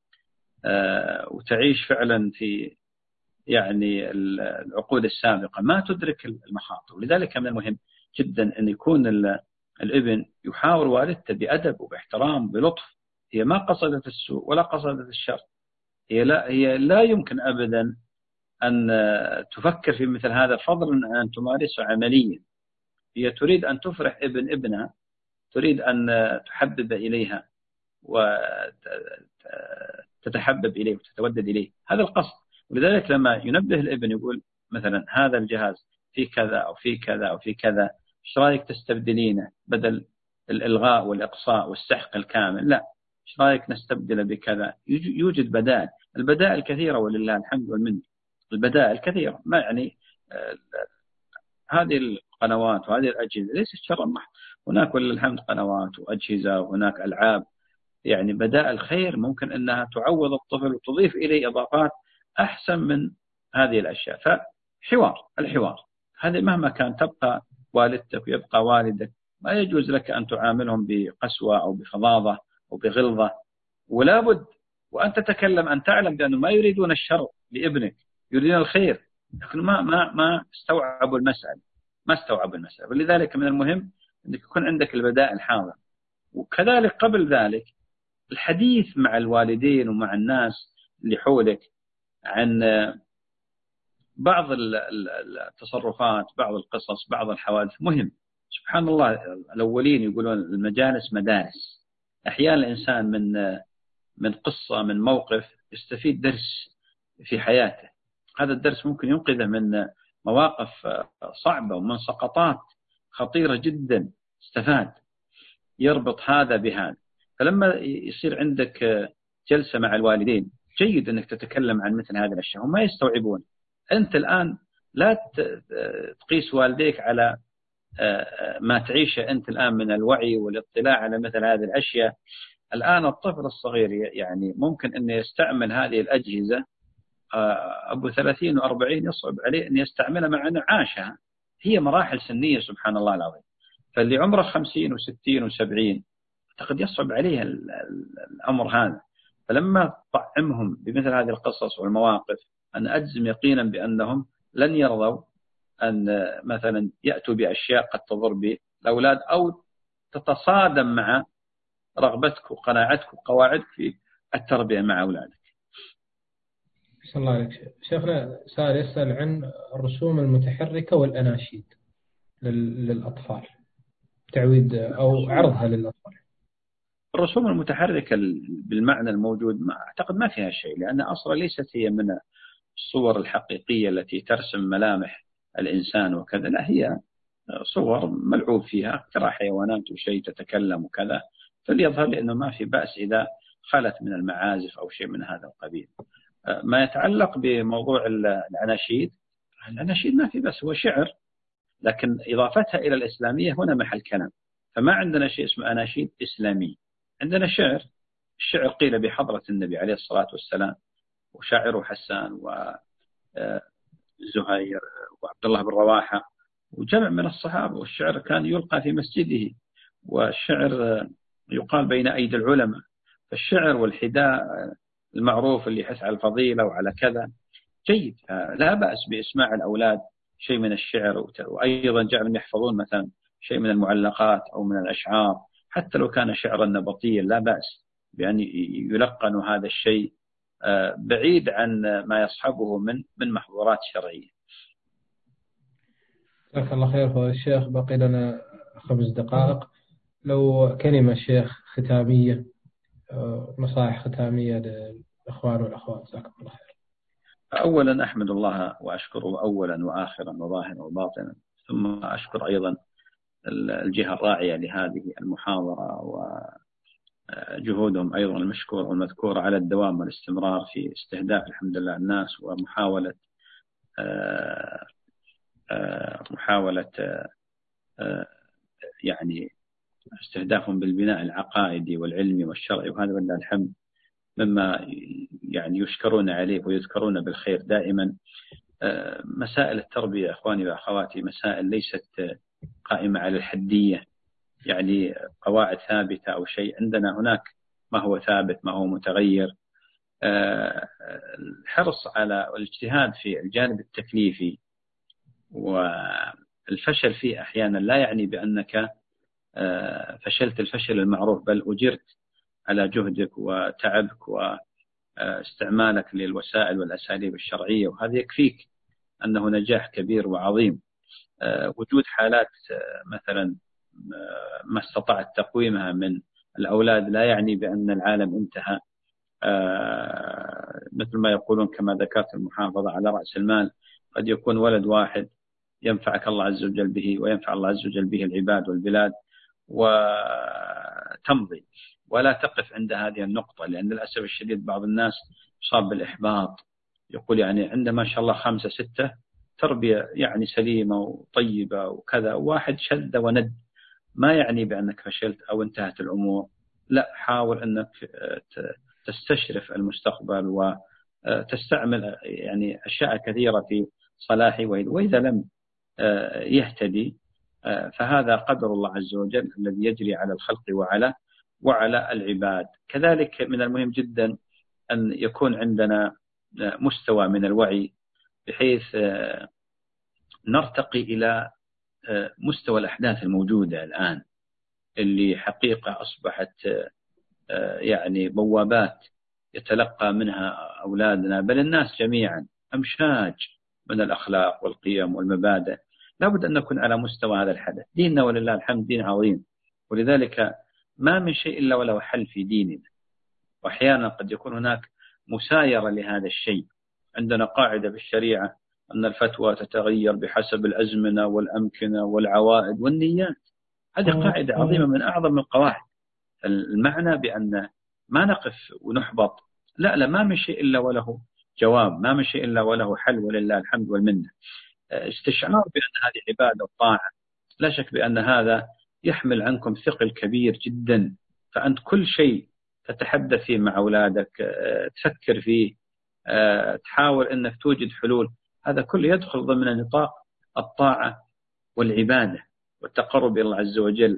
وتعيش فعلا في يعني العقود السابقة ما تدرك المخاطر. ولذلك من المهم جدا أن يكون الابن يحاور والدته بأدب وباحترام بلطف. هي ما قصدت السوء ولا قصدت الشر، هي لا يمكن أبدا أن تفكر في مثل هذا فضلا أن تمارسه عمليا. هي تريد أن تفرح ابنها، تريد أن تحبب إليها وتتحبب إليه وتتودد إليه. هذا القصد. ولذلك لما ينبه الابن يقول مثلا هذا الجهاز في كذا أو في كذا أو في كذا، إيش رأيك تستبدلينه بدل الإلغاء والإقصاء والسحق الكامل؟ لا، إيش رأيك نستبدله بكذا؟ يوجد بدائل، البدائل كثيرة ولله الحمد والمنة، البدائل كثيرة. ما يعني هذه القنوات وهذه الأجهزة ليست شرا محض، هناك ولله الحمد قنوات وأجهزة وهناك ألعاب، يعني بدائل خير ممكن أنها تعوض الطفل وتضيف إليه إضافات أحسن من هذه الأشياء. الحوار هذا مهما كان، تبقى والدتك ويبقى والدك، ما يجوز لك أن تعاملهم بقسوة أو بفظاظة أو بغلظة، ولا بد وأن تتكلم أن تعلم بأنه ما يريدون الشر لابنك، يريدون الخير، لكن ما استوعبوا المسألة. ولذلك من المهم أنك يكون عندك البدائل حاضرة. وكذلك قبل ذلك الحديث مع الوالدين ومع الناس اللي حولك عن بعض التصرفات، بعض القصص، بعض الحوادث مهم. سبحان الله، الأولين يقولون المجالس مدارس. أحيانا الإنسان من قصة، من موقف، يستفيد درس في حياته. هذا الدرس ممكن ينقذه من مواقف صعبة ومن سقطات خطيرة جدا، استفاد، يربط هذا بهذا. فلما يصير عندك جلسة مع الوالدين، جيد أنك تتكلم عن مثل هذه الأشياء، هم ما يستوعبون. أنت الآن لا تقيس والديك على ما تعيشه أنت الآن من الوعي والاطلاع على مثل هذه الأشياء. الآن الطفل الصغير يعني ممكن أن يستعمل هذه الأجهزة، أبو 30 و40 يصعب عليه أن يستعملها مع أنه عاشها. هي مراحل سنية سبحان الله العظيم. فاللي عمره 50 و60 و70 قد يصعب عليه الأمر هذا. فلما طعمهم بمثل هذه القصص والمواقف، أنا أجزم يقينا بأنهم لن يرضوا أن مثلا يأتوا بأشياء قد تضر بالأولاد أو تتصادم مع رغبتك وقناعتك وقواعدك في التربية مع أولادك. بسم الله عليك. شيخنا سائل يسأل عن الرسوم المتحركة والأناشيد للأطفال، تعويد أو عرضها للأطفال. الرسوم المتحركة بالمعنى الموجود أعتقد ما فيها شيء، لأن أصلا ليست هي من الصور الحقيقية التي ترسم ملامح الإنسان وكذا، لا، هي صور ملعوب فيها، ترى حيوانات وشيء تتكلم وكذا، فليظهر لأنه ما في بأس إذا خلت من المعازف أو شيء من هذا القبيل. ما يتعلق بموضوع الأناشيد ما في بأس، هو شعر، لكن إضافتها إلى الإسلامية هنا محل كلام. فما عندنا شيء اسمه أناشيد إسلامي، عندنا شعر. الشعر قيل بحضرة النبي عليه الصلاة والسلام، وشاعره حسان وزهير وعبد الله بن رواحة وجمع من الصحابة. والشعر كان يلقى في مسجده، والشعر يقال بين أيدي العلماء. فالشعر والحداء المعروف اللي يحث على الفضيلة وعلى كذا جيد، لا بأس بإسماع الأولاد شيء من الشعر. وأيضا جعلهم يحفظون مثلا شيء من المعلقات أو من الأشعار، حتى لو كان شعرا نبطيا لا بأس بأن يلقنوا هذا الشيء بعيد عن ما يصحبه من محظورات شرعية. جزاك الله خير فضيلة الشيخ. باقي لنا 5 دقائق، لو كلمة شيخ ختامية، نصائح ختامية للإخوان والأخوات، جزاكم الله خير. أولا أحمد الله وأشكره أولا وآخرا وظاهرا وباطنا، ثم أشكر أيضا الجهة الراعية لهذه المحاضرة وجهودهم أيضا المشكور والمذكور على الدوام والاستمرار في استهداف الحمد لله الناس، ومحاولة يعني استهدافهم بالبناء العقائدي والعلمي والشرعي، وهذا ولله الحمد مما يعني يشكرون عليه ويذكرون بالخير دائما. مسائل التربية أخواني وأخواتي مسائل ليست قائمة على الحدية، يعني قواعد ثابتة أو شيء. عندنا هناك ما هو ثابت، ما هو متغير. الحرص على الاجتهاد في الجانب التكليفي والفشل فيه أحيانا لا يعني بأنك فشلت الفشل المعروف، بل أجرت على جهدك وتعبك واستعمالك للوسائل والأساليب الشرعية، وهذا يكفيك أنه نجاح كبير وعظيم. وجود حالات مثلا ما استطعت تقويمها من الأولاد لا يعني بأن العالم انتهى. مثل ما يقولون كما ذكرت المحافظة على رأس المال، قد يكون ولد واحد ينفعك الله عز وجل به وينفع الله عز وجل به العباد والبلاد وتمضي، ولا تقف عند هذه النقطة، لأن للأسف الشديد بعض الناس يصاب بالإحباط، يقول يعني عنده ما شاء الله 5 6 تربية يعني سليمة وطيبة وكذا، واحد شد وند، ما يعني بأنك فشلت أو انتهت الأمور. لا، حاول أنك تستشرف المستقبل وتستعمل يعني أشياء كثيرة في صلاحه، وإذا لم يهتدي فهذا قدر الله عز وجل الذي يجري على الخلق وعلى العباد. كذلك من المهم جدا أن يكون عندنا مستوى من الوعي بحيث نرتقي إلى مستوى الأحداث الموجودة الآن، اللي حقيقة أصبحت يعني بوابات يتلقى منها أولادنا بل الناس جميعا أمشاج من الأخلاق والقيم والمبادئ. لابد أن نكون على مستوى هذا الحدث. ديننا ولله الحمد دين عظيم، ولذلك ما من شيء إلا وله حل في ديننا، وأحيانا قد يكون هناك مسايرة لهذا الشيء. عندنا قاعدة في الشريعة أن الفتوى تتغير بحسب الأزمنة والأمكنة والعوائد والنيات. هذه قاعدة عظيمة من أعظم القواعد. المعنى بأن ما نقف ونحبط، لا ما من شيء إلا وله جواب، ما من شيء إلا وله حل، ولله الحمد والمنة. استشعار بأن هذه عبادة وطاعة، لا شك بأن هذا يحمل عنكم ثقل كبير جدا. فأنت كل شيء تتحدث فيه مع أولادك، تفكر فيه، تحاول أنك توجد حلول، هذا كله يدخل ضمن نطاق الطاعة والعبادة والتقرب إلى الله عز وجل.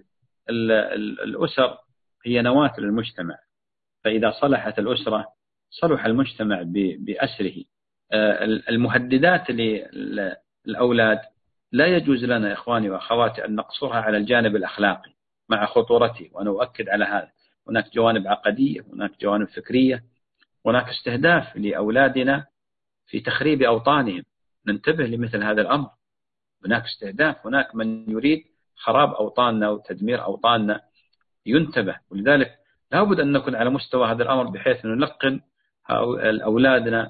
الأسر هي نواة للمجتمع، فإذا صلحت الأسرة صلح المجتمع بأسره. المهددات للأولاد لا يجوز لنا إخواني وأخواتي أن نقصرها على الجانب الأخلاقي مع خطورته، وأنا أؤكد على هذا. هناك جوانب عقدية، هناك جوانب فكرية، هناك استهداف لأولادنا في تخريب أوطانهم، ننتبه لمثل هذا الأمر. هناك استهداف، هناك من يريد خراب أوطاننا وتدمير أوطاننا، ينتبه. ولذلك لابد أن نكون على مستوى هذا الأمر بحيث نلقن أولادنا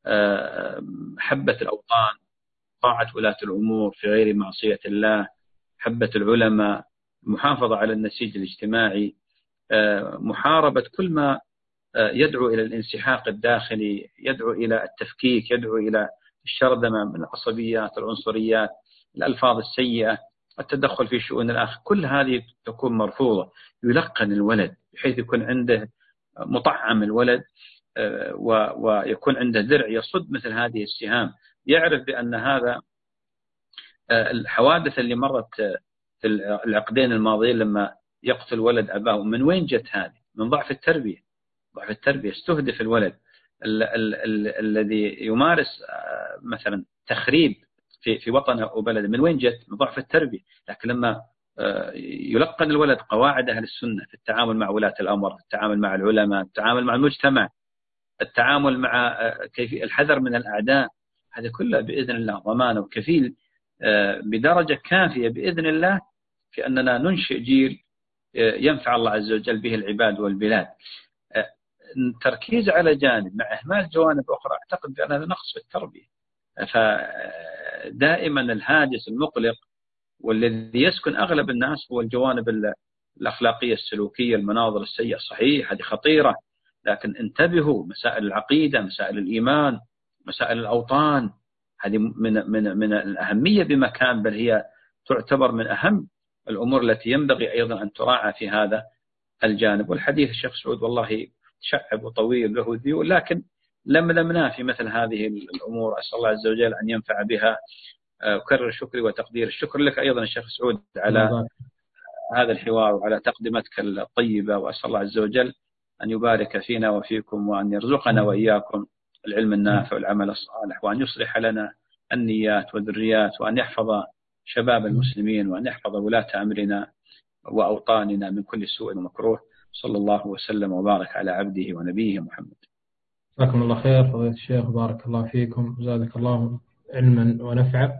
محبة الأوطان، طاعة ولاة الأمور في غير معصية الله، محبة العلماء، محافظة على النسيج الاجتماعي، محاربة كل ما يدعو إلى الانسحاق الداخلي، يدعو إلى التفكيك، يدعو إلى الشرذمة من العصبيات، العنصريات، الألفاظ السيئة، التدخل في شؤون الآخر. كل هذه تكون مرفوضة. يلقن الولد بحيث يكون عنده مطعم الولد، ويكون عنده درع يصد مثل هذه السهام. يعرف بأن هذا الحوادث اللي مرت في العقدين الماضيين لما يقتل ولد أباه، من وين جت هذه؟ من ضعف التربية. ضعف التربية استهدف الولد الذي يمارس مثلا تخريب في وطنه وبلده، من وين جت؟ من ضعف التربية. لكن لما يلقن الولد قواعد أهل السنة في التعامل مع ولاة الأمر، التعامل مع العلماء، التعامل مع المجتمع، التعامل مع كيف الحذر من الأعداء، هذا كله بإذن الله ضمانه وكفيل بدرجة كافية بإذن الله في أننا ننشئ جيل ينفع الله عز وجل به العباد والبلاد. التركيز على جانب مع إهمال جوانب أخرى أعتقد بأن هذا نقص في التربية. فدائما الهاجس المقلق والذي يسكن أغلب الناس هو الجوانب الأخلاقية السلوكية، المناظر السيئة. صحيح هذه خطيرة، لكن انتبهوا، مسائل العقيدة، مسائل الإيمان، مسائل الأوطان، هذه من الأهمية بمكان، بل هي تعتبر من أهم الأمور التي ينبغي أيضا أن تراعى في هذا الجانب. والحديث الشيخ سعود والله شعب وطويل له ذيول، لكن لمناه في مثل هذه الأمور. أسأل الله عز وجل أن ينفع بها. أكرر شكري وتقدير الشكر لك أيضا الشيخ سعود على هذا الحوار وعلى تقدمتك الطيبة، وأسأل الله عز وجل أن يبارك فينا وفيكم، وأن يرزقنا وإياكم العلم النافع والعمل الصالح، وأن يصلح لنا النيات والذريات، وأن يحفظ شباب المسلمين، وأن يحفظ ولاة أمرنا وأوطاننا من كل سوء ومكروه. صلى الله وسلم وبارك على عبده ونبيه محمد. جزاكم الله خير فضيلة الشيخ، بارك الله فيكم وزادك الله علما ونفعا.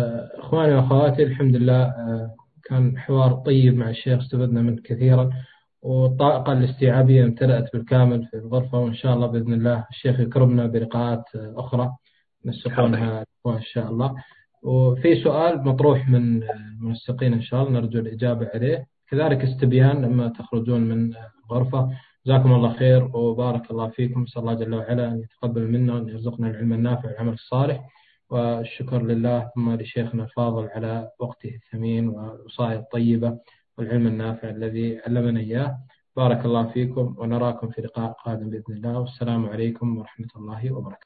إخواني وأخواتي، الحمد لله كان حوار طيب مع الشيخ، استفدنا منه كثيرا، والطاقة الاستيعابية امتلأت بالكامل في الغرفة، وإن شاء الله بإذن الله الشيخ يكرمنا بلقاءات أخرى نسقونها إن شاء الله. وفي سؤال مطروح من المنسقين إن شاء الله نرجو الإجابة عليه، كذلك استبيان لما تخرجون من الغرفة. جزاكم الله خير وبارك الله فيكم، نسأل الله جل وعلا أن يتقبل منا وأن يرزقنا العلم النافع والعمل الصالح. والشكر لله ثم لشيخنا الفاضل على وقته الثمين والوصايا الطيبة والعلم النافع الذي علمنا إياه. بارك الله فيكم ونراكم في لقاء قادم بإذن الله، والسلام عليكم ورحمة الله وبركاته.